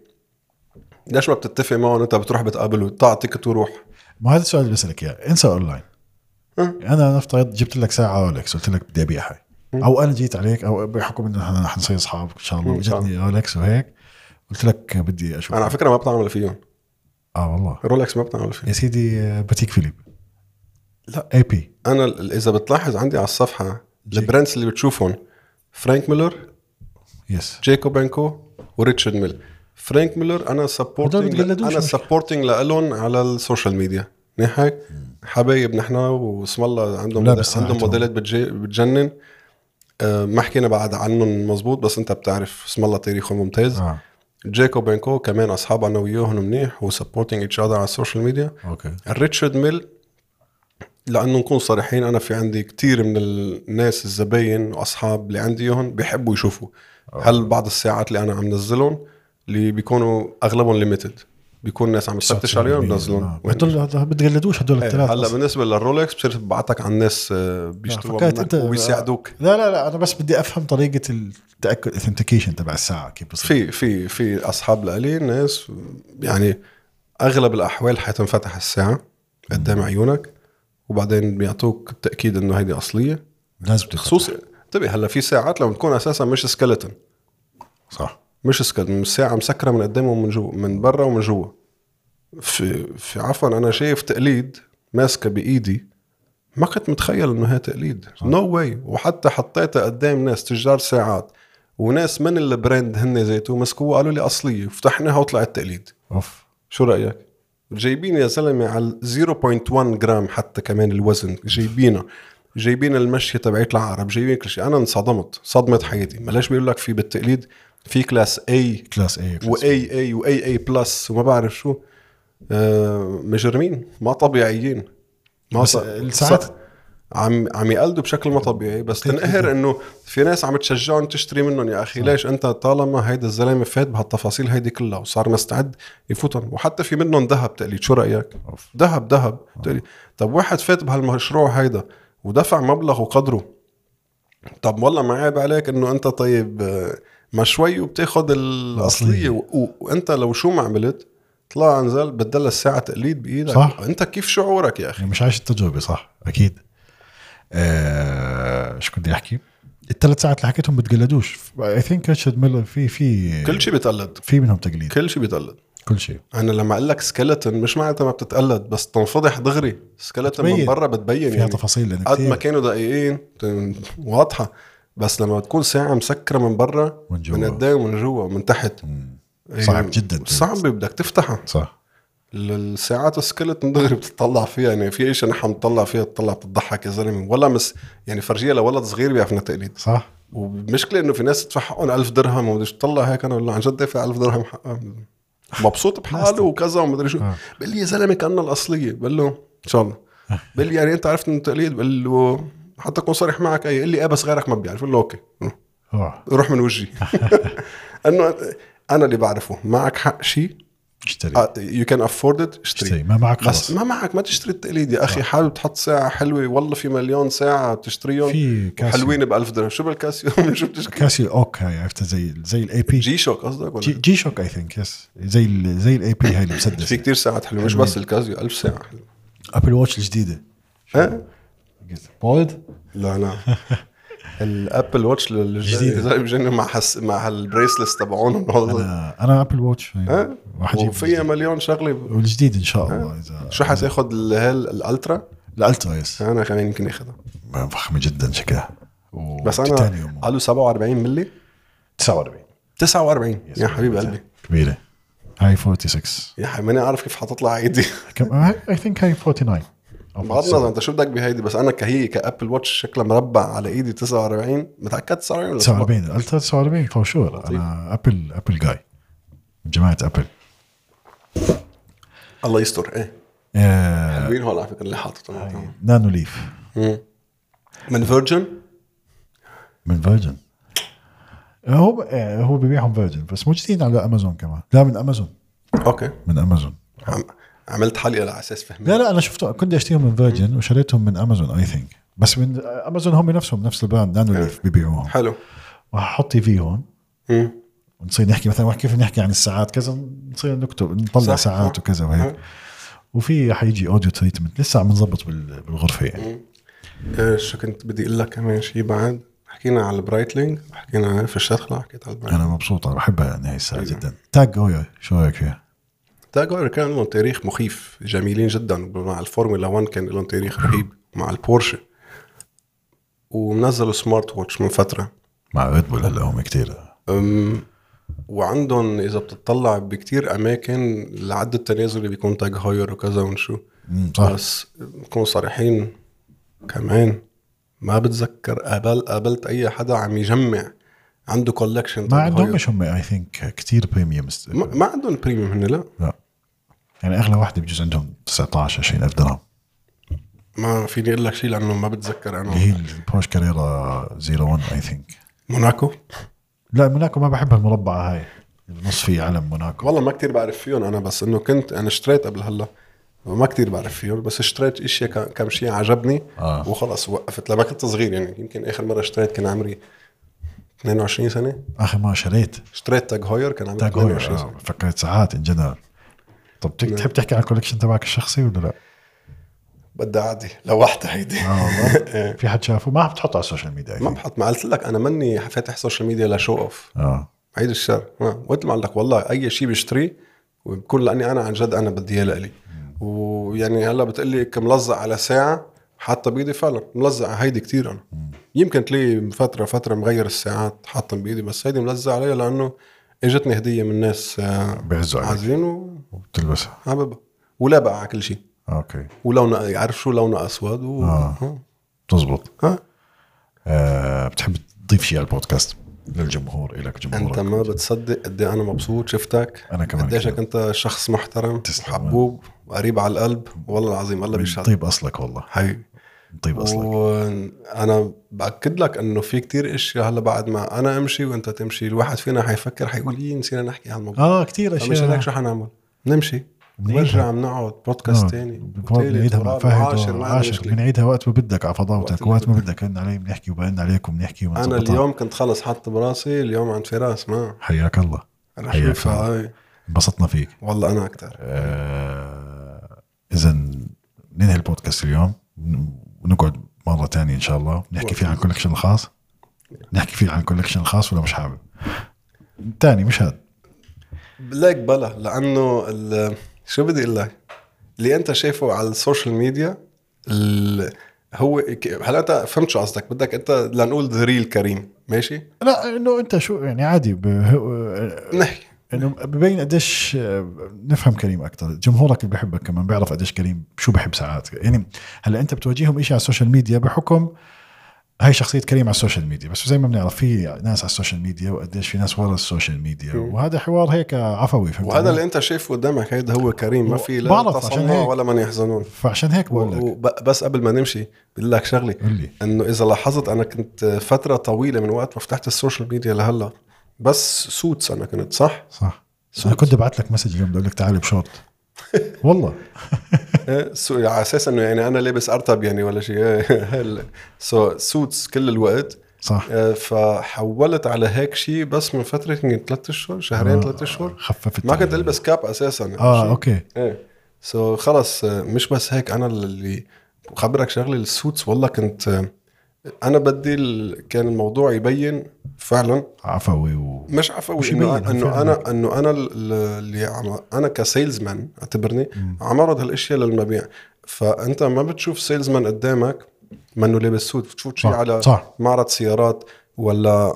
ليش ما بتتفق معه انت بتروح بتقابله تعطيك تروح؟ ما هذا السؤال اللي بسألك اياه، انسى اونلاين. انا نفترض جبت لك ساعه رولكس، قلت لك بدي ابيعها، او انا جيت عليك، او بحكم ان احنا حنصير اصحاب ان شاء الله، وجتني رولكس وهيك قلت لك بدي اشوف. انا على فكره ما بتعامل فيهم. والله رولكس ما بتعامل فيه يا سيدي. باتيك فيليب، لا اي بي. انا اذا بتلاحظ عندي على الصفحه البراندز اللي بتشوفهم فرانك ميلر، يس، جاكوبينكو وريتشارد ميل. فرانك ميلر انا سبورتنج لهم على السوشيال ميديا. نحكي حبايب نحن واسم الله، عندهم موديلات بتجنن. ما حكينا بعد عنهم مزبوط، بس انت بتعرف اسم الله تاريخهم ممتاز. جاكوبينكو كمان اصحاب انا وياهم منيح وسبورتنج ايتش اذر على السوشيال ميديا. ريتشارد ميل لانه نكون صريحين، انا في عندي كتير من الناس الزباين واصحاب اللي عندي اياهم بيحبوا يشوفوا هل بعض الساعات اللي انا عم نزلهم اللي بيكونوا اغلبهم ليميتد، بيكون الناس عم تفتش عليهم بنزلون. هدول بتقلدوش هدول الثلاثه. هلا بالنسبه للرولكس بصير بعتك على الناس بيشتروا منك وبيساعدوك. لا انا بس بدي افهم طريقه التاكد اثنتيكيشن تبع الساعه كيف بصير. في اصحاب لي ناس يعني اغلب الاحوال حتنفتح الساعه قدام عيونك، وبعدين بيعطوك التاكيد انه هيدي اصليه. لازم خصوصي انتبه، هلا في ساعات لما تكون اساسا مش سكيلتون، صح. مش سكلت، الساعة مسكرة من قدام ومن جوا، من برا ومن جوا. في عفوا أنا شايف تقليد ماسكة بإيدي، ما كنت متخيل إنه هي تقليد. نو واي. وحتى حطيتها قدام ناس تجار ساعات وناس من البراند هن زيتو مسكوه قالوا لي أصلية، فتحناها وطلعت تقليد. أوف. شو رأيك؟ جايبين يا زلمة على 0.1 جرام حتى كمان الوزن، جايبين المشية تبعيت العقرب، جايبين كل شيء. أنا انصدمت صدمة حياتي. ما ليش بيقول لك في بالتقليد في كلاس A وAA وAA بلس وما بعرف شو. مجرمين ما طبيعيين. ما بس الساعات عم يقلدوا بشكل ما طبيعي. بس تنقهر انه في ناس عم تشجعهم تشتري منهم. يا اخي ليش انت طالما هيدا الزلمه فات بهالتفاصيل هيدي كلها وصار مستعد يفوتهم. وحتى في منهم ذهب تقليد. شو رايك؟ ذهب تقليد. طب واحد فات بهالمشروع هيدا ودفع مبلغ وقدره، طب والله ما عيب عليك انه انت طيب ما شوي وبتاخد الاصليه وانت لو شو ما عملت طلع انزل بدل الساعه تقليد بايدك. صح. انت كيف شعورك يا اخي؟ مش عايش التجربه. صح اكيد. شو كنت احكي؟ ال3 ساعات اللي حكيتهم بتقلدوش. اي ثينك ريتشارد ميلر في كل شيء بيتقلد. في منهم تقليد. كل شيء بيتقلد. كل شيء. انا لما اقول لك سكيلتون مش معناتها ما بتتقلد، بس تنفضح دغري. سكيلتون من برا بتبين فيها يعني تفاصيل قد ما كانوا دقيقين واضحه. بس لما تكون ساعه مسكره من برا من قدام ومن جوا ومن تحت صعب جدا. صعب بدك تفتحها. صح. الساعات السكيلتون دغري بتطلع فيها. يعني في ايش نحن نطلع فيها تطلع بتضحك يا زلمه. ولا يعني فرجيه لولد صغير بيعرفنا تقليد. صح. ومشكله انه في ناس تدفع حقهم 1000 درهم وبدش تطلع هيك. انا والله عن جد دافع 1000 درهم حقها مبسوط بحاله وكذا وما ادري شو. بقول لي يا زلمه كأنه الاصليه. بقول له ان شاء الله. بقول لي يعني انت عرفت انه تقليد؟ بقول له حتى اكون صريح معك قال لي بس غيرك ما بيعرف. بقول له اوكي روح من وجهي. انه انا اللي بعرفه. معك حق شيء اشتري. you can afford it اشتري. ما معك بس خلاص. ما معك ما تشتري التقليد يا اخي. حابب تحط ساعه حلوه والله في مليون ساعه تشتريهم حلوين ب1000 درهم. شو بالكاسيو؟ شو بتشتري؟ كاسيو اوك هاي عرفتها زي الاي بي جي شوك قصدك ولا جي شوك اي ثينك يس زي الاي بي هاي اللي مسدس. في كتير ساعات حلوه مش بس الكاسيو. 1000 ساعه حلوه. ابل واتش الجديده بولد لا الابل واتش الجديد مع هالبريسلس تبعونهم. انا ابل واتش وفيها مليون شغله. والجديد ان شاء الله. اذا شو حتاخد الالترا يس انا كمان يمكن اخذها. فخمه جدا شكلها. بس انا قالوا 47 ملي 49 يا حبيب قلبي كبيره. هاي 46 يا حبيبي ماني عارف كيف حتطلع ايدي. اي ثينك هاي 49 بغض النظر انت شو بدك بهيدي. بس انا كابل واتش شكلها مربع على ايدي 49. متاكد 49 الترا 49 فور شور. انا ابل جاي من جماعه ابل. الله يستر. حلوين هول على فكره اللي حاططهم. نانو ليف من فيرجن. هو بيبيعهم فيرجن بس موجودين على امازون كمان. لا من امازون. اوكي من امازون. عملت حلقه على اساس فهمت. لا انا شفته كنت اشتريهم من فيرجن وشريتهم من امازون اي ثينك. بس من امازون هم نفسهم نفس البراند نانو ليف بيبيعوهم. حلو. وهحط فيهم ونصير نحكي مثلا كيف نحكي عن الساعات كذا. نصير نكتب نطلع ساعات وكذا وهيك. وفي حيجي اوديو تريتمنت لسه عم نظبط بالغرفه يعني. شو كنت بدي اقول لك كمان شيء بعد. حكينا على البرايتلينج وحكينا في الشرخله. حكيت على البرايتلينج. انا مبسوط. انا بحبها يعني هاي الساعه جدا. تاج هوير شو رايك فيها؟ تاج هوير كان لهم تاريخ مخيف. جميلين جدا. مع الفورمولا 1 كان لهم تاريخ رهيب. مع البورشه. ومنزلوا سمارت واتش من فتره مع ريد بول. هلا هم كتير وعندهم اذا بتطلع بكتير اماكن لعد التنازل بيكون تاج هوير وكذا ونشو. بس نكون صريحين كمان ما بتذكر قابلت اي حدا عم يجمع عنده كولكشن. ما عندهم مش هم اي ثينك كتير بريميوم. ما عندهم بريميوم هن. لا يعني اغلى واحده بجوز عندهم 19-20 ألف درهم. ما فيني اقول لك شيء لانه ما بتذكر انا. هي البورش كاريرا 01 اي ثينك. موناكو. لا موناكو ما بحبها المربعه هاي. النص فيه علم موناكو. والله ما كتير بعرف فيهم انا. بس انه كنت انا اشتريت قبل هلا ما كتير بعرف فيهم. بس اشتريت اشياء كم شيء عجبني وخلص وقفت. لما كنت صغير يعني يمكن اخر مره اشتريت كان عمري 22 سنه. اخر ما اشتريت تاج هوير كان عمري 22 سنه. فكرت ساعات ان جنرال. طب تحب تحكي عن الكولكشن تبعك الشخصي ولا لا؟ بدي عادي لو واحدة هيدي. في حد شافه؟ ما بتحطه على السوشيال ميديا؟ ما بحط. ما قلت لك انا مني فاتح سوشيال ميديا لشو اوف. عيد الشر. وقت ما قال لك والله اي شيء بشتري وبكون لاني انا عن جد انا بدي اياه لإلي. ويعني هلا بتقلي كملزق على ساعه حاطه بايدي، فعلا ملزق هيدي كتير. انا يمكن تلاقي فتره مغير الساعات حاطه بايدي، بس هيدي ملزق عليها لانه اجتني هديه من ناس عايزين وبتلبسها حبيبها ولا بقى على كل شيء. اوكي. ولونه يعرف شو لونه اسود تزبط. بتحب تضيف شيء على البودكاست للجمهور؟ إلك جمهور انت ما بتصدق قد انا مبسوط شفتك. انا كمان قديشك انت شخص محترم وحبوب وقريب على القلب، والله العظيم الله بيشهد. طيب اصلك والله حبيبي طيب اصلك. وانا باكد لك انه في كتير اشياء هلا بعد ما انا امشي وانت تمشي الواحد فينا حيفكر حيقول نسينا نحكي عن الموضوع. كتير اشياء. مش هيك شو حنعمل؟ نمشي ونرجع بنقعد بودكاست تاني بنعيدها مع فهد وعاشر، بنعيدها وقت ما بدك على فضاوتك، وقت ما بدك ان علي بنحكي وبين عليكم بنحكي انا اليوم كنت خلص حط براسي اليوم عند فراس. ما حياك الله. حياك الله. انبسطنا فيك والله انا اكثر. اذا ننهي البودكاست اليوم ونقعد مرة تانية ان شاء الله نحكي فيه عن كولكشن الخاص. نحكي فيه عن كولكشن الخاص ولا مش حابب تاني؟ مش هاد بلاك بلا، لانه شو بدي اقول لك اللي انت شايفه على السوشيال ميديا هو هلا انت فهمت شو قصدك. بدك انت لنقول ذا ريل كريم ماشي. لا انه انت شو يعني عادي نحكي انه ببين قديش نفهم كريم اكثر. جمهورك اللي بحبك كمان بيعرف قديش كريم شو بحب ساعات. يعني هلا انت بتواجههم إشي على السوشيال ميديا بحكم هاي شخصية كريم على السوشيال ميديا، بس زي ما بنعرف في ناس على السوشيال ميديا وقديش في ناس ورا السوشيال ميديا وهذا حوار هيك عفوي. وهذا اللي انت شايفه قدامك هيدا هو كريم، ما في لا تصنع ولا من يحزنون. فعشان هيك بقول لك. بس قبل ما نمشي بدي لك شغلي انه اذا لاحظت انا كنت فترة طويلة من وقت ما فتحت السوشيال ميديا لهلا بس سوتس. انا كنت صح انا كنت بعت لك مسج اليوم بقول لك تعال بشورت والله على اساس انه يعني انا لابس ارتب يعني ولا شيء. سوتس كل الوقت صح. فحولت على هيك شيء بس من فتره يمكن 3 اشهر شهرين 3 اشهر خففت. ما كنت البس كاب اساسا. اوكي. خلص مش بس هيك. انا اللي بخبرك شغله السوتس والله كنت انا بدي كان الموضوع يبين فعلا عفوي مش عفوي انه انا اللي انا كسيلز مان اعتبرني عمرض هالاشياء للمبيع. فانت ما بتشوف سيلز مان قدامك منه لابس سوت، بتشوف شيء على معرض سيارات ولا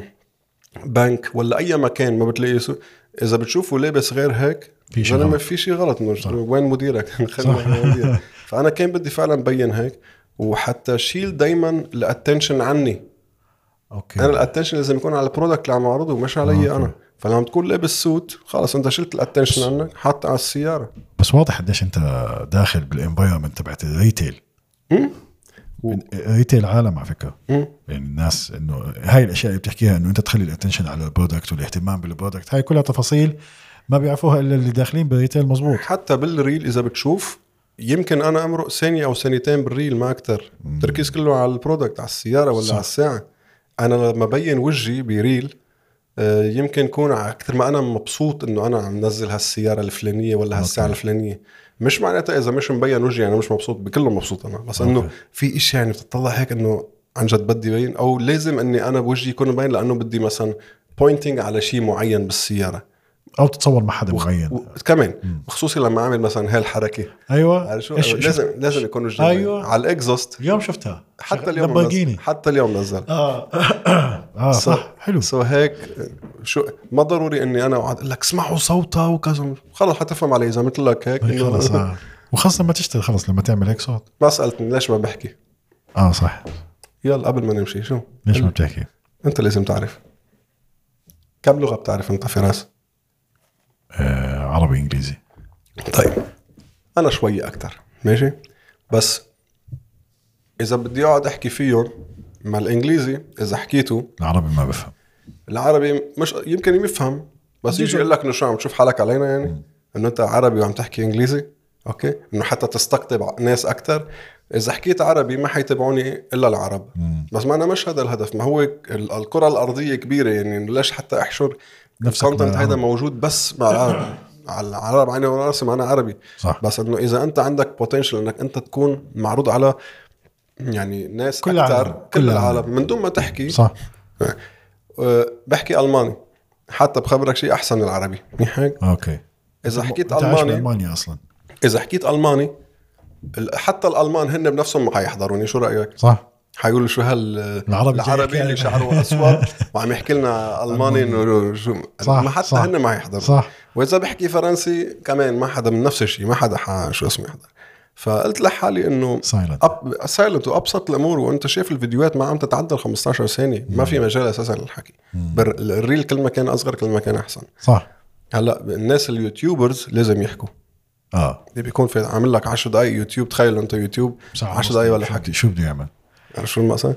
بنك ولا اي مكان ما بتلاقي سوت. اذا بتشوفه لابس غير هيك ما في شيء غلط. وين مديرك؟ خلينا مدير. فانا كان بدي فعلا بين هيك وحتى شيل دايما الاتنشن عني. أوكي. انا الاتنشن لازم يكون على البرودكت اللي عم اعرضه مش علي. انا فلما تكون لابس سوت خلاص انت شلت الاتنشن عنك حط على السياره. بس واضح قديش انت داخل بالانفايرمنت تبعت الريتيل. ريتيل عالم على فكره. يعني الناس انه هاي الاشياء اللي بتحكيها انه انت تخلي الاتنشن على البرودكت والاهتمام بالبرودكت هاي كلها تفاصيل ما بيعرفوها الا اللي داخلين بالريتيل. مزبوط. حتى بالريل اذا بتشوف يمكن انا امرق ثانيه او ثانيتين بالريل ما اكتر. التركيز كله على البرودكت على السياره ولا على الساعه. انا لما بين وجهي بريل يمكن يكون اكثر ما انا مبسوط انه انا عم نزل هالسياره الفلانيه ولا هالساعه الفلانيه. مش معناتها اذا مش مبين وجهي انا مش مبسوط. بكله مبسوط انا بس انه في اشي يعني بتطلع هيك انه عن جد بدي بين او لازم اني انا بوجهي يكون مبين لانه بدي مثلا بوينتينج على شيء معين بالسياره او تتصور مع حدا معين كمان خصوصي لما اعمل مثلا هالحركه. ايوه لازم يكون وجهي. أيوة. على الاكزوست اليوم شفتها حتى اليوم حتى اليوم نزل. صح حلو. هيك شو ما ضروري اني انا اقعد اقول لك اسمعوا صوتها وكذا خلص حتفهم علي اذا مثل لك هيك خلص. وخاصه لما تشتغل خلص لما تعمل هيك صوت. ما سالتني ليش ما بحكي. صح. يلا قبل ما نمشي شو ليش ما بتحكي؟ انت لازم تعرف كم لغه بتعرف انت فراس؟ عربي انجليزي. طيب انا شوي اكتر ماشي. بس اذا بدي اقعد احكي فيهم مع الانجليزي اذا حكيته العربي ما بفهم. العربي مش يمكن يفهم بس يجي يقول لك انه شو عم تشوف حالك علينا يعني انه انت عربي وعم تحكي انجليزي. اوكي انه حتى تستقطب ناس اكتر. اذا حكيت عربي ما حيتابعوني الا العرب. بس ما انا مش هذا الهدف. ما هو الكرة الارضية كبيرة يعني ليش حتى احشر الكونتنت هذا موجود بس مع العرب. على العرب عيني وراسي معنا عربي صح. بس انه اذا انت عندك بوتنشل انك انت تكون معروض على يعني ناس كل اكثر كل العالم من دون ما تحكي صح. بحكي الماني حتى بخبرك شيء احسن من العربي، منيح هيك. اوكي. اذا حكيت أنت عايش الماني، بألمانيا اصلا. اذا حكيت الماني حتى الالمان هن بنفسهم ما حيحضروني. شو رايك؟ صح. حيقولوا شو العربي اللي شعره اسود وعم يحكي لنا الماني انه شو. ما حتى هن ما حيحضروا. صح. واذا بحكي فرنسي كمان ما حدا من نفس الشيء، ما حدا شو اسمه يحضر. فقلت لحالي انه سايلنت وابسط الامور، وانت شايف الفيديوهات ما عم تتعدى 15 ثانيه، ما في مجال اساسا للحكي. الريل كل ما كان اصغر كل ما كان احسن. صح. هلا الناس اليوتيوبرز لازم يحكوا. بيكون في عامل لك 10 دقائق يوتيوب. تخيل انت يوتيوب 10 دقائق ولا حكي. شو بده يعمل؟ شو المقصد؟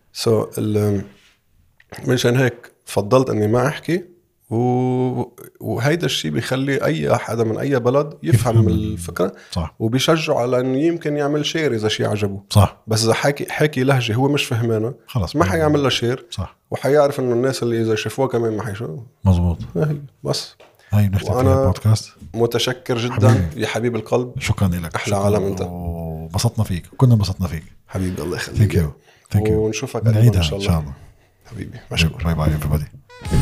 منشان هيك فضلت اني ما احكي. وهيدا الشيء بيخلي اي حدا من اي بلد يفهم الفكره. صح. وبيشجعه على انه يمكن يعمل شير اذا شيء عجبه. صح. بس اذا حكي لهجه هو مش فهمانه خلص ما حيعمل له شير. صح. وحيعرف انه الناس اللي اذا شافوه كمان ما حيشوفوا. مزبوط. بس هاي بنختم فيها البودكاست. متشكر جدا يا حبيب القلب. شكرا لك. احلى عالم انت. وبسطنا فيك. كنا انبسطنا فيك حبيبي. الله يخليك. ثانك يو. ونشوفك قريبا ان شاء الله. ان شاء الله حبيبي. مشكور. باي باي everybody.